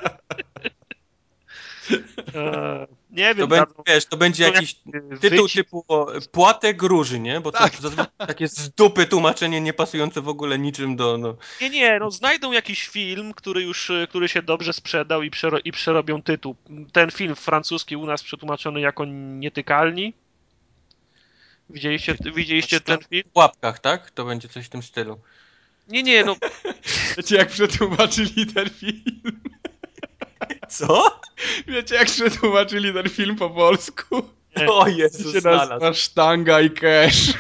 Nie wiem, to będzie jakiś tytuł typu Płatek róży, nie? Bo to zazwyczaj takie z dupy tłumaczenie niepasujące w ogóle niczym do... No. Nie, znajdą jakiś film, który się dobrze sprzedał i przerobią tytuł. Ten film francuski u nas przetłumaczony jako Nietykalni. Widzieliście ten film? W łapkach, tak? To będzie coś w tym stylu. Nie, no. Wiecie, jak przetłumaczyli ten film? Co? Wiecie, jak przetłumaczyli ten film po polsku? Nie. O Jezus, się nazywa Sztanga i Cash.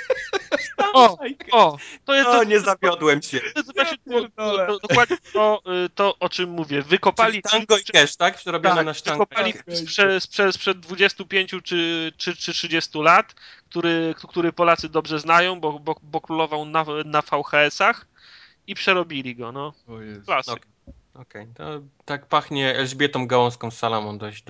To jest... nie zawiodłem się. To jest właśnie dokładnie to, o czym mówię. Wykopali... Tango i Cash, tak? Przerobione na sztangę. Wykopali sprzed 25 czy 30 lat, który Polacy dobrze znają, bo królował na VHS-ach i przerobili go, no. Klasyk. Okej, to tak pachnie Elżbietą Gałązką z Salamon dość.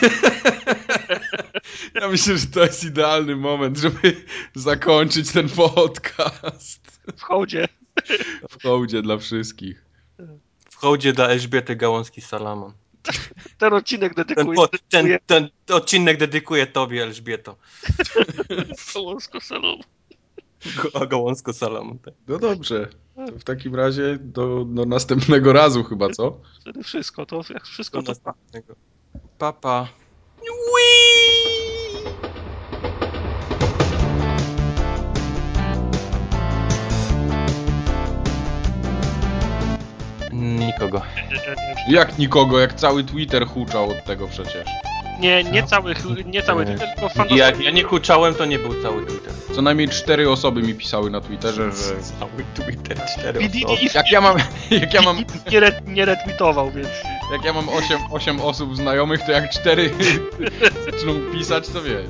Ja myślę, że to jest idealny moment, żeby zakończyć ten podcast. W hołdzie. W hołdzie dla wszystkich. W hołdzie dla Elżbiety Gałązki z Salamon. Ten odcinek dedykuję. Ten odcinek dedykuję tobie, Elżbieto. Gałązko Salamon. Gałązko Salamon. Tak. No dobrze. To w takim razie do następnego razu chyba, co? Wtedy wszystko to. Następnego. Papa. Nikogo. Jak nikogo, jak cały Twitter huczał od tego przecież. Nie cały Twitter, tylko Jak ja nie huczałem, to nie był cały Twitter. Co najmniej 4 osoby mi pisały na Twitterze, że... Cały Twitter, 4 BDD osoby. Jak ja mam nie retweetował, więc... Jak ja mam 8 osób znajomych, to jak 4 zaczną pisać, to wiesz.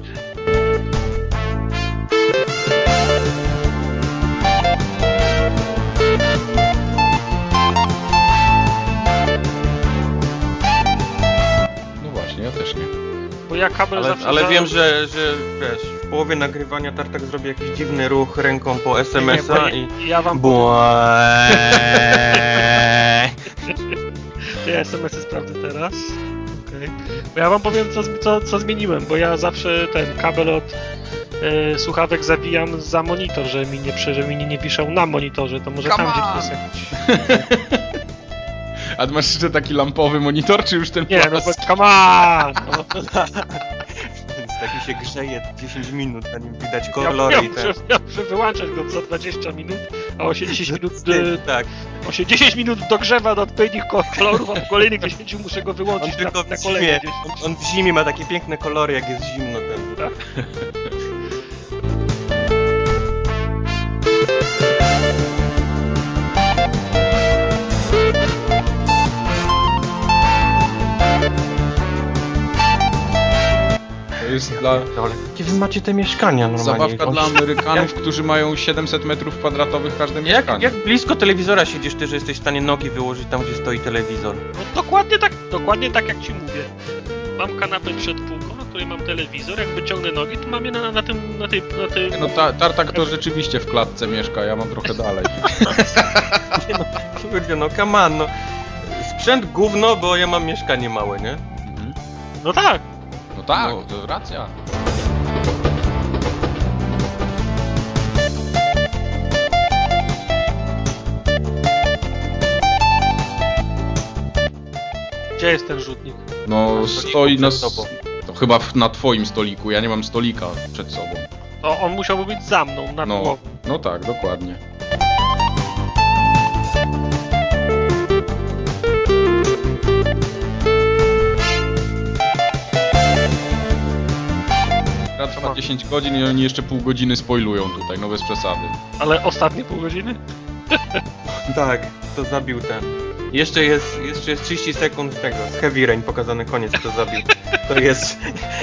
No właśnie, ja też nie. Bo ja kabel zawsze... Ale wiem, że wiesz, w połowie nagrywania Tartak zrobi jakiś dziwny ruch ręką po SMS-a i... Ja wam Te SMS-y sprawdzę teraz. Okay. Bo ja wam powiem, co zmieniłem, bo ja zawsze ten kabel od słuchawek zawijam za monitor, że mi nie wiszą na monitorze, to może Come tam on! gdzieś jest jakiś... A ty masz jeszcze taki lampowy monitor, czy już ten Nie, no bo come on! No. Więc tak mi się grzeje 10 minut, zanim widać kolory Ja muszę wyłączać go za 20 minut, a o 10 minut... tak. On się 10 minut dogrzewa do odpowiednich kolorów, a po kolejnych 10 muszę go wyłączyć na kolejne 10. On w zimie ma takie piękne kolory, jak jest zimno. Ten. Tak. To jest dla... Gdzie wy macie te mieszkania normalnie? Zabawka dla Amerykanów, którzy mają 700 metrów kwadratowych każde mieszkanie. Jak blisko telewizora siedzisz ty, że jesteś w stanie nogi wyłożyć tam, gdzie stoi telewizor? No dokładnie tak jak ci mówię. Mam kanapę przed półką, na której mam telewizor, jak wyciągnę nogi, to mam je na tym... No Tartak to rzeczywiście w klatce mieszka, ja mam trochę dalej. Nie no, kurde, no come on, no. Sprzęt gówno, bo ja mam mieszkanie małe, nie? Mhm. No tak. No tak, No. to racja. Gdzie jest ten rzutnik? No Na stoliku stoi na... przed tobą. To chyba na twoim stoliku, ja nie mam stolika przed sobą. To on musiałby być za mną, nad No, głową. no tak, dokładnie. Gra trwa 10 godzin i oni jeszcze pół godziny spoilują tutaj, no bez przesady. Ale ostatnie pół godziny? Tak, to zabił ten. Jeszcze jest 30 sekund tego, z Heavy Rain pokazany koniec, kto zabił. To jest...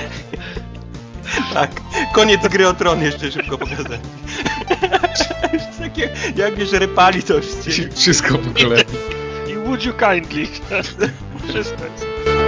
Tak, koniec gry o tron jeszcze szybko pokazany. Już takie, jak już rypali to już chcieli. Wszystko po kolei. I would you kindly? Wszystko jest.